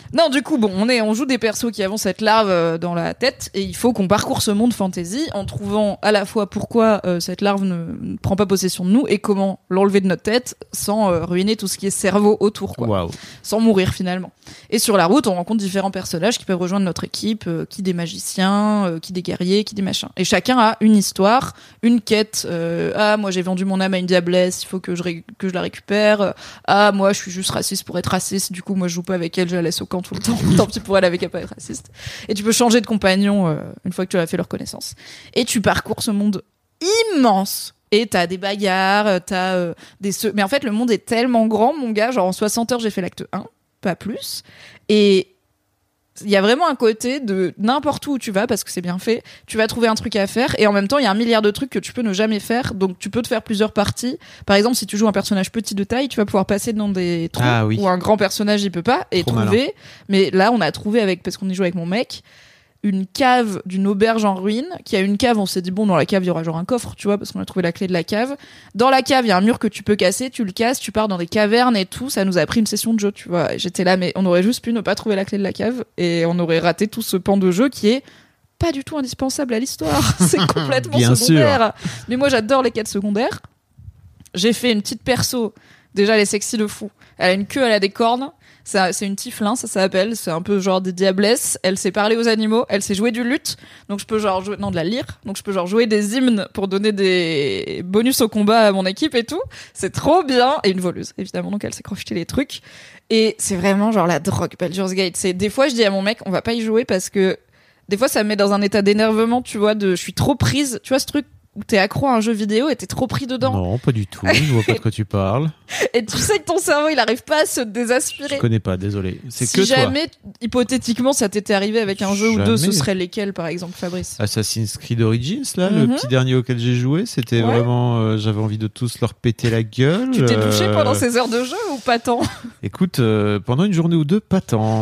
Non, du coup, bon, on est, on joue des persos qui avancent cette larve euh, dans la tête, et il faut qu'on parcourt ce monde fantasy en trouvant à la fois pourquoi euh, cette larve ne, ne prend pas possession de nous et comment l'enlever de notre tête sans euh, ruiner tout ce qui est cerveau autour, quoi. Waouh. Sans mourir finalement. Et sur la route, on rencontre différents personnages qui peuvent rejoindre notre équipe, euh, qui des magiciens, euh, qui des guerriers, qui des machins. Et chacun a une histoire, une quête. Euh, ah, moi j'ai vendu mon âme à une diablesse, il faut que je ré- que je la récupère. Ah, moi je suis juste raciste pour être raciste, du coup moi je joue pas avec elle, je la laisse au camp tout le temps. Tant pis pour elle, avec elle pas être raciste. Et tu peux changer de compagnon euh, une fois que tu as fait leur connaissance. Et tu parcours ce monde immense. Et t'as des bagarres, t'as euh, des... Se- Mais en fait, le monde est tellement grand, mon gars. Genre, en soixante heures, j'ai fait l'acte un, pas plus. Et il y a vraiment un côté de n'importe où tu vas, parce que c'est bien fait, tu vas trouver un truc à faire. Et en même temps, il y a un milliard de trucs que tu peux ne jamais faire. Donc, tu peux te faire plusieurs parties. Par exemple, si tu joues un personnage petit de taille, tu vas pouvoir passer dans des trous Ah, oui. où un grand personnage, il peut pas. Et Trop trouver... malin. Mais là, on a trouvé, avec parce qu'on y joue avec mon mec, une cave d'une auberge en ruine, qui a une cave, on s'est dit bon, dans la cave il y aura genre un coffre, tu vois, parce qu'on a trouvé la clé de la cave. Dans la cave il y a un mur que tu peux casser, tu le casses, tu pars dans des cavernes et tout. Ça nous a pris une session de jeu, tu vois. Et j'étais là, mais on aurait juste pu ne pas trouver la clé de la cave et on aurait raté tout ce pan de jeu qui est pas du tout indispensable à l'histoire. C'est complètement Bien secondaire. Mais moi j'adore les quêtes secondaires. J'ai fait une petite perso. Déjà elle est sexy de fou. Elle a une queue, elle a des cornes. Ça, c'est une tieflin, ça s'appelle. C'est un peu genre des diablesses. Elle sait parler aux animaux. Elle sait jouer du luth. Donc je peux genre jouer, non, de la lyre. Donc je peux genre jouer des hymnes pour donner des bonus au combat à mon équipe et tout. C'est trop bien. Et une voleuse, évidemment. Donc elle sait crocheter les trucs. Et c'est vraiment genre la drogue, Baldur's Gate. C'est, des fois, je dis à mon mec, on va pas y jouer parce que des fois, ça me met dans un état d'énervement, tu vois, de, je suis trop prise. Tu vois, ce truc où t'es accro à un jeu vidéo et t'es trop pris dedans. Non, pas du tout. Je vois pas de quoi tu parles. Et tu sais que ton cerveau, il arrive pas à se désaspirer. Je connais pas, désolé. C'est si que jamais, toi. hypothétiquement, ça t'était arrivé avec un jeu Jamais. ou deux, ce serait lesquels, par exemple, Fabrice? Assassin's Creed Origins, là, Mhm. le petit dernier auquel j'ai joué, c'était Ouais. vraiment, euh, j'avais envie de tous leur péter la gueule. Tu t'es euh, touché pendant ces heures de jeu ou pas tant? Écoute, euh, pendant une journée ou deux, pas tant.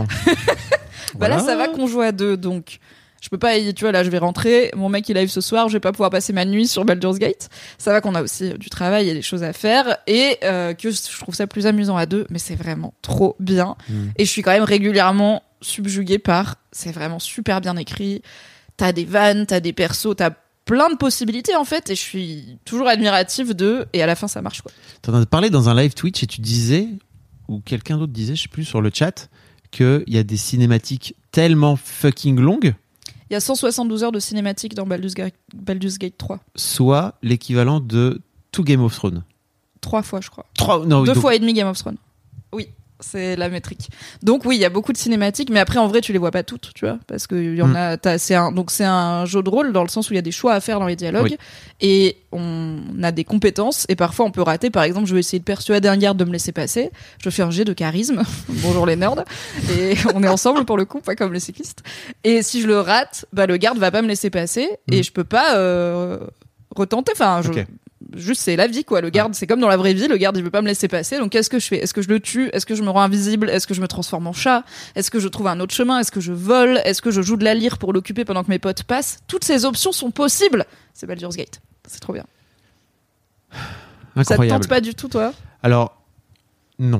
Bah là, Voilà. ça va qu'on joue à deux, donc je peux pas y, tu vois, là, je vais rentrer, mon mec, il arrive ce soir, je vais pas pouvoir passer ma nuit sur Baldur's Gate. Ça va qu'on a aussi euh, du travail et des choses à faire, et euh, que je trouve ça plus amusant à deux, mais c'est vraiment trop bien. Mm. Et je suis quand même régulièrement subjuguée par, c'est vraiment super bien écrit, t'as des vannes, t'as des persos, t'as plein de possibilités, en fait, et je suis toujours admirative de, et à la fin, ça marche, quoi. T'en as parlé dans un live Twitch et tu disais, ou quelqu'un d'autre disait, je sais plus, sur le chat, qu'il y a des cinématiques tellement fucking longues, Il y a cent soixante-douze heures de cinématique dans Baldur's Gate, Baldur's Gate trois. soit l'équivalent de tout Game of Thrones. Trois fois, je crois. Trois, non, oui, Deux donc- fois et demi Game of Thrones. Oui, c'est la métrique. Donc oui, il y a beaucoup de cinématiques, mais après en vrai tu les vois pas toutes, tu vois, parce que il y en Mm. a. T'as, c'est un, donc c'est un jeu de rôle dans le sens où il y a des choix à faire dans les dialogues, Oui. et on a des compétences, et parfois on peut rater. Par exemple, je vais essayer de persuader un garde de me laisser passer. Je fais un jet de charisme. Bonjour les nerds. Et on est ensemble pour le coup, pas comme les cyclistes. Et si je le rate, bah le garde va pas me laisser passer, et Mm. je peux pas euh, retenter. Enfin, je. Ok. Juste, c'est la vie, quoi. Le garde, c'est comme dans la vraie vie, le garde, il veut pas me laisser passer. Donc, qu'est-ce que je fais? Est-ce que je le tue? Est-ce que je me rends invisible? Est-ce que je me transforme en chat? Est-ce que je trouve un autre chemin? Est-ce que je vole? Est-ce que je joue de la lyre pour l'occuper pendant que mes potes passent? Toutes ces options sont possibles. C'est Baldur's Gate. C'est trop bien. Ça te Incroyable. tente pas du tout, toi? Alors, non.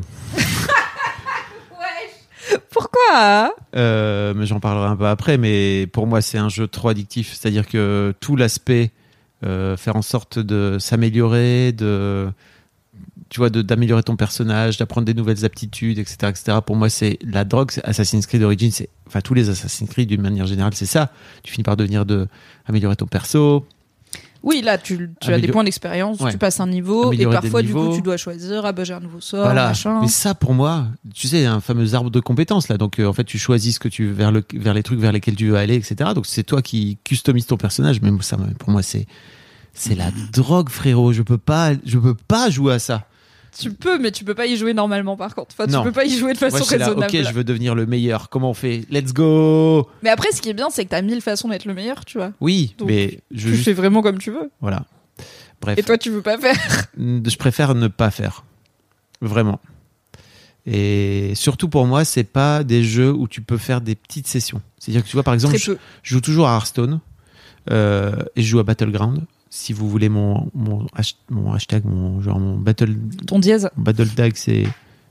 Pourquoi? Euh, mais j'en parlerai un peu après, mais pour moi, c'est un jeu trop addictif. C'est-à-dire que tout l'aspect, euh, faire en sorte de s'améliorer, de, tu vois, de, d'améliorer ton personnage, d'apprendre des nouvelles aptitudes, et cetera, et cetera. Pour moi, c'est la drogue. C'est Assassin's Creed Origins, c'est, enfin, tous les Assassin's Creed, d'une manière générale, c'est ça. Tu finis par devenir de, améliorer ton perso. Oui, là, tu, tu as Amélior- des points d'expérience, Ouais. tu passes un niveau, et Améliorer des parfois, du coup, niveaux. tu dois choisir, ah bah j'ai un nouveau sort, Voilà. machin. Mais ça, pour moi, tu sais, un fameux arbre de compétences, là. Donc, euh, en fait, tu choisis ce que tu, vers le, vers les trucs vers lesquels tu veux aller, et cetera. Donc, c'est toi qui customise ton personnage. Mais ça, pour moi, c'est, c'est la drogue, frérot. Je peux pas, je peux pas jouer à ça. Tu peux, mais tu peux pas y jouer normalement, par contre. Enfin, Non. tu peux pas y jouer de façon Moi, je suis là, raisonnable. ok, je veux devenir le meilleur. Comment on fait? Let's go! Mais après, ce qui est bien, c'est que t'as mille façons d'être le meilleur, tu vois. Oui, Donc, mais je Tu juste, fais vraiment comme tu veux. voilà. Bref. Et toi, tu veux pas faire. Je préfère ne pas faire. Vraiment. Et surtout pour moi, c'est pas des jeux où tu peux faire des petites sessions. C'est-à-dire que tu vois, par exemple, Très je, peu. je joue toujours à Hearthstone euh, et je joue à Battleground. Si vous voulez mon, mon, hash- mon hashtag, mon, genre mon battle, Ton dièse. mon battle tag, c'est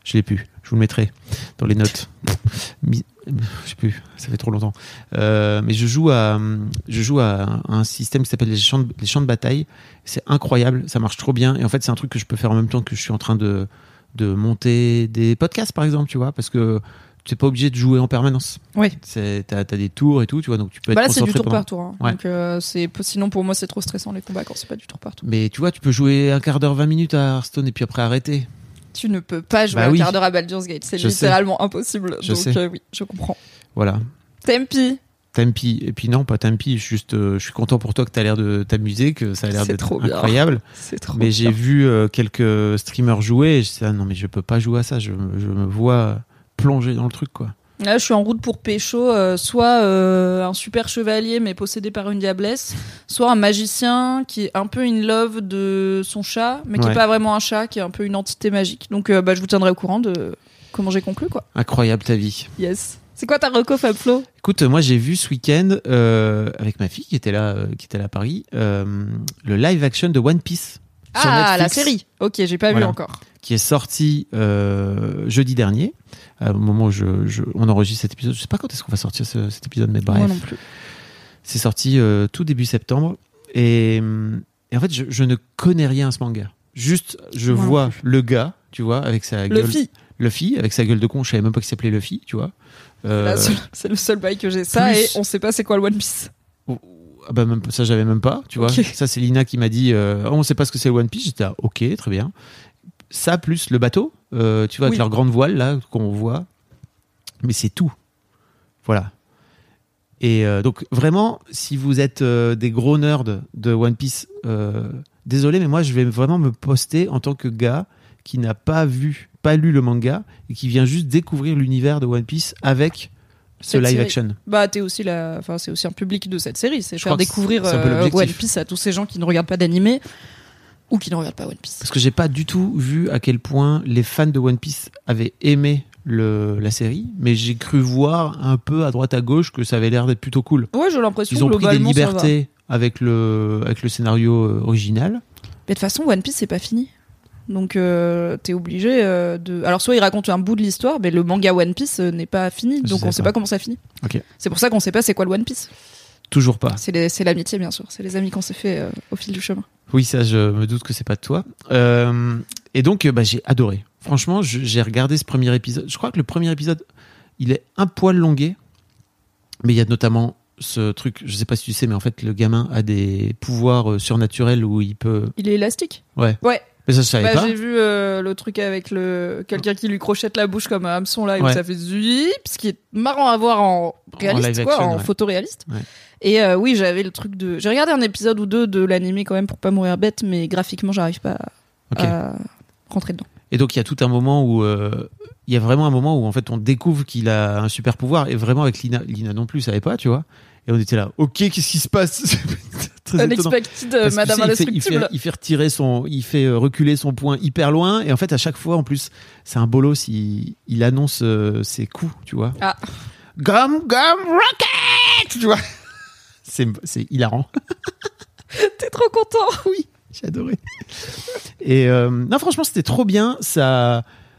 Je l'ai plus. Je vous le mettrai dans les notes. Mi- je sais plus. Ça fait trop longtemps. Euh, mais je joue à, je joue à un système qui s'appelle les champs de, les champs de bataille. C'est incroyable. Ça marche trop bien. Et en fait, c'est un truc que je peux faire en même temps que je suis en train de, de monter des podcasts, par exemple, tu vois, parce que tu n'es pas obligé de jouer en permanence. Oui. C'est, t'as, t'as des tours et tout, tu vois, donc tu peux être bah là, concentré c'est du tour pendant... par tour. Hein. Ouais. Donc, euh, c'est, sinon, pour moi, c'est trop stressant les combats quand c'est pas du tour par tour. Mais tu vois, tu peux jouer un quart d'heure, vingt minutes à Hearthstone et puis après arrêter. Tu ne peux pas jouer bah un oui. quart d'heure à Baldur's Gate. C'est Je littéralement sais. impossible. Je donc, sais. Euh, oui, je comprends. Voilà. Tempi. Tempi. Et puis non, pas Tempi. Juste, euh, je suis content pour toi que tu as l'air de t'amuser, que ça a l'air C'est d'être trop bien. incroyable. C'est trop Mais bien. j'ai vu euh, quelques streamers jouer et je disais, ah, non, mais je peux pas jouer à ça. Je, me- je me vois plonger dans le truc, quoi. Là, je suis en route pour pécho, euh, soit euh, un super chevalier mais possédé par une diablesse, soit un magicien qui est un peu in love de son chat, mais qui Ouais. est pas vraiment un chat, qui est un peu une entité magique. Donc, euh, bah, je vous tiendrai au courant de comment j'ai conclu, quoi. Incroyable ta vie. Yes. C'est quoi ta reco, Fabflo? Écoute, moi j'ai vu ce week-end euh, avec ma fille qui était là, euh, qui était là à Paris, euh, le live action de One Piece sur Ah, la Netflix, série. Ok, j'ai pas Voilà. vu encore. qui est sorti euh, jeudi dernier. Euh, au moment où je, je, on enregistre cet épisode, je sais pas quand est-ce qu'on va sortir ce- cet épisode, mais bref. Moi non plus. C'est sorti euh, tout début septembre. Et, et en fait, je, je ne connais rien à ce manga. Juste, je Moi non vois plus. le gars, tu vois, avec sa gueule. Luffy. Luffy, avec sa gueule de con. Je savais même pas qu'il s'appelait Luffy, tu vois. Euh, Là, c'est- c'est le seul bail que j'ai. Ça, plus- et on sait pas c'est quoi le One Piece. ah bah même, ça, j'avais même pas, tu vois. Ok. Ça, c'est Lina qui m'a dit euh, oh, on sait pas ce que c'est le One Piece. J'étais ah, ok, très bien. Ça, plus le bateau, euh, tu vois, avec Oui. leur grande voile, là, qu'on voit. Mais c'est tout. Voilà. Et euh, donc, vraiment, si vous êtes euh, des gros nerds de One Piece, euh, désolé, mais moi, je vais vraiment me poster en tant que gars qui n'a pas vu, pas lu le manga et qui vient juste découvrir l'univers de One Piece avec ce Cette live série. action. Bah, t'es aussi la, enfin, c'est aussi un public de cette série, c'est Je faire crois que découvrir c'est un peu euh, l'objectif. One Piece à tous ces gens qui ne regardent pas d'animé ou qui ne regardent pas One Piece. Parce que j'ai pas du tout vu à quel point les fans de One Piece avaient aimé le, la série, mais j'ai cru voir un peu à droite à gauche que ça avait l'air d'être plutôt cool. Ouais, j'ai l'impression Ils ont pris des globalement, ça va. libertés avec le, avec le scénario euh, original. Mais de toute façon, One Piece c'est pas fini. Donc euh, t'es obligé euh, de. Alors soit il raconte un bout de l'histoire, mais le manga One Piece euh, n'est pas fini, Je donc sais on sait pas. pas comment ça finit. Ok. C'est pour ça qu'on sait pas c'est quoi le One Piece. Toujours pas. C'est, les- c'est l'amitié bien sûr, c'est les amis qu'on s'est fait euh, au fil du chemin. Oui, ça, je me doute que c'est pas de toi. Euh, et donc, euh, bah, j'ai adoré. Franchement, je- j'ai regardé ce premier épisode. Je crois que le premier épisode, il est un poil longué, mais il y a notamment ce truc, je sais pas si tu sais, mais en fait, le gamin a des pouvoirs euh, surnaturels où il peut. Il est élastique. Ouais. Ouais. Mais ça, je savais Bah, pas. j'ai vu euh, le truc avec le quelqu'un qui lui crochette la bouche comme un hameçon là, et où Ouais. ça fait zip, ce qui est marrant à voir en réaliste, live quoi, action, en ouais. photoréaliste. Ouais. Et euh, oui, j'avais le truc de. J'ai regardé un épisode ou deux de l'animé quand même pour pas mourir bête, mais graphiquement, j'arrive pas Ok. à rentrer dedans. Et donc, il y a tout un moment où. euh, Il y a vraiment un moment où, en fait, on découvre qu'il a un super pouvoir. Et vraiment, avec Lina, Lina non plus, savait pas, tu vois. Et on était là, ok, qu'est-ce qui se passe? C'est très étonnant. Unexpected, euh, Parce que, Madame tu sais, il, fait, il, Indestructible. fait, il fait retirer son, il fait euh, reculer son point hyper loin, et en fait à chaque fois en plus c'est un bolos, il, il annonce euh, ses coups, tu vois. Ah. Gum gum rocket, tu vois. C'est c'est hilarant. T'es trop content. Oui, j'ai adoré. Et euh, non franchement c'était trop bien, ça,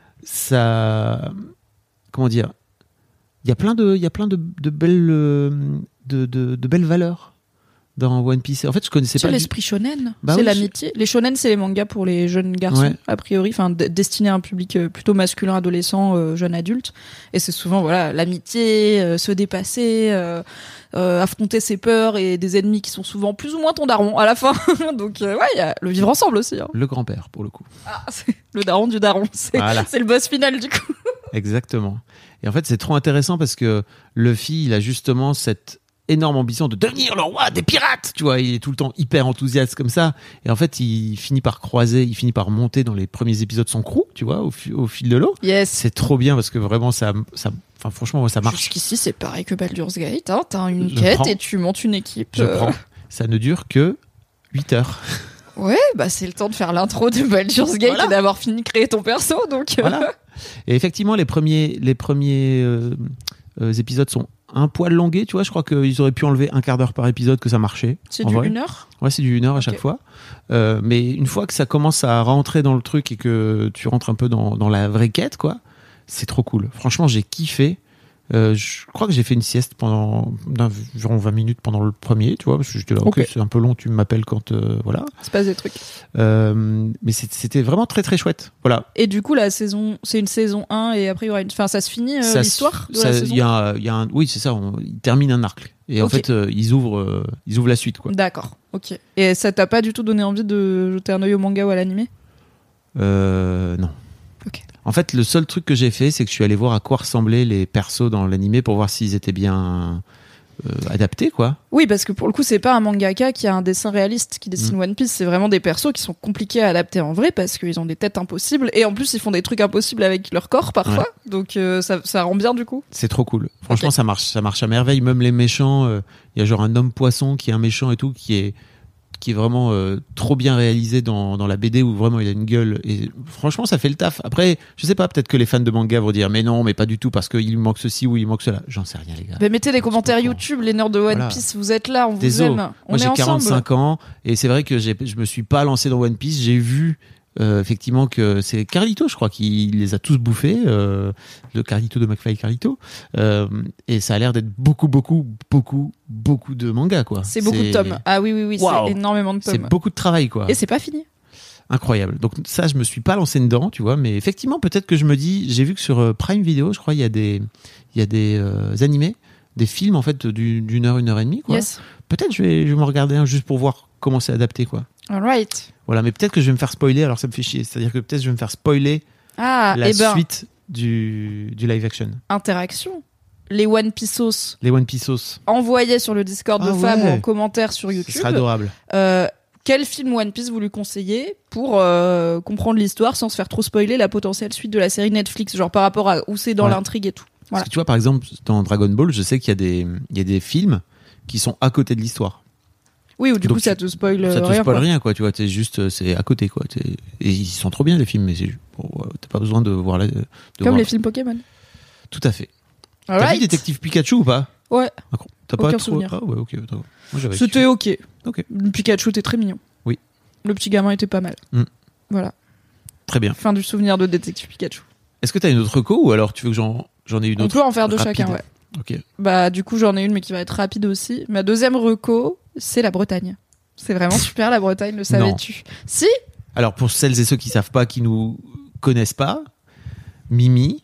ça, comment dire, il y a plein de, il y a plein de, de belles, euh, de, de, de belles valeurs dans One Piece. En fait je connaissais C'est pas. du- l'esprit shonen, Bah c'est oui, l'amitié. Les shonen, c'est les mangas pour les jeunes garçons, Ouais. a priori, enfin d- destinés à un public euh, plutôt masculin, adolescent, euh, jeune adulte. Et c'est souvent voilà l'amitié, euh, se dépasser, euh, euh, affronter ses peurs et des ennemis qui sont souvent plus ou moins ton daron à la fin. Donc euh, ouais, il y a le vivre ensemble aussi. Hein. Le grand-père pour le coup. Ah, c'est le daron du daron, c'est Voilà. c'est le boss final du coup. Exactement. Et en fait, c'est trop intéressant parce que Luffy, il a justement cette énorme ambition de devenir le roi des pirates. Tu vois, il est tout le temps hyper enthousiaste comme ça. Et en fait, il finit par croiser, il finit par monter dans les premiers épisodes son crew, tu vois, au, fi- au fil de l'eau. Yes. C'est trop bien parce que vraiment, ça, ça, enfin, franchement, moi, ça marche. Jusqu'ici, c'est pareil que Baldur's Gate. Hein. T'as une Je quête prends. et tu montes une équipe. Je euh, prends. Ça ne dure que huit heures. Ouais, bah c'est le temps de faire l'intro de Baldur's Gate Voilà. et d'avoir fini de créer ton perso, donc. euh, Voilà. Et effectivement, les premiers, les premiers euh, euh, épisodes sont un poil longué, tu vois. Je crois qu'ils auraient pu enlever un quart d'heure par épisode, que ça marchait. C'est du vrai. une heure. Ouais, c'est du une heure à okay. chaque fois. Euh, mais une fois que ça commence à rentrer dans le truc et que tu rentres un peu dans, dans la vraie quête, quoi, c'est trop cool. Franchement, j'ai kiffé. Euh, je crois que j'ai fait une sieste pendant environ vingt minutes pendant le premier, tu vois, parce que j'étais là, ok, okay. c'est un peu long, tu m'appelles quand, euh, voilà. Il se passe des trucs. Euh, mais c'était vraiment très très chouette, voilà. Et du coup, la saison, c'est une saison un et après il y aura une, enfin, ça se finit euh, l'histoire de ça, la saison. Il y a, il y a un, oui, c'est ça, on, ils terminent un arc et okay. en fait euh, ils ouvrent, euh, ils ouvrent la suite, quoi. D'accord, ok. Et ça t'a pas du tout donné envie de jeter un œil au manga ou à l'animé? Euh, non. Ok. En fait, le seul truc que j'ai fait, c'est que je suis allé voir à quoi ressemblaient les persos dans l'animé pour voir s'ils étaient bien euh, adaptés, quoi. Oui, parce que pour le coup, c'est pas un mangaka qui a un dessin réaliste qui dessine mmh. One Piece. C'est vraiment des persos qui sont compliqués à adapter en vrai parce qu'ils ont des têtes impossibles et en plus, ils font des trucs impossibles avec leur corps parfois. Ouais. Donc, euh, ça, ça rend bien du coup. C'est trop cool. Franchement, okay. ça marche, ça marche à merveille. Même les méchants, il euh, y a genre un homme poisson qui est un méchant et tout, qui est qui est vraiment euh, trop bien réalisé dans, dans la B D où vraiment il a une gueule et franchement ça fait le taf. Après je sais pas, peut-être que les fans de manga vont dire mais non mais pas du tout parce qu'il manque ceci ou il manque cela, j'en sais rien les gars. Mais mettez des commentaires YouTube, les nerds de One voilà. Piece, vous êtes là, on Désolé. vous aime, on Moi est j'ai quarante-cinq ensemble. ans et c'est vrai que j'ai, je me suis pas lancé dans One Piece, j'ai vu Euh, effectivement que c'est Carlito, je crois, qui les a tous bouffés, euh, le Carlito de McFly Carlito, euh, et ça a l'air d'être beaucoup, beaucoup, beaucoup, beaucoup de mangas, quoi. C'est beaucoup de tomes. Ah oui, oui, oui, wow. C'est énormément de tomes. C'est beaucoup de travail, quoi. Et c'est pas fini. Incroyable. Donc ça, je me suis pas lancé dedans, tu vois, mais effectivement, peut-être que je me dis, j'ai vu que sur Prime Video, je crois, il y a des, il y a des euh, animés, des films en fait d'une heure, une heure et demie, quoi. Yes. Peut-être je vais, je vais m'en regarder un juste pour voir comment c'est adapté, quoi. Alright. Voilà, mais peut-être que je vais me faire spoiler, alors ça me fait chier. C'est-à-dire que peut-être je vais me faire spoiler ah, la eh ben, suite du, du live action. Interaction. Les One Pieceos. Les One Pieceos. Envoyés sur le Discord ah de Fab ouais. ou en commentaire sur YouTube. Ce serait adorable. Euh, quel film One Piece vous lui conseillez pour euh, comprendre l'histoire sans se faire trop spoiler la potentielle suite de la série Netflix, genre par rapport à où c'est dans ouais. l'intrigue et tout. Voilà. Parce que tu vois, par exemple, dans Dragon Ball, je sais qu'il y a des, il y a des films qui sont à côté de l'histoire. Oui, ou du donc coup, ça te spoil ça te rien. spoil quoi. rien, quoi. Tu vois, t'es juste, c'est à côté, quoi. T'es... Et ils sont trop bien les films, mais c'est, bon, t'as pas besoin de voir la. De Comme voir les la... films Pokémon. Tout à fait. All t'as right. vu Détective Pikachu ou pas? Ouais. Ah, t'as Aucun pas trop. souvenir. Ah ouais, ok. Moi, j'avais C'était ok. Ok. Le Pikachu était très mignon. Oui. Le petit gamin était pas mal. Mm. Voilà. Très bien. Fin du souvenir de Détective Pikachu. Est-ce que t'as une autre reco ou alors tu veux que j'en, j'en ai une autre? On peut en faire deux rapide. chacun, ouais. Ok. Bah, du coup, j'en ai une, mais qui va être rapide aussi. Ma deuxième reco, c'est la Bretagne. C'est vraiment super, la Bretagne, le savais-tu? Si? Alors, pour celles et ceux qui savent pas, qui nous connaissent pas, Mimi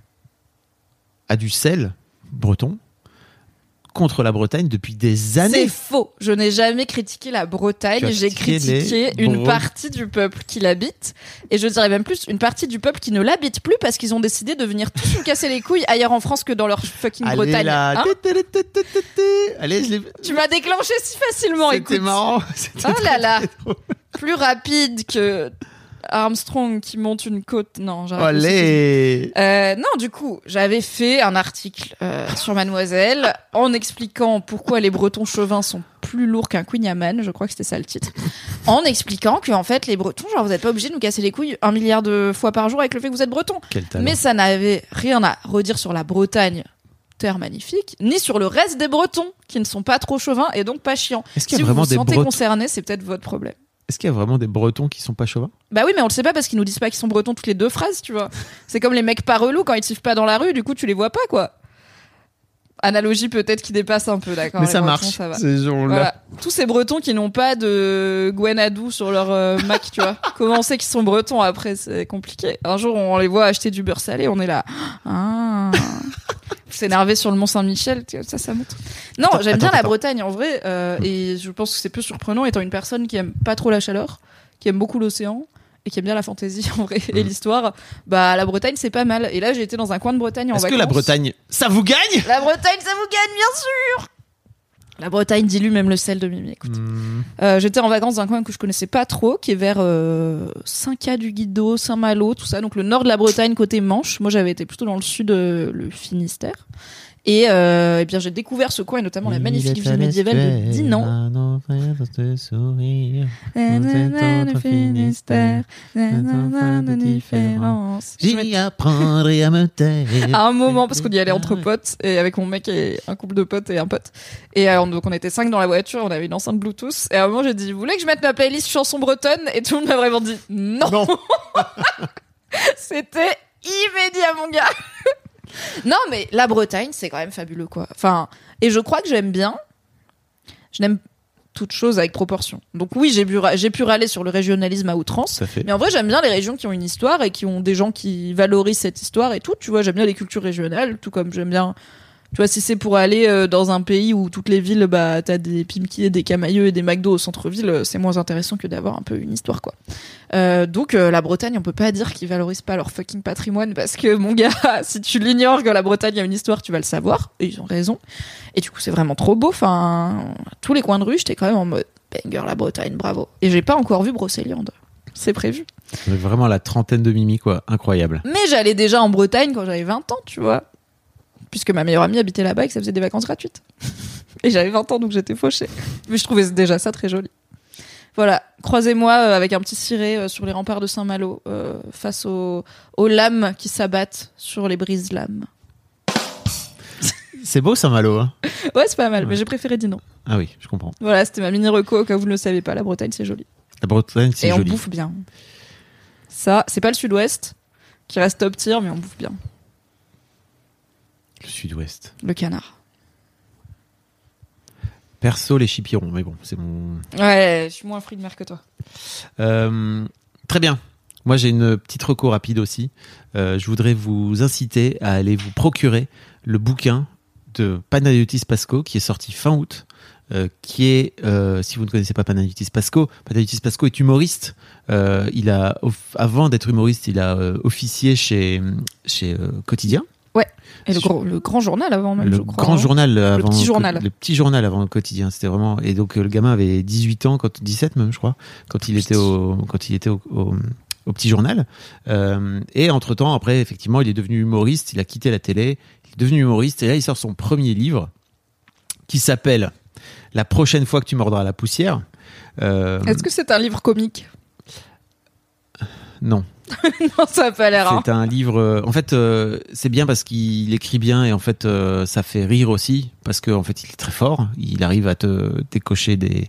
a du sel breton contre la Bretagne depuis des années. C'est faux. Je n'ai jamais critiqué la Bretagne. J'ai critiqué une Bro... partie du peuple qui l'habite. Et je dirais même plus, une partie du peuple qui ne l'habite plus parce qu'ils ont décidé de venir tous nous casser les couilles ailleurs en France que dans leur fucking Allez Bretagne. Là. Hein Allez, je l'ai... Tu m'as déclenché si facilement, C'était écoute. marrant. C'était oh là très, là. très Plus rapide que Armstrong qui monte une côte. Non, j'arrête. Allez. Euh, non, du coup, j'avais fait un article euh, sur Mademoiselle en expliquant pourquoi les Bretons chauvins sont plus lourds qu'un Queen Yaman. Je crois que c'était ça le titre. En expliquant que en fait, les Bretons, genre, vous n'êtes pas obligés de nous casser les couilles un milliard de fois par jour avec le fait que vous êtes Bretons. Quel talent. Mais ça n'avait rien à redire sur la Bretagne. Terre magnifique, ni sur le reste des Bretons qui ne sont pas trop chauvins et donc pas chiants. Est-ce qu'il y a si vraiment vous vous des sentez Bretons... concerné, c'est peut-être votre problème. Est-ce qu'il y a vraiment des Bretons qui sont pas chauvins? Bah oui, mais on le sait pas parce qu'ils nous disent pas qu'ils sont Bretons toutes les deux phrases, tu vois. C'est comme les mecs pas relous quand ils sifflent pas dans la rue, du coup tu les vois pas, quoi. Analogie peut-être qui dépasse un peu, d'accord. Mais ça Bretons, marche, ça va. ces gens-là. Voilà. Tous ces Bretons qui n'ont pas de Gwenadou sur leur euh, Mac, tu vois. Comment on sait qu'ils sont Bretons après, c'est compliqué. Un jour, on les voit acheter du beurre salé, on est là. Ah. S'énerver sur le Mont Saint-Michel, ça, ça monte. Non, attends, j'aime attends, bien attends. la Bretagne en vrai, euh, et je pense que c'est peu surprenant étant une personne qui aime pas trop la chaleur, qui aime beaucoup l'océan et qui aime bien la fantaisie en vrai et mmh. l'histoire. Bah la Bretagne c'est pas mal. Et là j'ai été dans un coin de Bretagne en Est-ce vacances. que la Bretagne, ça vous gagne? La Bretagne, ça vous gagne bien sûr. La Bretagne dilue même le sel de Mimi. Écoute, mmh. euh, j'étais en vacances dans un coin que je connaissais pas trop, qui est vers euh, Saint-Cas du Guido, Saint-Malo, tout ça. Donc le nord de la Bretagne côté Manche. Moi j'avais été plutôt dans le sud, euh, le Finistère. Et, euh, et bien j'ai découvert ce coin et notamment la magnifique ville médiévale de Dinan. J'y apprendrai à me taire. À un moment, parce qu'on y allait entre potes, et avec mon mec et un couple de potes et un pote. Et euh, donc on était cinq dans la voiture, on avait une enceinte Bluetooth. Et à un moment, j'ai dit, vous voulez que je mette ma playlist chansons bretonnes? Et tout le monde m'a vraiment dit, non, non. C'était immédiat, mon gars. Non, mais la Bretagne, c'est quand même fabuleux, quoi. Enfin, et je crois que j'aime bien. Je n'aime toute chose avec proportion. Donc oui, j'ai pu, j'ai pu râler sur le régionalisme à outrance. Mais en vrai, j'aime bien les régions qui ont une histoire et qui ont des gens qui valorisent cette histoire et tout. Tu vois, j'aime bien les cultures régionales, tout comme j'aime bien... Tu vois, si c'est pour aller euh, dans un pays où toutes les villes, bah, t'as des Pimki et des Camailleux et des McDo au centre-ville, c'est moins intéressant que d'avoir un peu une histoire, quoi. Euh, donc, euh, la Bretagne, on peut pas dire qu'ils valorisent pas leur fucking patrimoine parce que, mon gars, si tu l'ignores que la Bretagne a une histoire, tu vas le savoir. Et ils ont raison. Et du coup, c'est vraiment trop beau. Enfin, tous les coins de rue, j'étais quand même en mode, banger, la Bretagne, bravo. Et j'ai pas encore vu Brocéliande. C'est prévu. C'est vraiment la trentaine de Mimi, quoi. Incroyable. Mais j'allais déjà en Bretagne quand j'avais vingt ans, tu vois. Puisque ma meilleure amie habitait là-bas et que ça faisait des vacances gratuites. Et j'avais vingt ans, donc j'étais fauchée. Mais je trouvais déjà ça très joli. Voilà, croisez-moi euh, avec un petit ciré euh, sur les remparts de Saint-Malo, euh, face aux, aux lames qui s'abattent sur les brises-lames. C'est beau Saint-Malo, hein. Ouais, c'est pas mal, ouais. Mais j'ai préféré Dinan. Ah oui, je comprends. Voilà, c'était ma mini-reco, au cas où vous ne le savez pas, la Bretagne, c'est joli. La Bretagne, c'est et joli. Et on bouffe bien. Ça, c'est pas le sud-ouest, qui reste top tier, mais on bouffe bien. Le sud-ouest. Le canard. Perso, les chipirons, mais bon, c'est mon... Ouais, je suis moins fruit de mer que toi. Euh, très bien. Moi, j'ai une petite reco rapide aussi. Euh, je voudrais vous inciter à aller vous procurer le bouquin de Panayotis Pasco, qui est sorti fin août, euh, qui est, euh, si vous ne connaissez pas Panayotis Pasco, Panayotis Pasco est humoriste. Euh, il a, avant d'être humoriste, il a euh, officié chez, chez euh, Quotidien. Ouais. Et le, gros, le grand journal avant même, le je crois. Grand hein. journal avant. Le petit journal. Le petit journal avant le Quotidien. C'était vraiment. Et donc le gamin avait dix-huit ans, quand dix-sept même, je crois, quand il était au, quand il était au, au, au petit journal. Euh, et entre temps, après, effectivement, il est devenu humoriste. Il a quitté la télé. Il est devenu humoriste. Et là, il sort son premier livre qui s'appelle La prochaine fois que tu mordras la poussière. Euh, Est-ce que c'est un livre comique ? Non. Non, ça n'a pas l'air. C'est hein. un livre. Euh, en fait, euh, c'est bien parce qu'il écrit bien et en fait, euh, ça fait rire aussi parce qu'en en fait, il est très fort. Il arrive à te décocher des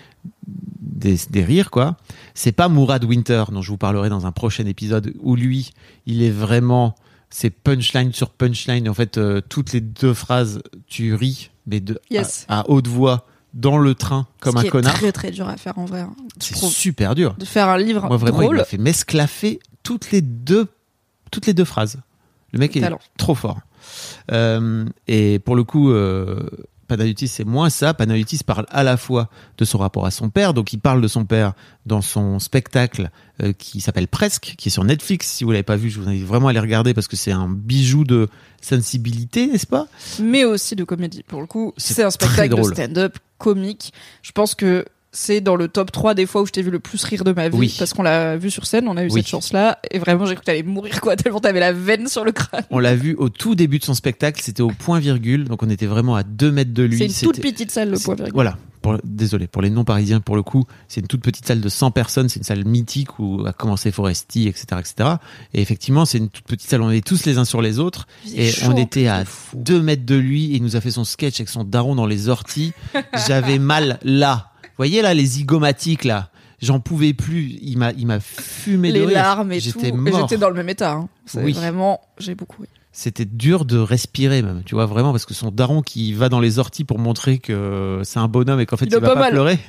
des, des rires, quoi. C'est pas Mourad Winter dont je vous parlerai dans un prochain épisode où lui, il est vraiment. C'est punchline sur punchline. Et en fait, euh, toutes les deux phrases, tu ris, mais de yes. à, à haute voix. Dans le train, comme Ce un qui connard. C'est très très dur à faire en vrai. Hein. C'est super dur. De faire un livre Moi, vraiment, drôle. il m'a fait m'esclaffer toutes les deux, toutes les deux phrases. Le mec est Talent. trop fort. Euh, et pour le coup, euh, Panayotis, c'est moins ça. Panayotis parle à la fois de son rapport à son père. Donc, il parle de son père dans son spectacle euh, qui s'appelle Presque, qui est sur Netflix. Si vous l'avez pas vu, je vous invite vraiment à aller regarder parce que c'est un bijou de sensibilité, n'est-ce pas ? Mais aussi de comédie. Pour le coup, c'est, c'est un spectacle de drôle. stand-up comique. Je pense que c'est dans le top trois des fois où je t'ai vu le plus rire de ma vie. Oui. Parce qu'on l'a vu sur scène, on a eu Oui. cette chance-là. Et vraiment, j'ai cru que t'allais mourir, quoi. Tellement t'avais la veine sur le crâne. On l'a vu au tout début de son spectacle. C'était au point virgule. Donc, on était vraiment à deux mètres de lui. C'est une C'était... toute petite salle, le point virgule. Voilà. Pour, désolé, pour les non-parisiens, pour le coup, c'est une toute petite salle de cent personnes. C'est une salle mythique où a commencé Foresti, et cetera, et cetera. Et effectivement, c'est une toute petite salle. On est tous les uns sur les autres. Et chaud, on était à fou. deux mètres de lui. Et il nous a fait son sketch avec son daron dans les orties. J'avais mal là. Vous voyez là, les zygomatiques là. J'en pouvais plus. Il m'a, il m'a fumé de Les rire. larmes et J'étais tout. mort. Et j'étais dans le même état. Hein. C'est Oui. Vraiment, j'ai beaucoup ri. C'était dur de respirer même, tu vois, vraiment, parce que son daron qui va dans les orties pour montrer que c'est un bonhomme et qu'en fait il, Il a va pas pas mal. pleurer.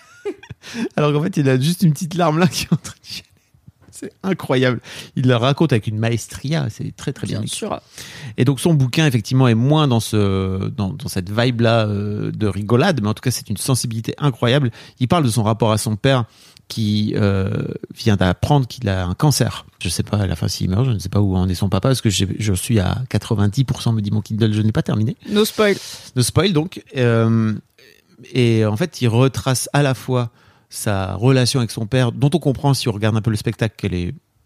Alors qu'en fait il a juste une petite larme là qui est en train de chialer. C'est incroyable. Il la raconte avec une maestria, c'est très très bien. Bien sûr. Et donc son bouquin effectivement est moins dans ce dans, dans cette vibe là euh, de rigolade, mais en tout cas c'est une sensibilité incroyable. Il parle de son rapport à son père qui euh, vient d'apprendre qu'il a un cancer. Je sais pas à la fin s'il meurt, je ne sais pas où en est son papa parce que j'ai, je suis à quatre-vingt-dix pour cent me dit mon Kindle, je n'ai pas terminé. No spoil. No spoil donc. Euh, et en fait il retrace à la fois sa relation avec son père, dont on comprend si on regarde un peu le spectacle qu'elle est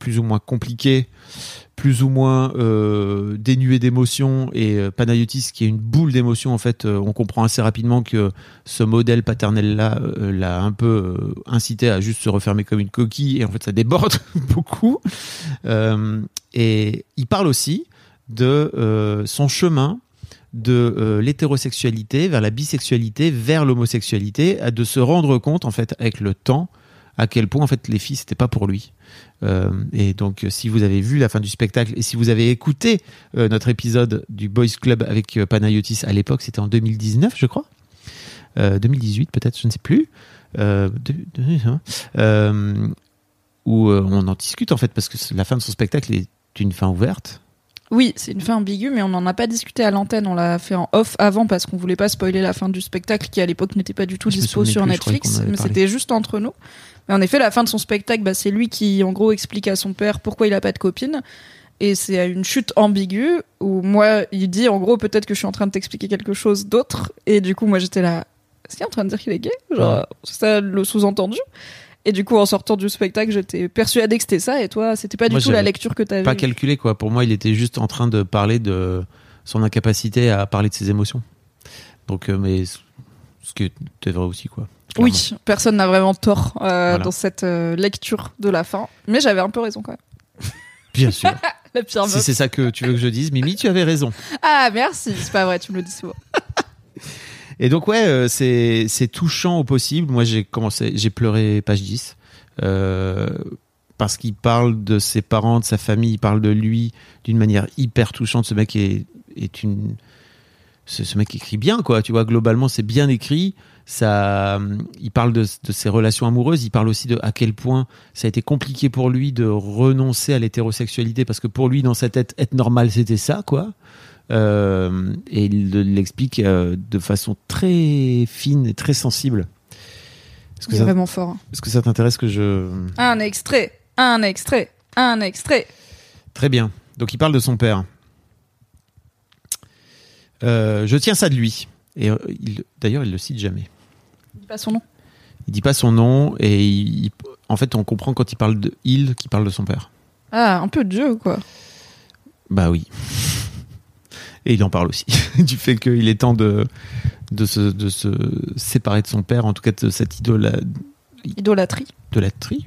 plus ou moins compliqué, plus ou moins euh, dénué d'émotions, et euh, Panayotis qui est une boule d'émotions, en fait, euh, on comprend assez rapidement que ce modèle paternel-là euh, l'a un peu euh, incité à juste se refermer comme une coquille, et en fait ça déborde beaucoup. Euh, et il parle aussi de euh, son chemin de euh, l'hétérosexualité vers la bisexualité, vers l'homosexualité, à de se rendre compte, en fait, avec le temps, à quel point, en fait, les filles, c'était pas pour lui. Euh, et donc, si vous avez vu la fin du spectacle, et si vous avez écouté euh, notre épisode du Boys Club avec euh, Panayotis à l'époque, c'était en deux mille dix-neuf, je crois, euh, deux mille dix-huit peut-être, je ne sais plus, euh, de, de, euh, où euh, on en discute, en fait, parce que la fin de son spectacle est une fin ouverte. Oui, c'est une fin ambiguë, mais on n'en a pas discuté à l'antenne. On l'a fait en off avant parce qu'on voulait pas spoiler la fin du spectacle, qui à l'époque n'était pas du tout Je dispo sur plus, Netflix, mais c'était juste entre nous. Mais en effet, la fin de son spectacle, bah, c'est lui qui, en gros, explique à son père pourquoi il a pas de copine. Et c'est une chute ambiguë où moi, il dit, en gros, peut-être que je suis en train de t'expliquer quelque chose d'autre. Et du coup, moi, j'étais là, est-ce qu'il est en train de dire qu'il est gay? Genre, ouais. C'est ça le sous-entendu. Et du coup, en sortant du spectacle, j'étais persuadée que c'était ça. Et toi, c'était pas du moi, tout la lecture que t'avais. Pas calculé, quoi. Pour moi, il était juste en train de parler de son incapacité à parler de ses émotions. Donc, euh, mais ce qui était vrai aussi, quoi. Clairement. Oui, personne n'a vraiment tort euh, voilà. dans cette euh, lecture de la fin. Mais j'avais un peu raison, quand même. Bien sûr. La pire si c'est ça que tu veux que je dise, Mimi, tu avais raison. Ah, merci. C'est pas vrai, tu me le dis souvent. Et donc ouais, euh, c'est c'est touchant au possible. Moi j'ai commencé, j'ai pleuré page dix euh, parce qu'il parle de ses parents, de sa famille, il parle de lui d'une manière hyper touchante. Ce mec est est une ce, ce mec écrit bien, quoi. Tu vois, globalement c'est bien écrit. Ça, il parle de, de ses relations amoureuses. Il parle aussi de à quel point ça a été compliqué pour lui de renoncer à l'hétérosexualité, parce que pour lui dans sa tête être normal c'était ça, quoi. Euh, et il l'explique euh, de façon très fine et très sensible. Est-ce que il est ça, vraiment fort. Hein. Est-ce que ça t'intéresse que je... Un extrait, un extrait, un extrait. Très bien. Donc il parle de son père. Euh, je tiens ça de lui. Et euh, il, d'ailleurs, il le cite jamais. Il dit pas son nom. Il dit pas son nom et il, en fait, on comprend quand il parle de il qu'il parle de son père. Ah, un peu de Dieu, quoi. Bah oui. Et il en parle aussi du fait qu'il est temps de, de, se, de se séparer de son père, en tout cas de cette idola... idolâtrie. Idolâtrie.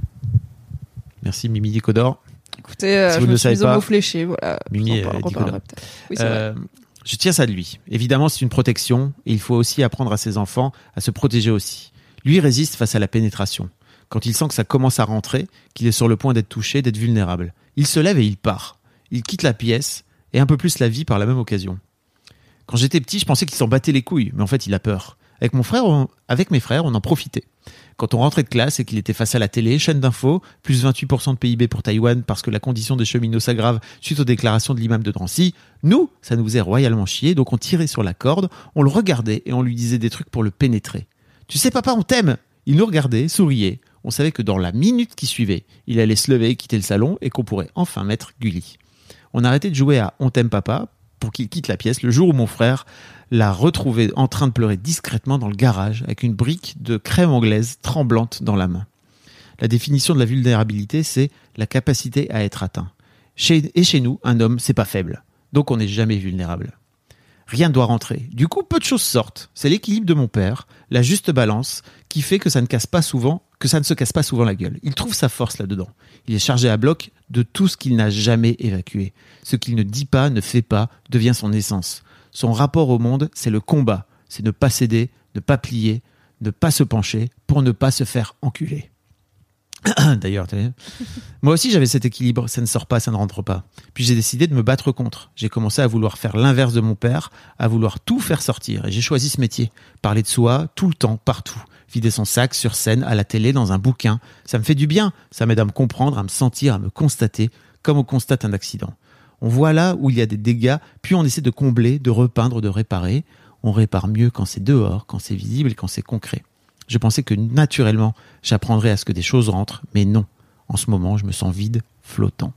Merci Mimi Décodor. Écoutez, euh, si je me suis mise au mot fléché, voilà. Mimi on parle, oui, euh, je tiens ça de lui. Évidemment, c'est une protection et il faut aussi apprendre à ses enfants à se protéger aussi. Lui résiste face à la pénétration. Quand il sent que ça commence à rentrer, qu'il est sur le point d'être touché, d'être vulnérable. Il se lève et il part. Il quitte la pièce et un peu plus la vie par la même occasion. Quand j'étais petit, je pensais qu'il s'en battait les couilles, mais en fait, il a peur. Avec mon frère, on, avec mes frères, on en profitait. Quand on rentrait de classe et qu'il était face à la télé, chaîne d'infos, plus vingt-huit pour cent de P I B pour Taïwan parce que la condition des cheminots s'aggrave suite aux déclarations de l'imam de Drancy, nous, ça nous faisait royalement chier, donc on tirait sur la corde, on le regardait et on lui disait des trucs pour le pénétrer. « Tu sais papa, on t'aime !» Il nous regardait, souriait. On savait que dans la minute qui suivait, il allait se lever, quitter le salon et qu'on pourrait enfin mettre Gulli. On a arrêté de jouer à « On t'aime papa » pour qu'il quitte la pièce le jour où mon frère l'a retrouvé en train de pleurer discrètement dans le garage avec une brique de crème anglaise tremblante dans la main. La définition de la vulnérabilité, c'est la capacité à être atteint. Chez, et chez nous, un homme, c'est pas faible. Donc on n'est jamais vulnérable. Rien ne doit rentrer. Du coup, peu de choses sortent. C'est l'équilibre de mon père, la juste balance, qui fait que ça ne casse pas souvent, que ça ne se casse pas souvent la gueule. Il trouve sa force là-dedans. Il est chargé à bloc de tout ce qu'il n'a jamais évacué. Ce qu'il ne dit pas, ne fait pas, devient son essence. Son rapport au monde, c'est le combat. C'est ne pas céder, ne pas plier, ne pas se pencher pour ne pas se faire enculer. D'ailleurs, moi aussi j'avais cet équilibre, ça ne sort pas, ça ne rentre pas. Puis j'ai décidé de me battre contre. J'ai commencé à vouloir faire l'inverse de mon père, à vouloir tout faire sortir. Et j'ai choisi ce métier. Parler de soi, tout le temps, partout. Vider son sac, sur scène, à la télé, dans un bouquin. Ça me fait du bien, ça m'aide à me comprendre, à me sentir, à me constater, comme on constate un accident. On voit là où il y a des dégâts, puis on essaie de combler, de repeindre, de réparer. On répare mieux quand c'est dehors, quand c'est visible et quand c'est concret. Je pensais que naturellement, j'apprendrais à ce que des choses rentrent, mais non. En ce moment, je me sens vide, flottant.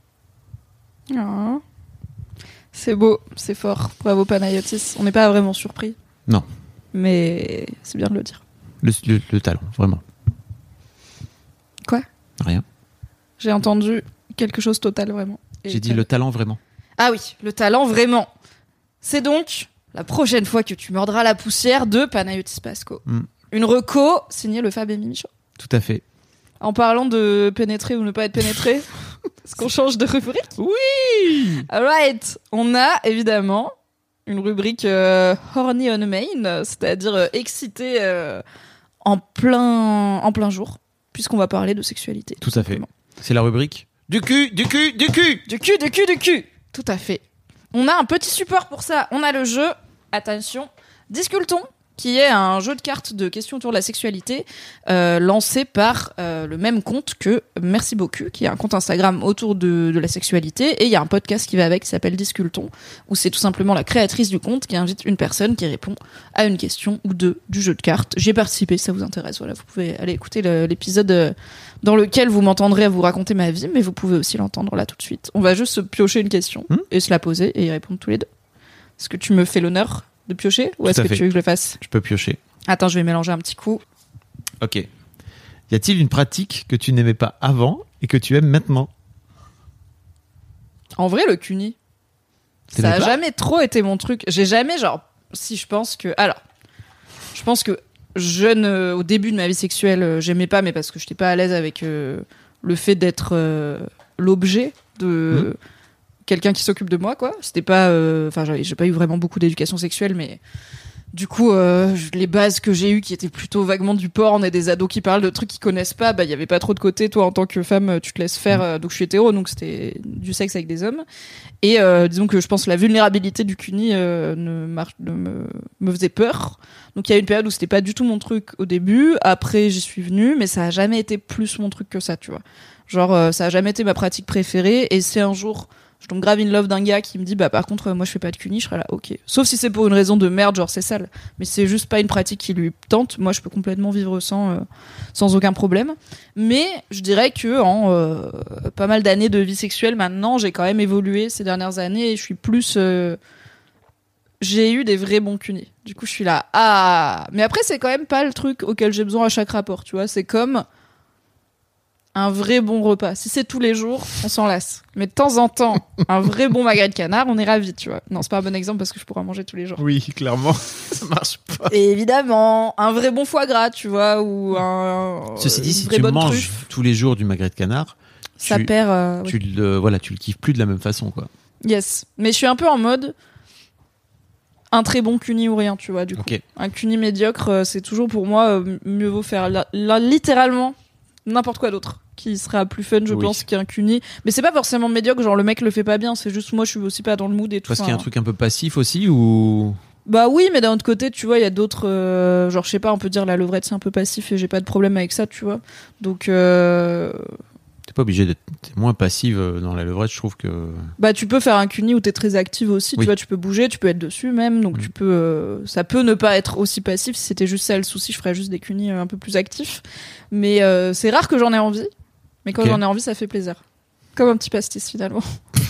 Oh. C'est beau, c'est fort. Bravo Panayotis. On n'est pas vraiment surpris. Non. Mais c'est bien de le dire. Le, le, le talent, vraiment. Quoi ? Rien. J'ai entendu quelque chose total vraiment. Et J'ai dit le talent vraiment. Ah oui, le talent vraiment. C'est donc la prochaine fois que tu mordras la poussière de Panayotis Pasco. Mm. Une reco signée le Fab et Mimi Show. Tout à fait. En parlant de pénétrer ou ne pas être pénétré, est-ce qu'on change de rubrique ? Oui. Alright, on a évidemment une rubrique euh, horny on main, c'est-à-dire euh, excité euh, en plein en plein jour, puisqu'on va parler de sexualité. Tout à fait. C'est la rubrique du cul, du cul, du cul, du cul, du cul, du cul. Tout à fait. On a un petit support pour ça. On a le jeu. Attention, Discultons, qui est un jeu de cartes de questions autour de la sexualité euh, lancé par euh, le même compte que Merci beaucoup, qui est un compte Instagram autour de, de la sexualité, et il y a un podcast qui va avec qui s'appelle Discultons, où c'est tout simplement la créatrice du compte qui invite une personne qui répond à une question ou deux du jeu de cartes. J'ai participé, si ça vous intéresse, voilà, vous pouvez aller écouter le, l'épisode dans lequel vous m'entendrez vous raconter ma vie, mais vous pouvez aussi l'entendre là tout de suite. On va juste se piocher une question mmh. et se la poser et y répondre tous les deux. Est-ce que tu me fais l'honneur de piocher ou est-ce que fait. tu veux que je le fasse ? Je peux piocher. Attends, je vais mélanger un petit coup. Ok. Y a-t-il une pratique que tu n'aimais pas avant et que tu aimes maintenant ? En vrai, le cuni. T'aimais ça a pas jamais trop été mon truc. J'ai jamais, genre, si je pense que... Alors, je pense que jeune, euh, au début de ma vie sexuelle, euh, j'aimais pas, mais parce que j'étais pas à l'aise avec euh, le fait d'être euh, l'objet de... Mmh. quelqu'un qui s'occupe de moi, quoi. C'était pas... Enfin, euh, j'ai pas eu vraiment beaucoup d'éducation sexuelle, mais... Du coup, euh, les bases que j'ai eues, qui étaient plutôt vaguement du porn et des ados qui parlent de trucs qu'ils connaissent pas, bah, il y avait pas trop de côté. Toi, en tant que femme, tu te laisses faire. Euh, donc, je suis hétéro, donc c'était du sexe avec des hommes. Et euh, disons que je pense que la vulnérabilité du cuni euh, ne, mar- ne me, me faisait peur. Donc, il y a une période où c'était pas du tout mon truc au début. Après, j'y suis venue, mais ça a jamais été plus mon truc que ça, tu vois. Genre, euh, ça a jamais été ma pratique préférée. Et c'est un jour... je tombe grave in love d'un gars qui me dit bah par contre euh, moi je fais pas de cuni, je serais là ok, sauf si c'est pour une raison de merde, genre c'est sale, mais c'est juste pas une pratique qui lui tente. Moi je peux complètement vivre sans euh, sans aucun problème. Mais je dirais que en euh, pas mal d'années de vie sexuelle maintenant, j'ai quand même évolué ces dernières années et je suis plus euh, j'ai eu des vrais bons cunis. Du coup je suis là ah, mais après c'est quand même pas le truc auquel j'ai besoin à chaque rapport, tu vois. C'est comme un vrai bon repas. Si c'est tous les jours, on s'en lasse. Mais de temps en temps, un vrai bon magret de canard, on est ravis, tu vois. Non, c'est pas un bon exemple parce que je pourrais en manger tous les jours. Oui, clairement, ça marche pas. Et évidemment, un vrai bon foie gras, tu vois, ou un. Ceci dit, si tu manges truffe. tous les jours du magret de canard, ça tu, perd. Euh, tu oui. le, voilà, tu le kiffes plus de la même façon, quoi. Yes, mais je suis un peu en mode un très bon cuni ou rien, tu vois. Du coup, okay. Un cuni médiocre, c'est toujours pour moi mieux vaut faire la, la, littéralement. N'importe quoi d'autre qui sera plus fun, je oui. pense, qu'un cuni. Mais c'est pas forcément médiocre, genre le mec le fait pas bien, c'est juste moi je suis aussi pas dans le mood et tout. Parce enfin, qu'il y a un truc un peu passif aussi ou... Bah oui, mais d'un autre côté, tu vois, il y a d'autres... Euh, genre je sais pas, on peut dire la levrette c'est un peu passif et j'ai pas de problème avec ça, tu vois. Donc... Euh... T'es pas obligé d'être t'es moins passive dans la levrette, je trouve que... Bah tu peux faire un cuni où t'es très active aussi, oui. tu vois, tu peux bouger, tu peux être dessus même, donc mmh. tu peux... Euh, ça peut ne pas être aussi passif, si c'était juste ça le souci, je ferais juste des cunis un peu plus actifs. Mais euh, c'est rare que j'en ai envie, mais quand okay. j'en ai envie, ça fait plaisir. Comme un petit pastis finalement.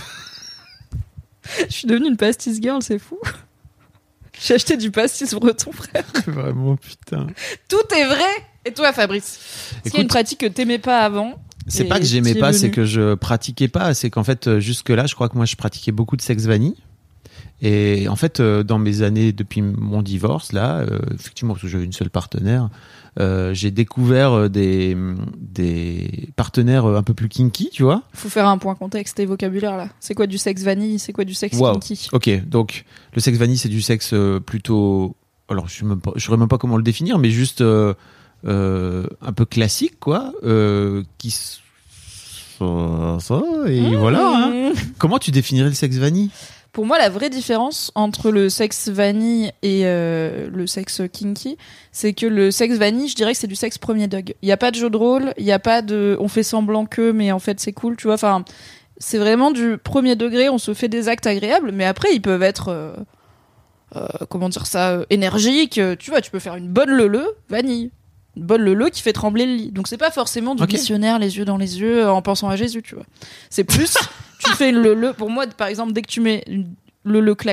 Je suis devenue une pastis girl, c'est fou. J'ai acheté du pastis breton, frère. Vraiment, putain. Tout est vrai. Et toi, Fabrice, est-ce qu'il y a une pratique que t'aimais pas avant ? C'est pas que j'aimais pas, c'est que je pratiquais pas. C'est qu'en fait, jusque-là, je crois que moi, je pratiquais beaucoup de sexe vanille. Et en fait, dans mes années depuis mon divorce, là, euh, effectivement, parce que j'avais une seule partenaire, euh, j'ai découvert des, des partenaires un peu plus kinky, tu vois. Faut faire un point contexte et vocabulaire, là. C'est quoi du sexe vanille ? C'est quoi du sexe wow. kinky ? Ok, donc le sexe vanille, c'est du sexe plutôt... Alors, je ne saurais même pas comment le définir, mais juste... Euh, Euh, un peu classique quoi euh, qui ça, ça et mmh. voilà hein. Comment tu définirais le sexe vanille ? Pour moi, la vraie différence entre le sexe vanille et euh, le sexe kinky, c'est que le sexe vanille, je dirais que c'est du sexe premier dog. Il y a pas de jeu de rôle, il y a pas de on fait semblant que mais en fait c'est cool, tu vois, enfin c'est vraiment du premier degré, on se fait des actes agréables, mais après ils peuvent être euh, euh, comment dire ça, euh, énergiques, tu vois, tu peux faire une bonne leu-leu vanille. Une bonne leu-leu qui fait trembler le lit. Donc c'est pas forcément du okay. missionnaire les yeux dans les yeux en pensant à Jésus, tu vois. C'est plus tu fais une leu-leu. Pour moi, par exemple, dès que tu mais une leu-leu claquée,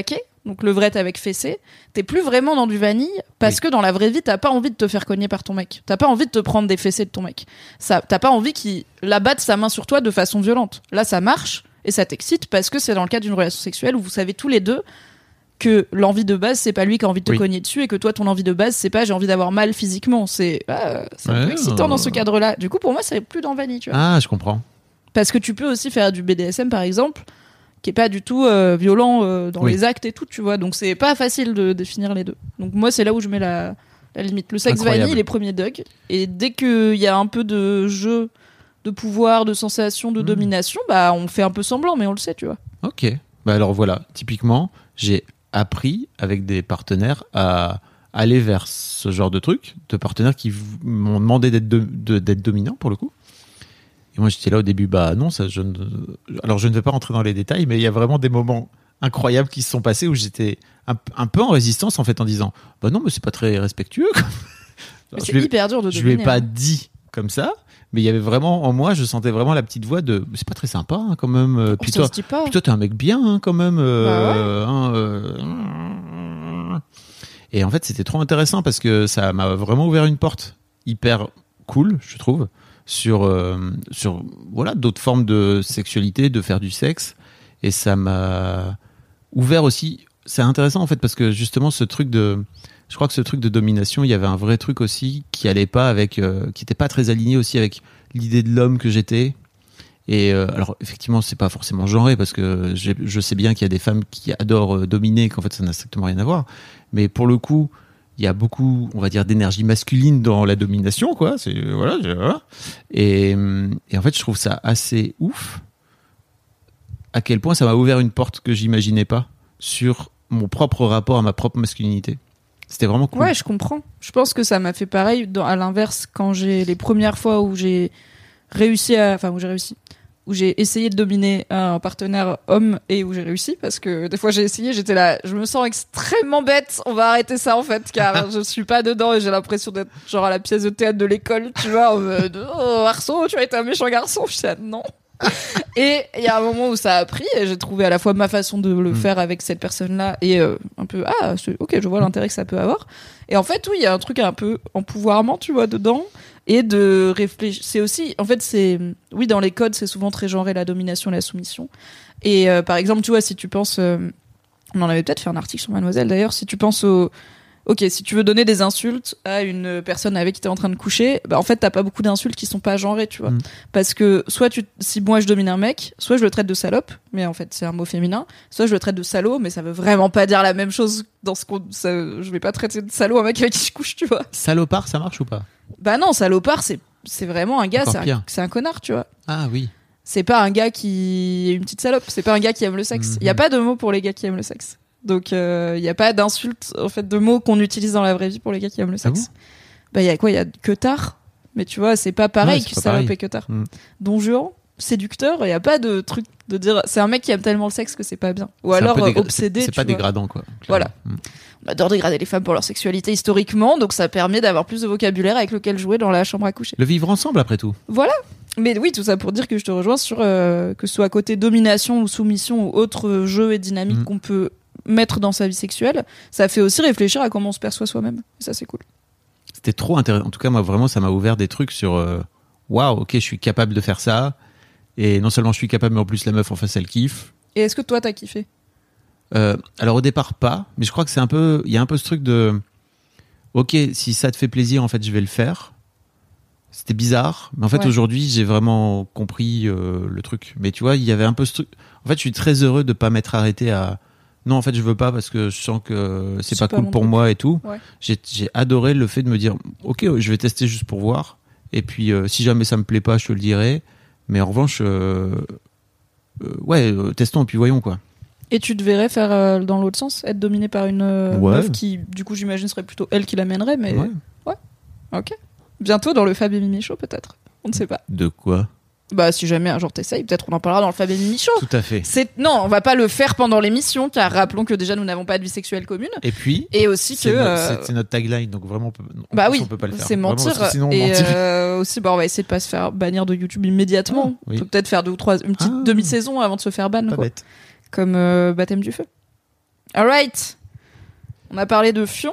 donc levrette avec fessée, t'es plus vraiment dans du vanille parce oui. que dans la vraie vie, t'as pas envie de te faire cogner par ton mec. T'as pas envie de te prendre des fessées de ton mec. Ça, t'as pas envie qu'il abatte sa main sur toi de façon violente. Là, ça marche et ça t'excite parce que c'est dans le cadre d'une relation sexuelle où vous savez tous les deux que l'envie de base, c'est pas lui qui a envie de te oui. cogner dessus et que toi, ton envie de base, c'est pas j'ai envie d'avoir mal physiquement. C'est, ah, c'est ouais, un peu excitant euh... dans ce cadre-là. Du coup, pour moi, c'est plus dans le vanille, tu vois. Ah, je comprends. Parce que tu peux aussi faire du B D S M, par exemple, qui est pas du tout euh, violent euh, dans oui. les actes et tout, tu vois. Donc, c'est pas facile de définir les deux. Donc, moi, c'est là où je mets la, la limite. Le sexe vanille, les premiers Doug. Et dès qu'il y a un peu de jeu, de pouvoir, de sensation, de mmh. domination, bah, on fait un peu semblant, mais on le sait, tu vois. Ok. Bah, alors voilà, typiquement, j'ai appris avec des partenaires à aller vers ce genre de truc, de partenaires qui m'ont demandé d'être, de, de, d'être dominants pour le coup. Et moi j'étais là au début, bah non, ça, je ne... alors je ne vais pas rentrer dans les détails, mais il y a vraiment des moments incroyables qui se sont passés où j'étais un, un peu en résistance en fait en disant, bah non mais c'est pas très respectueux. Mais c'est hyper dur de je dominer. Je lui ai pas hein. dit comme ça. Mais il y avait vraiment, en moi, je sentais vraiment la petite voix de c'est pas très sympa hein, quand même. Euh, puis, toi, puis toi, t'es un mec bien hein, quand même. Euh, bah ouais. hein, euh... Et en fait, c'était trop intéressant parce que ça m'a vraiment ouvert une porte hyper cool, je trouve, sur, euh, sur voilà, d'autres formes de sexualité, de faire du sexe. Et ça m'a ouvert aussi. C'est intéressant en fait parce que justement, ce truc de. Je crois que ce truc de domination, il y avait un vrai truc aussi qui allait pas avec, euh, qui était pas très aligné aussi avec l'idée de l'homme que j'étais. Et euh, alors effectivement, c'est pas forcément genré parce que j'ai, je sais bien qu'il y a des femmes qui adorent euh, dominer, qu'en fait ça n'a strictement rien à voir. Mais pour le coup, il y a beaucoup, on va dire, d'énergie masculine dans la domination, quoi. C'est voilà, voilà. Et, et en fait, je trouve ça assez ouf. À quel point ça m'a ouvert une porte que j'imaginais pas sur mon propre rapport à ma propre masculinité. C'était vraiment cool. Ouais, je comprends. Je pense que ça m'a fait pareil dans, à l'inverse quand j'ai les premières fois où j'ai réussi à, enfin où j'ai réussi, où j'ai essayé de dominer un partenaire homme et où j'ai réussi parce que des fois j'ai essayé, j'étais là, je me sens extrêmement bête. On va arrêter ça en fait car je suis pas dedans et j'ai l'impression d'être genre à la pièce de théâtre de l'école, tu vois, en mode oh Arceau, tu as été un méchant garçon. Je suis là, non. Et il y a un moment où ça a pris et j'ai trouvé à la fois ma façon de le mmh. faire avec cette personne-là et euh, un peu ah ok je vois l'intérêt que ça peut avoir et en fait oui il y a un truc un peu empouvoirment tu vois dedans et de réfléchir c'est aussi en fait c'est oui dans les codes c'est souvent très genré la domination et la soumission et euh, par exemple tu vois si tu penses euh, on en avait peut-être fait un article sur Mademoiselle d'ailleurs si tu penses au ok, si tu veux donner des insultes à une personne avec qui t'es en train de coucher, bah en fait t'as pas beaucoup d'insultes qui sont pas genrées, tu vois. Mmh. Parce que soit tu, si moi je domine un mec, soit je le traite de salope, mais en fait c'est un mot féminin, soit je le traite de salaud, mais ça veut vraiment pas dire la même chose dans ce qu'on, ça, je vais pas traiter de salaud un mec avec qui je couche, tu vois. Salopard, ça marche ou pas ? Bah non, salopard c'est c'est vraiment un gars, c'est un, c'est un connard, tu vois. Ah oui. C'est pas un gars qui est une petite salope, c'est pas un gars qui aime le sexe. Il mmh. y a pas de mot pour les gars qui aiment le sexe. Donc, il euh, n'y a pas d'insultes, en fait, de mots qu'on utilise dans la vraie vie pour les gars qui aiment le sexe. Ah bon bah, il y a quoi ? Il y a que tard. Mais tu vois, c'est pas pareil ouais, que salope et que tard. Mm. Don Juan, séducteur, il n'y a pas de truc de dire c'est un mec qui aime tellement le sexe que c'est pas bien. Ou c'est alors dégra- obsédé. C'est, c'est pas vois. dégradant, quoi. Clairement. Voilà. Mm. On adore dégrader les femmes pour leur sexualité historiquement, donc ça permet d'avoir plus de vocabulaire avec lequel jouer dans la chambre à coucher. Le vivre ensemble, après tout. Voilà. Mais oui, tout ça pour dire que je te rejoins sur euh, que ce soit côté domination ou soumission ou autre jeu et dynamique mm. qu'on peut mettre dans sa vie sexuelle, ça fait aussi réfléchir à comment on se perçoit soi-même. Et ça, c'est cool. C'était trop intéressant. En tout cas, moi, vraiment, ça m'a ouvert des trucs sur waouh, wow, ok, je suis capable de faire ça. Et non seulement je suis capable, mais en plus, la meuf en face, elle kiffe. Et est-ce que toi, t'as kiffé ? euh, Alors, au départ, pas. Mais je crois que c'est un peu. Il y a un peu ce truc de ok, si ça te fait plaisir, en fait, je vais le faire. C'était bizarre. Mais en fait, ouais. aujourd'hui, j'ai vraiment compris euh, le truc. Mais tu vois, il y avait un peu ce truc. En fait, je suis très heureux de pas m'être arrêté à. Non, en fait, je veux pas parce que je sens que c'est, c'est pas, pas cool pour truc. Moi et tout. Ouais. J'ai, j'ai adoré le fait de me dire, ok, je vais tester juste pour voir. Et puis, euh, si jamais ça me plaît pas, je te le dirai. Mais en revanche, euh, euh, ouais, euh, testons et puis voyons quoi. Et tu te verrais faire euh, dans l'autre sens, être dominé par une euh, ouais. meuf qui, du coup, j'imagine serait plutôt elle qui l'amènerait, mais ouais. ouais, ok. Bientôt dans le Fab et Mimi Show peut-être. On ne sait pas. De quoi ? Bah si jamais un jour t'essayes, peut-être on en parlera dans le Fab et Mimi Show. Tout à fait. C'est... Non, on va pas le faire pendant l'émission, car rappelons que déjà nous n'avons pas de vie sexuelle commune. Et puis, et aussi c'est que notre, euh... c'est, c'est notre tagline, donc vraiment on peut, on, bah oui, on peut pas le faire. C'est mentir. Vraiment, sinon, on et mentit. Euh, aussi, bah on va essayer de pas se faire bannir de YouTube immédiatement. Oh, oui. On peut peut-être faire deux ou trois, une petite ah, demi-saison avant de se faire ban. Pas quoi. Bête. Comme euh, Baptême du feu. Alright. On a parlé de fion.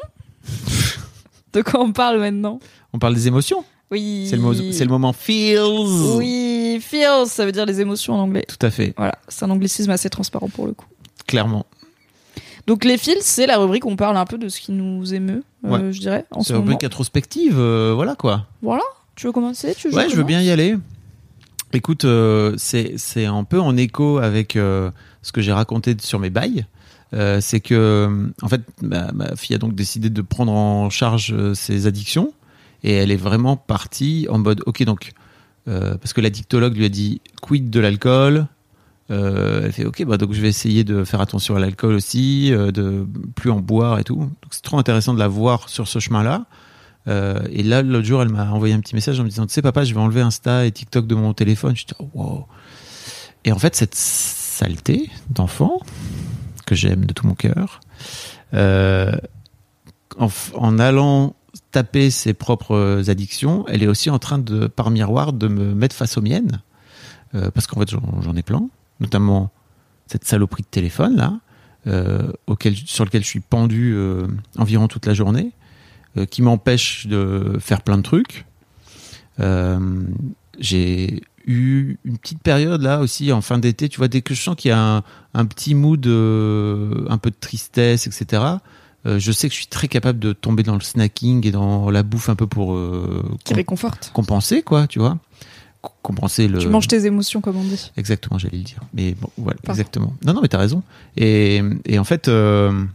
De quoi on parle maintenant? On parle des émotions. Oui. C'est le, mo- c'est le moment feels. Oui, feels, ça veut dire les émotions en anglais. Tout à fait. Voilà, c'est un anglicisme assez transparent pour le coup. Clairement. Donc les feels, c'est la rubrique où on parle un peu de ce qui nous émeut, euh, Ouais. je dirais, en C'est ce la moment. rubrique introspective, euh, voilà quoi. Voilà, tu veux commencer tu veux Ouais, je veux bien y aller. Écoute, euh, c'est, c'est un peu en écho avec euh, ce que j'ai raconté sur mes bails. Euh, c'est que, en fait, ma, ma fille a donc décidé de prendre en charge euh, ses addictions. Et elle est vraiment partie en mode, ok, donc, euh, parce que l'addictologue lui a dit, quid de l'alcool. Euh, elle fait, ok, bah, donc je vais essayer de faire attention à l'alcool aussi, euh, de plus en boire et tout. Donc c'est trop intéressant de la voir sur ce chemin-là. Euh, et là, l'autre jour, elle m'a envoyé un petit message en me disant, tu sais, papa, je vais enlever Insta et TikTok de mon téléphone. Je dis, oh, wow. Et en fait, cette saleté d'enfant, que j'aime de tout mon cœur, euh, en, en allant taper ses propres addictions, elle est aussi en train de, par miroir, de me mettre face aux miennes, euh, parce qu'en fait j'en, j'en ai plein, notamment cette saloperie de téléphone là, euh, auquel, sur lequel je suis pendu euh, environ toute la journée, euh, qui m'empêche de faire plein de trucs. Euh, j'ai eu une petite période là aussi en fin d'été, tu vois, dès que je sens qu'il y a un, un petit mood, euh, un peu de tristesse, et cetera. Euh, je sais que je suis très capable de tomber dans le snacking et dans la bouffe un peu pour euh, Qui com- réconforte. compenser, quoi, tu vois. C- compenser le. Tu manges tes émotions, comme on dit. Exactement, j'allais le dire. Mais bon, voilà, Pardon. exactement. Non, non, mais t'as raison. Et, et en fait, euh,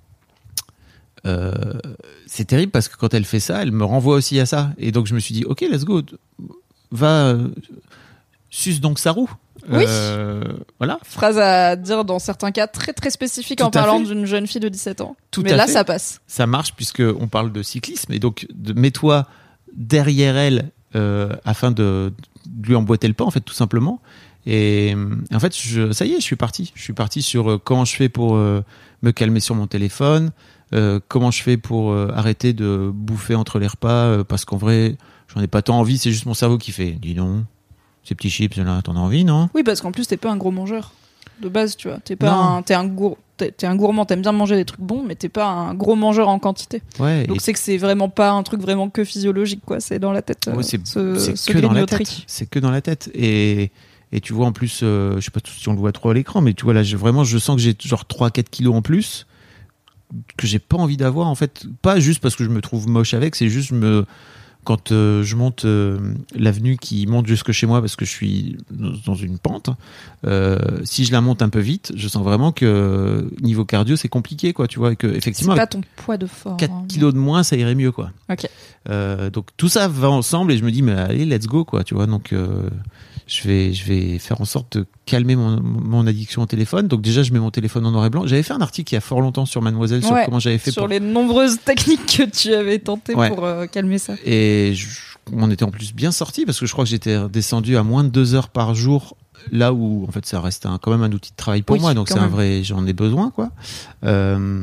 euh, c'est terrible parce que quand elle fait ça, elle me renvoie aussi à ça. Et donc je me suis dit, ok, let's go, va, euh, suce donc sa roue. Oui. Euh, voilà. Phrase à dire dans certains cas très très spécifiques Tout en à parlant fait. d'une jeune fille de dix-sept ans. Tout Mais à là, fait. ça passe. Ça marche puisque on parle de cyclisme et donc de, mets-toi derrière elle euh, afin de, de lui emboîter le pas en fait tout simplement. Et, et en fait, je, ça y est, je suis parti. Je suis parti sur euh, comment je fais pour euh, me calmer sur mon téléphone, euh, comment je fais pour euh, arrêter de bouffer entre les repas euh, parce qu'en vrai, j'en ai pas tant envie. C'est juste mon cerveau qui fait, dis donc, ces petits chips là, t'en as envie, non? Oui, parce qu'en plus, t'es pas un gros mangeur. De base, tu vois. T'es pas Non. un, t'es un gour, t'es, t'es un gourmand, t'aimes bien manger des trucs bons, mais t'es pas un gros mangeur en quantité. Ouais. Donc et c'est que c'est vraiment pas un truc vraiment que physiologique, quoi. C'est dans la tête. Ouais, euh, c'est ce, c'est ce que dans la grignoterie. tête. C'est que dans la tête. Et, et tu vois, en plus, euh, je sais pas si on le voit trop à l'écran, mais tu vois, là, je, vraiment, je sens que j'ai genre trois à quatre kilos en plus que j'ai pas envie d'avoir, en fait. Pas juste parce que je me trouve moche avec, c'est juste me... Quand euh, je monte euh, l'avenue qui monte jusque chez moi parce que je suis dans une pente, euh, si je la monte un peu vite, je sens vraiment que niveau cardio, c'est compliqué, quoi, tu vois, et que, C'est effectivement, pas ton poids de fort. quatre hein. kilos de moins, ça irait mieux, quoi. Ok. Euh, donc tout ça va ensemble et je me dis mais allez let's go quoi tu vois donc euh, je vais je vais faire en sorte de calmer mon, mon addiction au téléphone. Donc déjà je mets mon téléphone en noir et blanc. J'avais fait un article il y a fort longtemps sur Mademoiselle sur Ouais, comment j'avais fait Sur pour... les nombreuses techniques que tu avais tentées Ouais. pour euh, calmer ça. et je, on était en plus bien sorti parce que je crois que j'étais descendu à moins de deux heures par jour là où en fait ça reste un, quand même un outil de travail pour Oui, moi donc quand c'est un même. vrai j'en ai besoin quoi. Euh,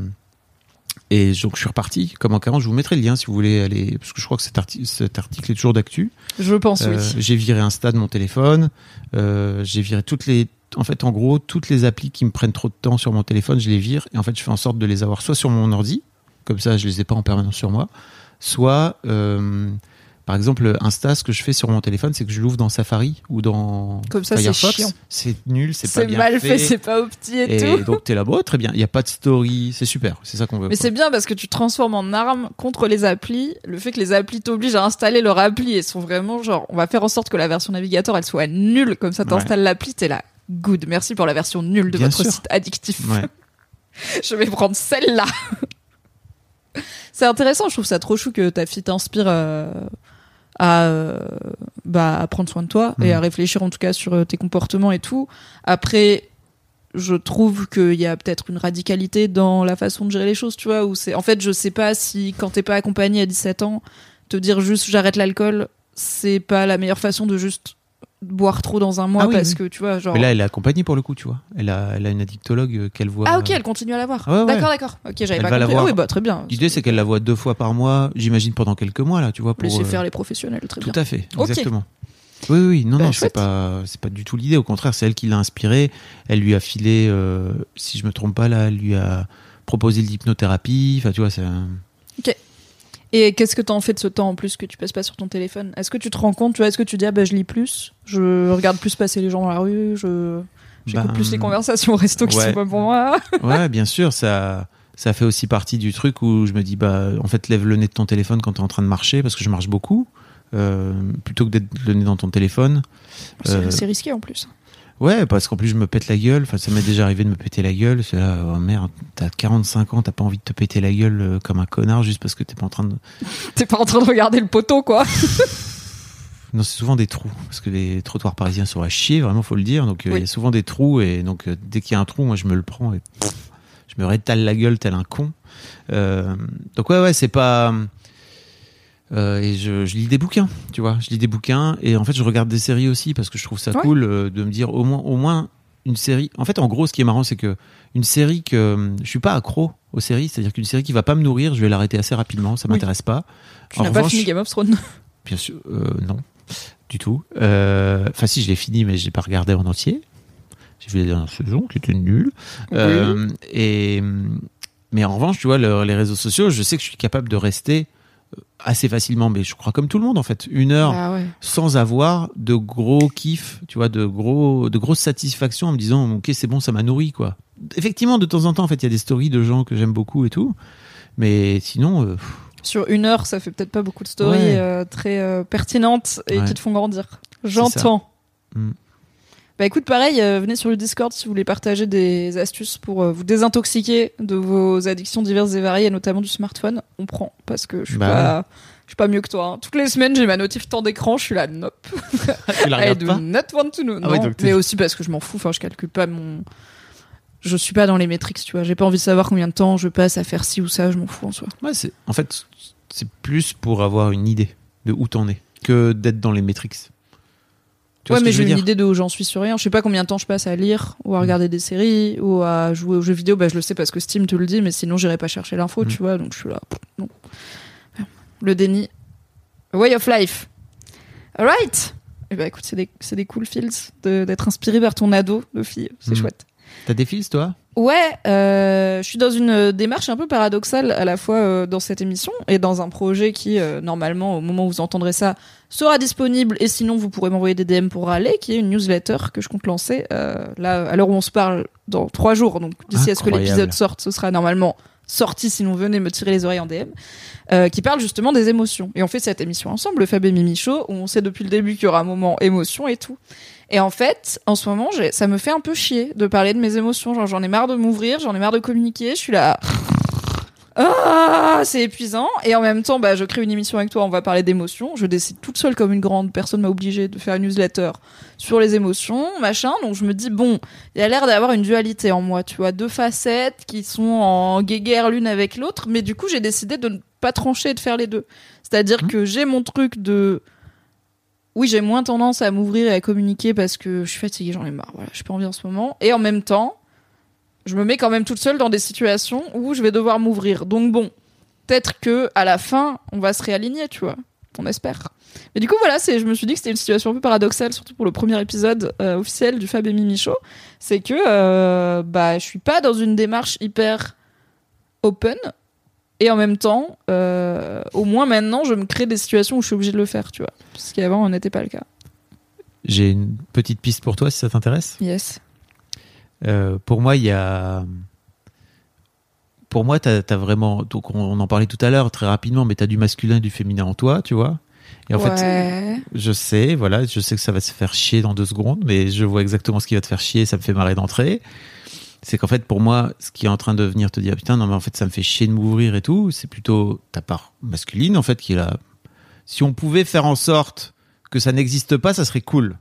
Et donc je suis reparti comme en quarante. Je vous mettrai le lien si vous voulez aller parce que je crois que cet, arti- cet article est toujours d'actu. Je pense, Euh, oui. J'ai viré Insta de mon téléphone. Euh, j'ai viré toutes les, en fait, en gros, toutes les applis qui me prennent trop de temps sur mon téléphone, je les vire. Et en fait, je fais en sorte de les avoir soit sur mon ordi, comme ça, je les ai pas en permanence sur moi, soit, euh, par exemple, Insta, ce que je fais sur mon téléphone, c'est que je l'ouvre dans Safari ou dans Comme ça, c'est Firefox. chiant. C'est nul, c'est pas C'est bien mal fait, c'est pas opti et, Et tout. donc t'es là, bon, très bien. Il y a pas de story, c'est super, c'est ça qu'on veut. Mais quoi. c'est bien parce que tu transformes en arme contre les applis le fait que les applis t'obligent à installer leur appli et sont vraiment genre, on va faire en sorte que la version navigateur elle soit nulle, comme ça t'installes l'appli, t'es là, good, merci pour la version nulle de Bien votre sûr. site addictif. Ouais. Je vais prendre celle-là. C'est intéressant, je trouve ça trop chou que ta fille t'inspire euh, à, euh, bah, à prendre soin de toi Mmh. et à réfléchir en tout cas sur euh, tes comportements et tout. Après, je trouve qu'il y a peut-être une radicalité dans la façon de gérer les choses, tu vois, où c'est, en fait, je sais pas si quand t'es pas accompagné à dix-sept ans, te dire juste j'arrête l'alcool, c'est pas la meilleure façon de juste boire trop dans un mois Ah oui, parce oui. que tu vois, genre. Mais là, elle est accompagnée pour le coup, tu vois. Elle a, elle a une addictologue qu'elle voit. Ah ok, elle continue à l'avoir. Ouais, ouais. D'accord, d'accord. Ok, j'avais Elle pas va compris. l'avoir. Ah oui, bah très bien. L'idée, c'est qu'elle la voit deux fois par mois, j'imagine pendant quelques mois, là, tu vois. Pour, Laisser euh, faire les professionnels, très Tout bien. à fait, Ok. exactement. Oui, oui, non, Bah, non, chouette. c'est pas, c'est pas du tout l'idée. Au contraire, c'est elle qui l'a inspiré. Elle lui a filé, euh, si je me trompe pas, là, elle lui a proposé de l'hypnothérapie. Enfin, tu vois, c'est. un- Et qu'est-ce que t'en fais de ce temps en plus que tu passes pas sur ton téléphone? Est-ce que tu te rends compte, tu vois, est-ce que tu dis, ah bah je lis plus, je regarde plus passer les gens dans la rue, je j'écoute Ben, plus les conversations au resto qui ouais. sont pas pour moi? Ouais, bien sûr, ça, ça fait aussi partie du truc où je me dis, bah, en fait, lève le nez de ton téléphone quand t'es en train de marcher, parce que je marche beaucoup, euh, plutôt que d'être le nez dans ton téléphone. C'est, Euh, c'est risqué en plus. Ouais, parce qu'en plus, je me pète la gueule. Enfin, ça m'est déjà arrivé de me péter la gueule. C'est là, oh merde, t'as quarante-cinq ans, t'as pas envie de te péter la gueule euh, comme un connard juste parce que t'es pas en train de. T'es pas en train de regarder le poteau, quoi. Non, c'est souvent des trous, parce que les trottoirs parisiens sont à chier, vraiment, faut le dire. Donc, euh, il Oui. y a souvent des trous, et donc, euh, dès qu'il y a un trou, moi, je me le prends et pff, je me rétale la gueule tel un con. Euh, donc, ouais, ouais, c'est pas. Euh, et je, je lis des bouquins, tu vois. Je lis des bouquins, et en fait, je regarde des séries aussi, parce que je trouve ça Ouais. cool euh, de me dire au moins, au moins une série. En fait, en gros, ce qui est marrant, c'est que une série que je suis pas accro aux séries, c'est-à-dire qu'une série qui va pas me nourrir, je vais l'arrêter assez rapidement, ça Oui. m'intéresse pas. Tu En n'as pas revanche- fini Game of Thrones. Bien sûr, euh, non, du tout. Euh, Enfin, si, je l'ai fini, mais j'ai pas regardé en entier. J'ai vu la dernière saison, qui était nulle. Oui. Euh, et mais en revanche, tu vois, le- les réseaux sociaux, je sais que je suis capable de rester assez facilement, mais je crois comme tout le monde en fait, une heure Ah ouais. sans avoir de gros kiff, tu vois, de gros, de grosses satisfactions en me disant, ok, c'est bon, ça m'a nourri, quoi. Effectivement, de temps en temps, en fait, il y a des stories de gens que j'aime beaucoup et tout, mais sinon. Euh, Sur une heure, ça fait peut-être pas beaucoup de stories Ouais. euh, très euh, pertinentes et Ouais. qui te font grandir. J'entends. Mm. Bah écoute, pareil, euh, venez sur le Discord si vous voulez partager des astuces pour euh, vous désintoxiquer de vos addictions diverses et variées, et notamment du smartphone. On prend, parce que je suis Bah pas, je suis pas mieux que toi. hein. Toutes les semaines, j'ai ma notif temps d'écran, je suis là, nope. tu la I regardes do pas not want to know. Ah ouais, Non, donc t'es- mais aussi parce que je m'en fous. Enfin, je calcule pas mon. Je suis pas dans les métriques, tu vois. J'ai pas envie de savoir combien de temps je passe à faire ci ou ça. Je m'en fous en soi. Ouais, c'est, en fait, c'est plus pour avoir une idée de où t'en es que d'être dans les métriques. Tu vois Ouais, ce mais que je j'ai veux une dire idée de où j'en suis sur rien. Je sais pas combien de temps je passe à lire ou à regarder des séries ou à jouer aux jeux vidéo. Bah, je le sais parce que Steam te le dit, mais sinon j'irai pas chercher l'info, Mm. tu vois. Donc je suis là. pff, Non. Le déni. A way of life. Alright. Et bah écoute, c'est des, c'est des cool feels de- d'être inspiré par ton ado de fille. C'est Mm. chouette. T'as des fils, toi Ouais, euh, je suis dans une euh, démarche un peu paradoxale à la fois euh, dans cette émission et dans un projet qui, euh, normalement, au moment où vous entendrez ça, sera disponible et sinon vous pourrez m'envoyer des D M pour râler, qui est une newsletter que je compte lancer euh, là, à l'heure où on se parle, dans trois jours. Donc d'ici à ce que Incroyable. l'épisode sorte, ce sera normalement sorti, sinon venez me tirer les oreilles en D M, euh, qui parle justement des émotions. Et on fait cette émission ensemble, le Fab et Mimi Show, où on sait depuis le début qu'il y aura un moment émotion et tout. Et en fait, en ce moment, j'ai- ça me fait un peu chier de parler de mes émotions. Genre, j'en ai marre de m'ouvrir, j'en ai marre de communiquer. Je suis là. Ah, c'est épuisant. Et en même temps, bah, je crée une émission avec toi, on va parler d'émotions. Je décide toute seule comme une grande. Personne m'a obligée de faire une newsletter sur les émotions, machin. Donc je me dis, bon, il y a l'air d'avoir une dualité en moi, tu vois. Deux facettes qui sont en guéguerre l'une avec l'autre. Mais du coup, j'ai décidé de ne pas trancher et de faire les deux. C'est-à-dire Mmh. que j'ai mon truc de... Oui, j'ai moins tendance à m'ouvrir et à communiquer parce que je suis fatiguée, j'en ai marre. Voilà, j'ai pas envie en ce moment. Et en même temps, je me mets quand même toute seule dans des situations où je vais devoir m'ouvrir. Donc bon, peut-être que à la fin, on va se réaligner, tu vois. On espère. Mais du coup, voilà, c'est, je me suis dit que c'était une situation un peu paradoxale, surtout pour le premier épisode euh, officiel du Fab et Mimi Show. C'est que euh, bah, je suis pas dans une démarche hyper open. Et en même temps, euh, au moins maintenant, je me crée des situations où je suis obligée de le faire, tu vois. Parce qu'avant, on n'était pas le cas. J'ai une petite piste pour toi si ça t'intéresse. Yes. Euh, pour moi, il y a. Pour moi, t'as, t'as vraiment. Donc, on, on en parlait tout à l'heure très rapidement, mais t'as du masculin et du féminin en toi, tu vois. Et en ouais. fait, je sais, voilà, je sais que ça va se faire chier dans deux secondes, mais je vois exactement ce qui va te faire chier, ça me fait marrer d'entrée. C'est qu'en fait, pour moi, ce qui est en train de venir te dire, putain, non, mais en fait, ça me fait chier de m'ouvrir et tout, c'est plutôt ta part masculine, en fait, qui est là. Si on pouvait faire en sorte que ça n'existe pas, ça serait cool.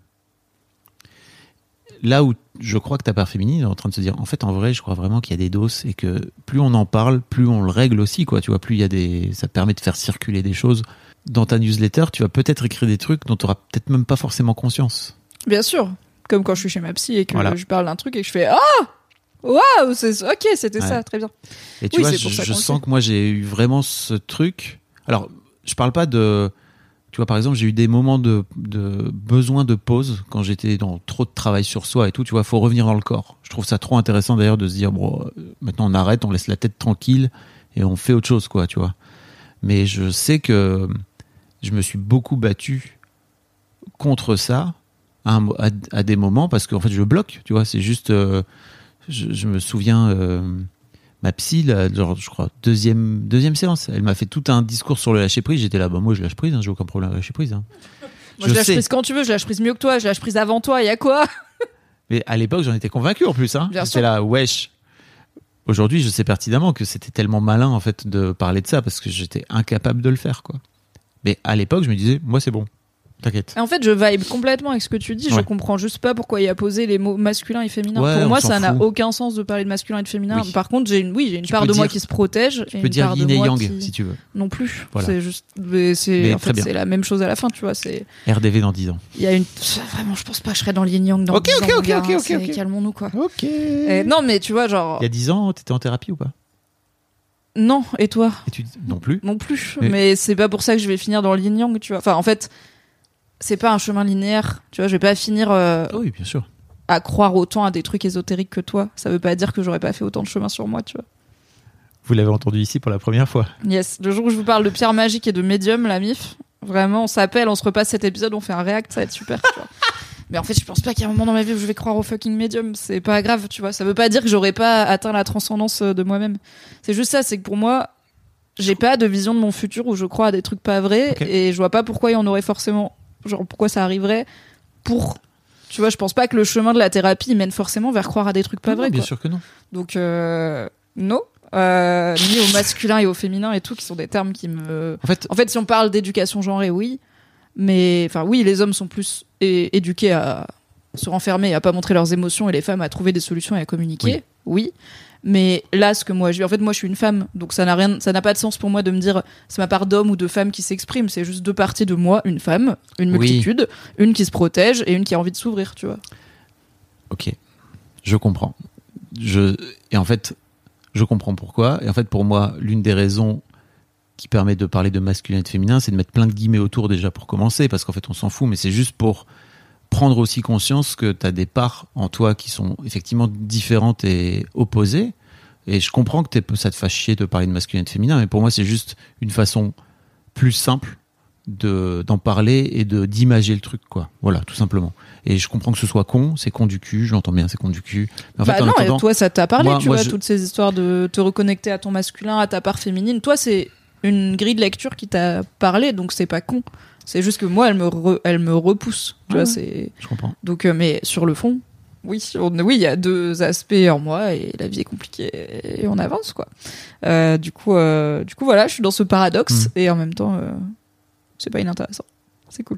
Là où je crois que ta part féminine est en train de se dire, en fait, en vrai, je crois vraiment qu'il y a des doses et que plus on en parle, plus on le règle aussi, quoi. Tu vois, plus il y a des, ça te permet de faire circuler des choses. Dans ta newsletter, tu vas peut-être écrire des trucs dont tu n'auras peut-être même pas forcément conscience. Bien sûr. Comme quand je suis chez ma psy et que Voilà. je parle d'un truc et que je fais ah waouh, c'est ok, c'était Ouais. ça, très bien. Et tu Oui, vois, c'est je, pour ça je qu'on le sens fait. que moi, j'ai eu vraiment ce truc. Alors, je parle pas de, Tu vois, par exemple, j'ai eu des moments de, de besoin de pause quand j'étais dans trop de travail sur soi et tout. Tu vois, faut revenir dans le corps. Je trouve ça trop intéressant d'ailleurs de se dire, bon, maintenant on arrête, on laisse la tête tranquille et on fait autre chose, quoi, tu vois. Mais je sais que je me suis beaucoup battu contre ça à, un, à, à des moments parce qu'en fait, je bloque, tu vois. C'est juste, euh, je, je me souviens, euh, ma psy, là, genre, je crois, deuxième, deuxième séance, elle m'a fait tout un discours sur le lâcher prise. J'étais là, bah, moi, je lâche prise, hein, j'ai aucun problème à lâcher prise. Hein. Moi, je, je lâche sais. prise quand tu veux, je lâche prise mieux que toi, je lâche prise avant toi, il y a quoi? Mais à l'époque, j'en étais convaincu en plus. Hein. J'étais là, wesh. Aujourd'hui, je sais pertinemment que c'était tellement malin en fait de parler de ça parce que j'étais incapable de le faire, quoi. Mais à l'époque, je me disais, moi, c'est bon. T'inquiète. En fait, je vibe complètement avec ce que tu dis. Ouais. Je comprends juste pas pourquoi il y a posé les mots masculin et féminin. Ouais, Pour moi, ça n'a aucun sens de parler de masculin et de féminin. Oui. Par contre, j'ai une, oui, j'ai une tu part de dire, moi qui se protège. Tu peux dire yin et yang qui... si tu veux. Non plus. Voilà. C'est juste, mais c'est, mais en fait, c'est la même chose à la fin, tu vois. C'est R D V dans dix ans. Il y a une, vraiment, je pense pas que je serais dans le yin yang dans okay, dix okay, ans. Ok, ok, ok, ok, ok. Calmons-nous, quoi. Ok. Et non, mais tu vois, genre. Il y a dix ans, t'étais en thérapie ou pas? Non, et toi? Et tu... Non plus. Non plus. Mais... mais c'est pas pour ça que je vais finir dans le yin yang, tu vois. Enfin, en fait. C'est pas un chemin linéaire, tu vois, je vais pas finir euh, oui, bien sûr. à croire autant à des trucs ésotériques que toi. Ça veut pas dire que j'aurais pas fait autant de chemin sur moi, tu vois. Vous l'avez entendu ici pour la première fois. Yes, le jour où je vous parle de pierre magique et de médium, la M I F, vraiment, on s'appelle, on se repasse cet épisode, on fait un react, ça va être super, tu vois. Mais en fait, je pense pas qu'il y a un moment dans ma vie où je vais croire au fucking médium. C'est pas grave, tu vois. Ça veut pas dire que j'aurais pas atteint la transcendance de moi-même. C'est juste ça, c'est que pour moi, j'ai pas de vision de mon futur où je crois à des trucs pas vrais okay. Et je vois pas pourquoi il y en aurait forcément. Genre pourquoi ça arriverait pour, tu vois, je pense pas que le chemin de la thérapie mène forcément vers croire à des trucs pas non, vrais, bien quoi. sûr que non. Donc euh, non, euh, ni au masculin et au féminin et tout, qui sont des termes qui me en fait, en fait si on parle d'éducation genrée, oui, mais enfin oui, les hommes sont plus é- éduqués à se renfermer et à pas montrer leurs émotions et les femmes à trouver des solutions et à communiquer, oui, oui. Mais là, ce que moi, je... en fait, moi, je suis une femme, donc ça n'a rien, ça n'a pas de sens pour moi de me dire c'est ma part d'homme ou de femme qui s'exprime. C'est juste deux parties de moi, une femme, une multitude, oui. Une qui se protège et une qui a envie de s'ouvrir, tu vois. Ok, je comprends. Je et en fait, je comprends pourquoi. Et en fait, pour moi, l'une des raisons qui permet de parler de masculin et de féminin, c'est de mettre plein de guillemets autour déjà pour commencer, parce qu'en fait, on s'en fout, mais c'est juste pour prendre aussi conscience que tu as des parts en toi qui sont effectivement différentes et opposées. Et je comprends que ça te fasse chier de parler de masculin et de féminin, mais pour moi, c'est juste une façon plus simple de, d'en parler et de, d'imager le truc, quoi. Voilà, tout simplement. Et je comprends que ce soit con, c'est con du cul, je l'entends bien, c'est con du cul. Mais en bah fait, en non, attendant, et toi, ça t'a parlé, moi, tu moi, vois, je... toutes ces histoires de te reconnecter à ton masculin, à ta part féminine. Toi, c'est une grille de lecture qui t'a parlé, donc c'est pas con. C'est juste que moi, elle me, re, elle me repousse. Tu ouais, vois, c'est... Je comprends. Donc, euh, mais sur le fond, oui, on, oui, il y a deux aspects en moi et la vie est compliquée et on avance, quoi. Euh, du coup, euh, du coup, voilà, je suis dans ce paradoxe mmh. et en même temps, euh, c'est pas inintéressant. C'est cool.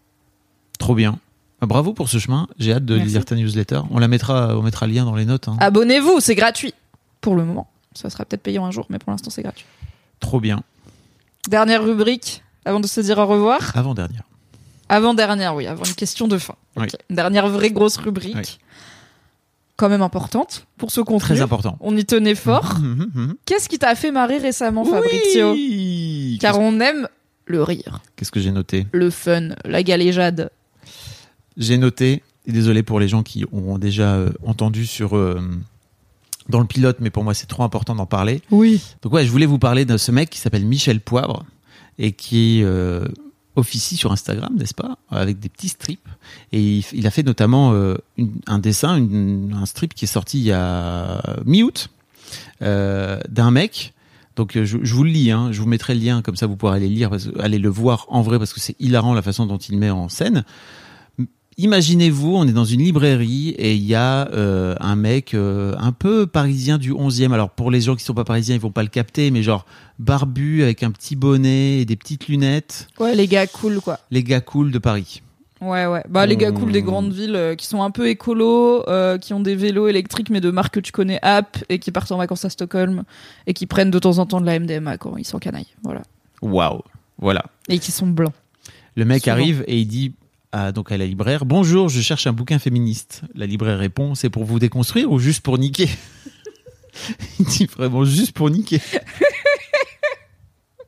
Trop bien. Bravo pour ce chemin. J'ai hâte de Merci. lire ta newsletter. On la mettra, on mettra le lien dans les notes. Hein. Abonnez-vous, c'est gratuit pour le moment. Ça sera peut-être payant un jour, mais pour l'instant, c'est gratuit. Trop bien. Dernière rubrique. Avant de se dire au revoir. Avant-dernière. Avant-dernière, oui, avant une question de fin. Oui. Okay. Dernière vraie grosse rubrique. Oui. Quand même importante pour ce contenu. Très important. On y tenait fort. Mmh, mmh, mmh. Qu'est-ce qui t'a fait marrer récemment, Fabrizio ? Oui. Car on aime le rire. Qu'est-ce que j'ai noté ? Le fun, la galéjade. J'ai noté, et désolé pour les gens qui ont déjà euh, entendu sur... Euh, dans le pilote, mais pour moi, c'est trop important d'en parler. Oui. Donc ouais, je voulais vous parler de ce mec qui s'appelle Michel Poivre, et qui euh, officie sur Instagram, n'est-ce pas, avec des petits strips. Et il, il a fait notamment euh, une, un dessin, une, un strip qui est sorti il y a mi-août, euh, d'un mec. Donc je, je vous le lis, hein, je vous mettrai le lien, comme ça vous pourrez aller lire, parce, aller le voir en vrai, parce que c'est hilarant la façon dont il met en scène. Imaginez-vous, on est dans une librairie et il y a euh, un mec euh, un peu parisien du onzième. Alors pour les gens qui sont pas parisiens, ils vont pas le capter, mais genre barbu avec un petit bonnet et des petites lunettes. Ouais, les gars cool, quoi. Les gars cool de Paris. Ouais, ouais. Bah, les gars cool des grandes villes euh, qui sont un peu écolos, euh, qui ont des vélos électriques, mais de marque que tu connais, App, et qui partent en vacances à Stockholm, et qui prennent de temps en temps de la M D M A quand ils sont canailles. Voilà. Waouh. Voilà. Et qui sont blancs. Le mec Souvent. arrive et il dit à, donc à la libraire, bonjour, je cherche un bouquin féministe. La libraire répond, c'est pour vous déconstruire ou juste pour niquer? Il dit vraiment juste pour niquer.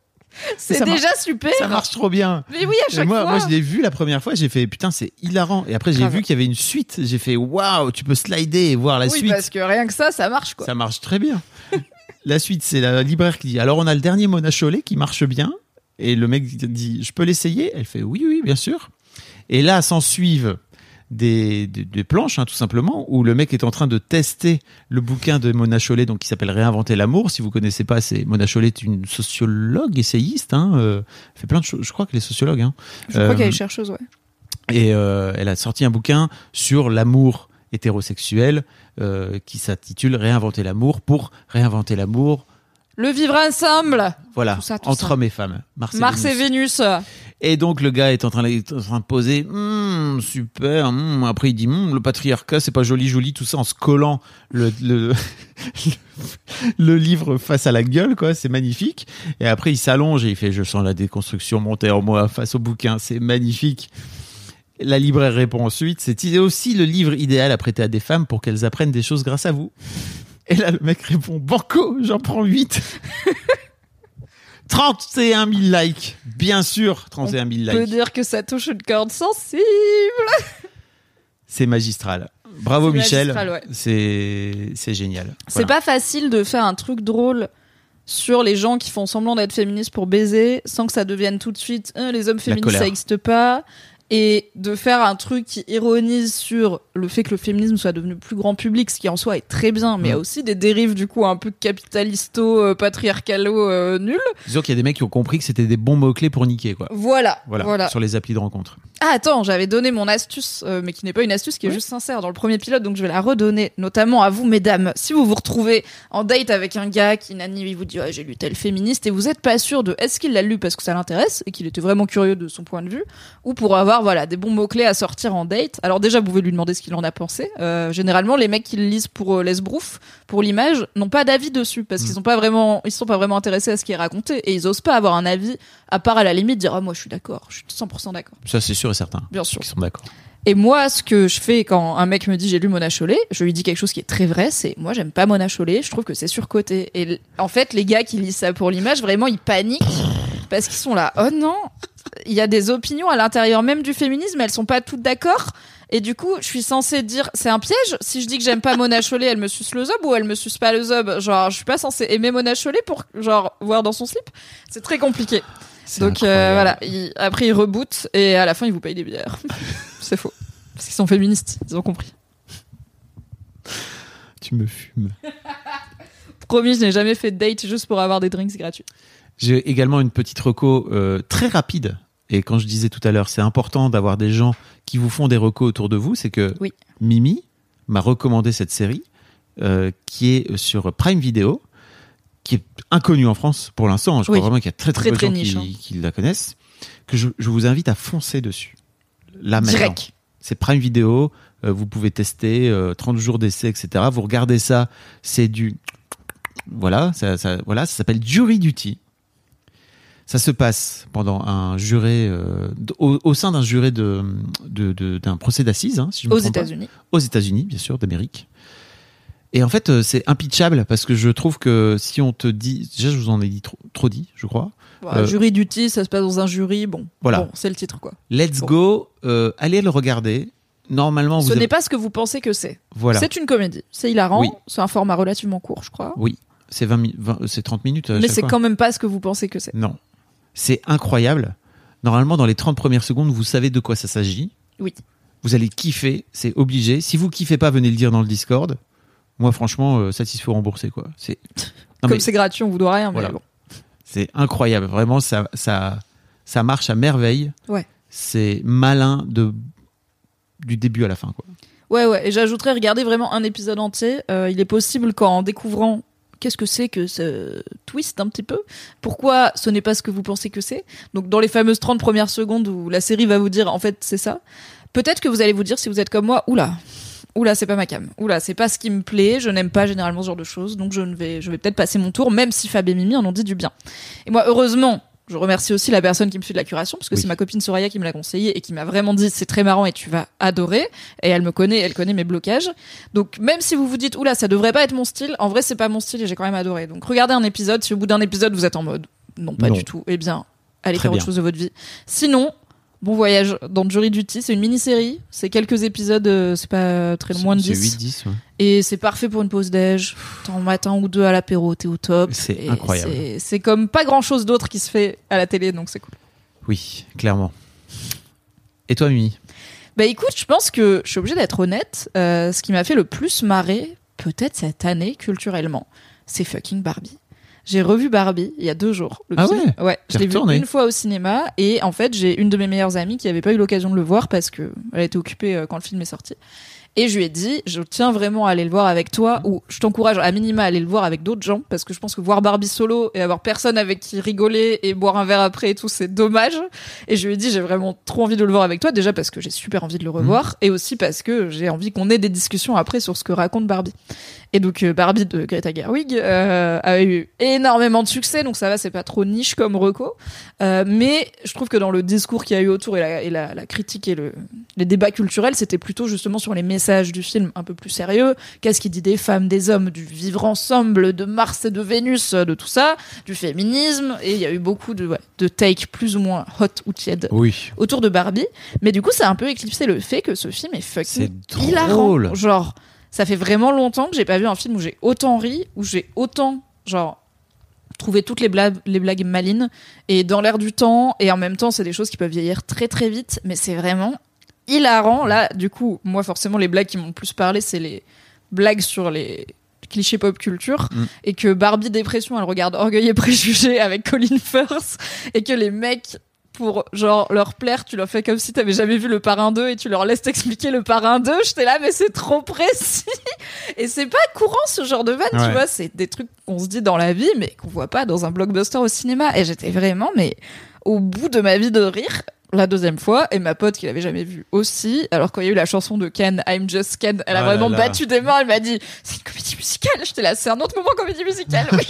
C'est ça déjà mar- super. Ça marche trop bien. Mais oui, à chaque Et moi, fois. moi, je l'ai vu la première fois, j'ai fait putain, c'est hilarant. Et après, j'ai Grave. vu qu'il y avait une suite. J'ai fait waouh, tu peux slider et voir la oui, suite. parce que rien que ça, ça marche quoi. Ça marche très bien. La suite, c'est la libraire qui dit alors, on a le dernier Mona Chollet qui marche bien. Et le mec dit je peux l'essayer? Elle fait oui, oui, bien sûr. Et là, s'en suivent des, des, des planches, hein, tout simplement, où le mec est en train de tester le bouquin de Mona Chollet, donc qui s'appelle Réinventer l'amour. Si vous connaissez pas, c'est Mona Chollet est une sociologue, essayiste, hein, euh, elle fait plein de choses. Je crois qu'elle est sociologue. Hein. Je Euh, crois qu'elle est chercheuse, ouais. Et euh, elle a sorti un bouquin sur l'amour hétérosexuel euh, qui s'intitule Réinventer l'amour pour réinventer l'amour. Le vivre ensemble. Voilà, Tout ça, tout entre ça. hommes et femmes. Mars et Mars et Vénus. Vénus. Et donc le gars est en train, est en train de poser, Hum, super. Hum. Après il dit, Hum, le patriarcat c'est pas joli, joli, tout ça en se collant le le, le livre face à la gueule, quoi. C'est magnifique. Et après il s'allonge et il fait, je sens la déconstruction monter en moi face au bouquin, c'est magnifique. La libraire répond ensuite, c'est aussi le livre idéal à prêter à des femmes pour qu'elles apprennent des choses grâce à vous. Et là le mec répond, banco, j'en prends huit. trente et un mille likes, bien sûr, trente et un mille On peut likes. dire que ça touche une corde sensible. C'est magistral. Bravo C'est Michel, magistral, ouais. c'est c'est génial. C'est Voilà. pas facile de faire un truc drôle sur les gens qui font semblant d'être féministes pour baiser sans que ça devienne tout de suite hein, les hommes féministes colère. ça n'existe pas, et de faire un truc qui ironise sur le fait que le féminisme soit devenu plus grand public, ce qui en soi est très bien, mais il y a Mm. aussi des dérives du coup un peu capitalisto euh, patriarcalo euh, nul. Disons qu'il y a des mecs qui ont compris que c'était des bons mots-clés pour niquer, quoi. Voilà, Voilà, voilà. sur les applis de rencontre. Ah attends, j'avais donné mon astuce, euh, mais qui n'est pas une astuce, qui est Ouais. juste sincère dans le premier pilote, donc je vais la redonner, notamment à vous, mesdames. Si vous vous retrouvez en date avec un gars qui Nani il vous dit ouais, j'ai lu tel féministe et vous êtes pas sûr de est-ce qu'il l'a lu parce que ça l'intéresse et qu'il était vraiment curieux de son point de vue, ou pour avoir voilà des bons mots clés à sortir en date. Alors déjà, vous pouvez lui demander ce qu'il en a pensé. Euh, généralement, les mecs qui le lisent pour euh, l'esbrouf, pour l'image, n'ont pas d'avis dessus parce Mm. qu'ils sont pas vraiment, ils sont pas vraiment intéressés à ce qui est raconté et ils osent pas avoir un avis à part à la limite dire ah moi je suis d'accord, je suis cent pour cent d'accord. Ça, c'est sûr et certain. Bien sûr. Qui sont d'accord. Et moi, ce que je fais quand un mec me dit j'ai lu Mona Chollet, je lui dis quelque chose qui est très vrai, c'est moi j'aime pas Mona Chollet, je trouve que c'est surcoté. Et l- en fait, les gars qui lisent ça pour l'image, vraiment ils paniquent parce qu'ils sont là. Oh non, il y a des opinions à l'intérieur même du féminisme, elles sont pas toutes d'accord. Et du coup, je suis censée dire c'est un piège. Si je dis que j'aime pas Mona Chollet, elle me suce le zob ou elle me suce pas le zob. Genre, je suis pas censée aimer Mona Chollet pour genre voir dans son slip. C'est très compliqué. C'est Donc euh, incroyable. voilà, il- après ils rebootent et à la fin ils vous payent des bières. C'est faux. Parce qu'ils sont féministes, ils ont compris. Tu me fumes. Promis, je n'ai jamais fait de date juste pour avoir des drinks gratuits. J'ai également une petite reco euh, très rapide. Et quand je disais tout à l'heure, c'est important d'avoir des gens qui vous font des recos autour de vous. C'est que Oui. Mimi m'a recommandé cette série euh, qui est sur Prime Video, qui est inconnue en France pour l'instant. Je crois Oui. vraiment qu'il y a très très, Très, peu de très gens niche, qui, hein. qui la connaissent. Que je, je vous invite à foncer dessus. Là maintenant. Direct. C'est Prime Video. euh, vous pouvez tester euh, trente jours d'essai, et cetera. Vous regardez ça. C'est du voilà, ça, ça, voilà, ça s'appelle Jury Duty. Ça se passe pendant un juré, euh, au, au sein d'un juré de, de, de- d'un procès d'assises, hein, si je me Aux trompe pas. États-Unis. Aux États-Unis, bien sûr, d'Amérique. Et en fait, euh, c'est impitchable parce que je trouve que si on te dit, déjà, je vous en ai dit trop, trop dit, je crois. Bon, Euh, Jury duty, ça se passe dans un jury. Bon, Voilà. bon, c'est le titre quoi. Let's Bon. go, euh, allez le regarder. Normalement, vous Ce avez- n'est pas ce que vous pensez que c'est. voilà. C'est une comédie. C'est hilarant. Oui. C'est un format relativement court, je crois. Oui, c'est vingt, mi- vingt c'est trente minutes. à Mais chaque c'est fois. quand même pas ce que vous pensez que c'est. Non. C'est incroyable. Normalement, dans les trente premières secondes, vous savez de quoi ça s'agit. Oui. Vous allez kiffer, c'est obligé. Si vous kiffez pas, venez le dire dans le Discord. Moi, franchement, euh, satisfait remboursé, quoi. C'est, non, Comme mais c'est gratuit, on vous doit rien. Mais Voilà. bon. c'est incroyable. Vraiment, ça, ça, ça marche à merveille. Ouais. C'est malin de, du début à la fin, quoi. Ouais, ouais. Et j'ajouterais, regardez vraiment un épisode entier. Euh, il est possible qu'en découvrant qu'est-ce que c'est que ce twist un petit peu, pourquoi ce n'est pas ce que vous pensez que c'est. Donc dans les fameuses trente premières secondes où la série va vous dire en fait c'est ça, peut-être que vous allez vous dire si vous êtes comme moi, oula, oula c'est pas ma cam, oula c'est pas ce qui me plaît, je n'aime pas généralement ce genre de choses, donc je ne vais, je vais peut-être passer mon tour, même si Fab et Mimi en ont dit du bien. Et moi heureusement, je remercie aussi la personne qui me fait de la curation, parce que Oui. c'est ma copine Soraya qui me l'a conseillé et qui m'a vraiment dit c'est très marrant et tu vas adorer. Et elle me connaît, elle connaît mes blocages. Donc même si vous vous dites oula ça devrait pas être mon style, en vrai c'est pas mon style et j'ai quand même adoré. Donc regardez un épisode, si au bout d'un épisode vous êtes en mode Non, pas Non. du tout. Eh bien, allez Très faire autre bien. chose de votre vie. Sinon, bon voyage dans Jury Duty. C'est une mini-série. C'est quelques épisodes, euh, c'est pas très moins de C'est dix. huit dix, ouais. Et c'est parfait pour une pause déj. T'en matin ou deux à l'apéro, t'es au top. C'est Et incroyable. C'est, c'est comme pas grand-chose d'autre qui se fait à la télé, donc c'est cool. Oui, clairement. Et toi, Mimi? Bah écoute, je pense que je suis obligée d'être honnête. Euh, ce qui m'a fait le plus marrer, peut-être cette année, culturellement, c'est fucking Barbie. J'ai revu Barbie il y a deux jours. Le Ah film. ouais Ouais, je T'es l'ai vu retournée une fois au cinéma et en fait j'ai une de mes meilleures amies qui avait pas eu l'occasion de le voir parce que elle était occupée euh, quand le film est sorti. Et je lui ai dit, je tiens vraiment à aller le voir avec toi, ou je t'encourage à minima à aller le voir avec d'autres gens, parce que je pense que voir Barbie solo et avoir personne avec qui rigoler et boire un verre après et tout, c'est dommage. Et je lui ai dit, j'ai vraiment trop envie de le voir avec toi, déjà parce que j'ai super envie de le revoir, mmh. et aussi parce que j'ai envie qu'on ait des discussions après sur ce que raconte Barbie. Et donc euh, Barbie de Greta Gerwig euh, a eu énormément de succès, donc ça va, c'est pas trop niche comme reco. Euh, mais je trouve que dans le discours qu'il y a eu autour et la, et la, la critique et le, les débats culturels, c'était plutôt justement sur les messages du film un peu plus sérieux. Qu'est-ce qu'il dit des femmes, des hommes, du vivre ensemble, de Mars et de Vénus, de tout ça, du féminisme. Et il y a eu beaucoup de, ouais, de takes plus ou moins hot ou tièdes oui. autour de Barbie. Mais du coup, ça a un peu éclipsé le fait que ce film est fucking c'est hilarant. drôle. Genre, ça fait vraiment longtemps que j'ai pas vu un film où j'ai autant ri, où j'ai autant, genre, trouvé toutes les blagues, les blagues malines et dans l'air du temps. Et en même temps, c'est des choses qui peuvent vieillir très très vite. Mais c'est vraiment hilarant. Là, du coup, moi, forcément, les blagues qui m'ont le plus parlé, c'est les blagues sur les clichés pop culture. Mm. Et que Barbie Dépression, elle regarde Orgueil et Préjugés avec Colin Firth. Et que les mecs, pour genre leur plaire, tu leur fais comme si t'avais jamais vu Le Parrain deux et tu leur laisses t'expliquer Le Parrain deux. J'étais là, mais c'est trop précis. Et c'est pas courant, ce genre de vanne, ouais. Tu vois. C'est des trucs qu'on se dit dans la vie, mais qu'on voit pas dans un blockbuster au cinéma. Et j'étais vraiment, mais au bout de ma vie de rire. La deuxième fois, et ma pote qui l'avait jamais vue aussi, alors quand il y a eu la chanson de Ken, I'm Just Ken, elle a ah vraiment battu des mains, elle m'a dit c'est une comédie musicale. J'étais là, c'est un autre moment comédie musicale, oui.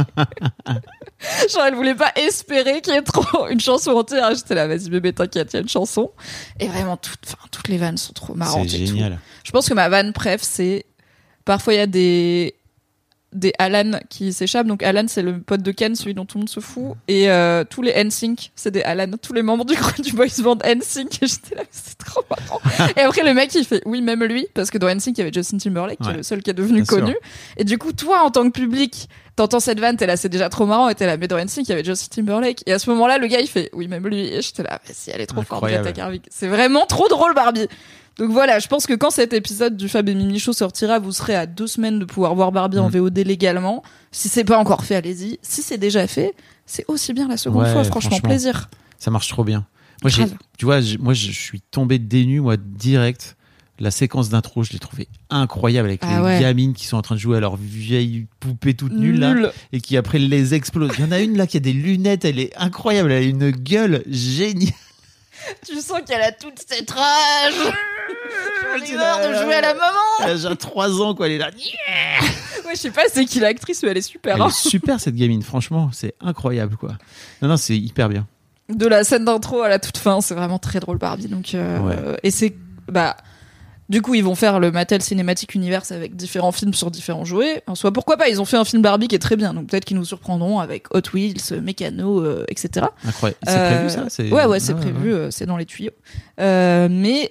Genre elle voulait pas espérer qu'il y ait trop une chanson entière. J'étais là, vas-y bébé, t'inquiète, il y a une chanson. Et vraiment toutes, enfin toutes les vannes sont trop marrantes. C'est et génial. Tout. Je pense que ma vanne préf, c'est parfois il y a des des Alan qui s'échappent. Donc Alan, c'est le pote de Ken, celui dont tout le monde se fout. Et euh, tous les N Sync, c'est des Alan. Tous les membres du, du boys band N Sync. Et j'étais là, c'est trop marrant. Et après, le mec, il fait oui, même lui. Parce que dans N Sync, il y avait Justin Timberlake, ouais. qui est le seul qui est devenu Bien connu. Sûr. Et du coup, toi, en tant que public, t'entends cette vanne, t'es là, c'est déjà trop marrant. Et t'es là, mais dans N Sync, il y avait Justin Timberlake. Et à ce moment-là, le gars, il fait oui, même lui. Et j'étais là, mais si, elle est trop forte, Greta Gerwig. C'est vraiment trop drôle, Barbie. Donc voilà, je pense que quand cet épisode du Fab et Mimi Show sortira, vous serez à deux semaines de pouvoir voir Barbie mmh. en V O D légalement. Si c'est pas encore fait, allez-y. Si c'est déjà fait, c'est aussi bien la seconde ouais, fois. Franchement, franchement, plaisir. Ça marche trop bien. Moi, j'ai, tu vois, j'ai, moi, je suis tombé des nues, moi, direct. La séquence d'intro, je l'ai trouvée incroyable avec ah les ouais. gamines qui sont en train de jouer à leur vieille poupée toute nulle là, Nul. Et qui après les explosent. Il y en a une là qui a des lunettes, elle est incroyable, elle a une gueule géniale. Tu sens qu'elle a toute cette rage. J'en ai marre de jouer à la maman. Elle a déjà trois ans, quoi. Elle est là. Ouais, je sais pas c'est qui l'actrice, mais elle est super. Elle hein. est super, cette gamine. Franchement, c'est incroyable, quoi. Non, non, c'est hyper bien. De la scène d'intro à la toute fin, c'est vraiment très drôle, Barbie. Donc, euh, ouais. Et c'est, bah, du coup, ils vont faire le Mattel Cinematic Universe avec différents films sur différents jouets. En soi, pourquoi pas? Ils ont fait un film Barbie qui est très bien. Donc peut-être qu'ils nous surprendront avec Hot Wheels, Mécano, euh, et cetera. Incroyable. C'est euh, prévu, ça? C'est... Ouais, ouais, c'est ah, prévu. Ouais. Euh, c'est dans les tuyaux. Euh, mais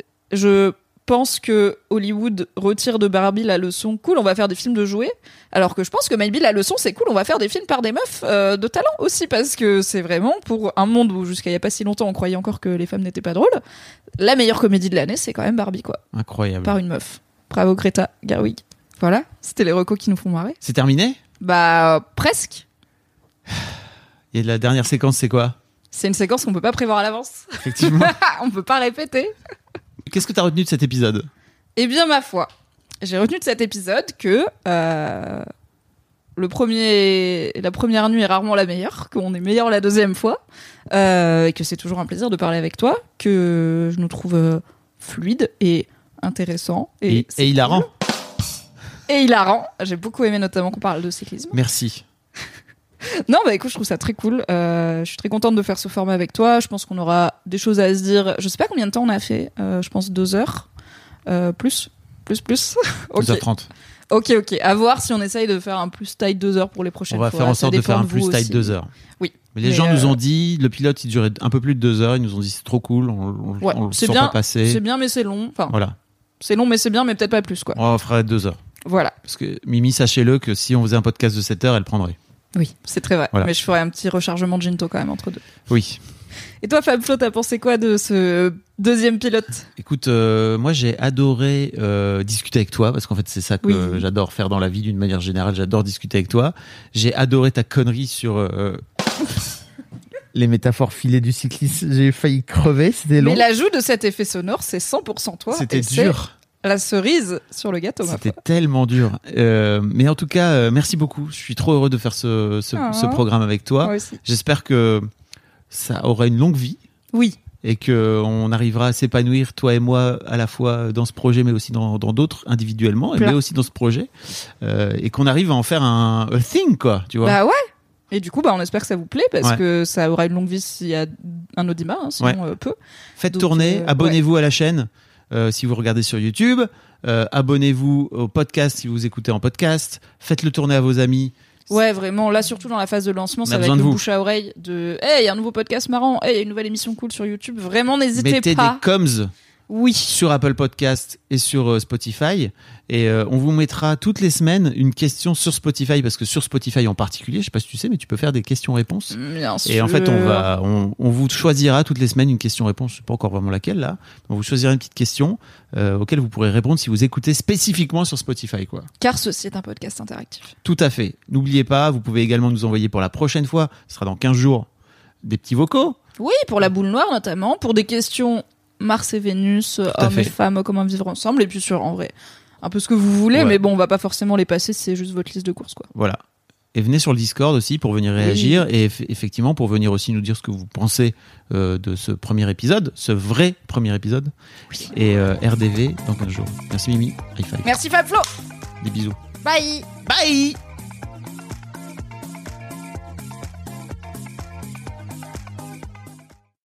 je pense que Hollywood retire de Barbie la leçon cool, on va faire des films de jouets, alors que je pense que maybe la leçon c'est cool, on va faire des films par des meufs euh, de talent aussi, parce que c'est vraiment pour un monde où jusqu'à il y a pas si longtemps on croyait encore que les femmes n'étaient pas drôles, la meilleure comédie de l'année c'est quand même Barbie, quoi. Incroyable. Par une meuf. Bravo Greta Gerwig. Voilà, c'était les recos qui nous font marrer. C'est terminé? Bah euh, presque. Et la dernière séquence c'est quoi? C'est une séquence qu'on peut pas prévoir à l'avance. Effectivement. On peut pas répéter. Qu'est-ce que t'as retenu de cet épisode? Eh bien, ma foi, j'ai retenu de cet épisode que euh, le premier, la première nuit est rarement la meilleure, qu'on est meilleur la deuxième fois, euh, et que c'est toujours un plaisir de parler avec toi, que je nous trouve euh, fluide et intéressant. Et, et, et hilarant. Et hilarant. J'ai beaucoup aimé notamment qu'on parle de cyclisme. Merci. Non, bah écoute, je trouve ça très cool. Euh, je suis très contente de faire ce format avec toi. Je pense qu'on aura des choses à se dire. Je sais pas combien de temps on a fait. Euh, je pense deux heures. Euh, plus, plus, plus. Okay. deux heures trente. Ok, ok. À voir si on essaye de faire un plus taille deux heures pour les prochaines fois. On va fois. faire en sorte de faire un de plus taille aussi. deux heures. Oui. Mais les Mais gens euh... nous ont dit, le pilote il durait un peu plus de deux heures, ils nous ont dit c'est trop cool, on, on, ouais, on le c'est sent bien, pas passer. C'est bien, mais c'est long. Enfin, voilà. C'est long, mais c'est bien, mais peut-être pas plus, quoi. On ferait deux heures. Voilà. Parce que Mimi, sachez-le que si on faisait un podcast de sept heures, elle prendrait. Oui, c'est très vrai. Voilà. Mais je ferais un petit rechargement de Ginto quand même entre deux. Oui. Et toi, Fab Flo, t'as pensé quoi de ce deuxième pilote ? Écoute, euh, moi j'ai adoré euh, discuter avec toi, parce qu'en fait c'est ça que Oui. j'adore faire dans la vie d'une manière générale, j'adore discuter avec toi. J'ai adoré ta connerie sur... Euh... les métaphores filées du cycliste, j'ai failli crever, c'était long. Mais l'ajout de cet effet sonore, c'est cent pour cent toi. C'était et dur. C'est la cerise sur le gâteau, ma C'était foi. tellement dur. Euh, mais en tout cas, euh, merci beaucoup. Je suis trop heureux de faire ce, ce, Oh. ce programme avec toi. Moi aussi. J'espère que ça aura une longue vie Oui. et qu'on arrivera à s'épanouir, toi et moi, à la fois dans ce projet, mais aussi dans dans d'autres individuellement, Plein. mais aussi dans ce projet. Euh, et qu'on arrive à en faire un a thing, quoi, tu vois. Bah ouais. Et du coup, bah, on espère que ça vous plaît parce Ouais. que ça aura une longue vie s'il y a un audimat, hein, sinon Ouais. euh, peu. Faites donc, tourner, euh, abonnez-vous à la chaîne euh, si vous regardez sur YouTube, euh, abonnez-vous au podcast si vous écoutez en podcast, faites-le tourner à vos amis. Ouais, vraiment. Là, surtout dans la phase de lancement, On a ça va besoin être de le vous. bouche à oreille de hey, il y a un nouveau podcast marrant, hey, il y a une nouvelle émission cool sur YouTube. Vraiment, n'hésitez Mettez pas. des coms Oui. sur Apple Podcast et sur euh, Spotify, et euh, on vous mettra toutes les semaines une question sur Spotify, parce que sur Spotify en particulier, je sais pas si tu sais, mais tu peux faire des questions-réponses. Bien sûr. Et en fait, on va, on, on vous choisira toutes les semaines une question-réponse. Je sais pas encore vraiment laquelle là. On vous choisira une petite question euh, auquel vous pourrez répondre si vous écoutez spécifiquement sur Spotify, quoi. Car ceci est un podcast interactif. Tout à fait. N'oubliez pas, vous pouvez également nous envoyer pour la prochaine fois, ce sera dans quinze jours, des petits vocaux. Oui, pour la boule noire notamment, pour des questions Mars et Vénus, à hommes et fait. femmes, comment vivre ensemble, et puis sur en vrai un peu ce que vous voulez, Ouais. mais bon, on va pas forcément les passer, c'est juste votre liste de courses, quoi. Voilà. Et venez sur le Discord aussi pour venir réagir, et eff- effectivement pour venir aussi nous dire ce que vous pensez euh, de ce premier épisode, ce vrai premier épisode. Et euh, R D V dans quinze jours. Merci Mimi, high five. Merci Fab Flo. Des bisous. Bye. Bye.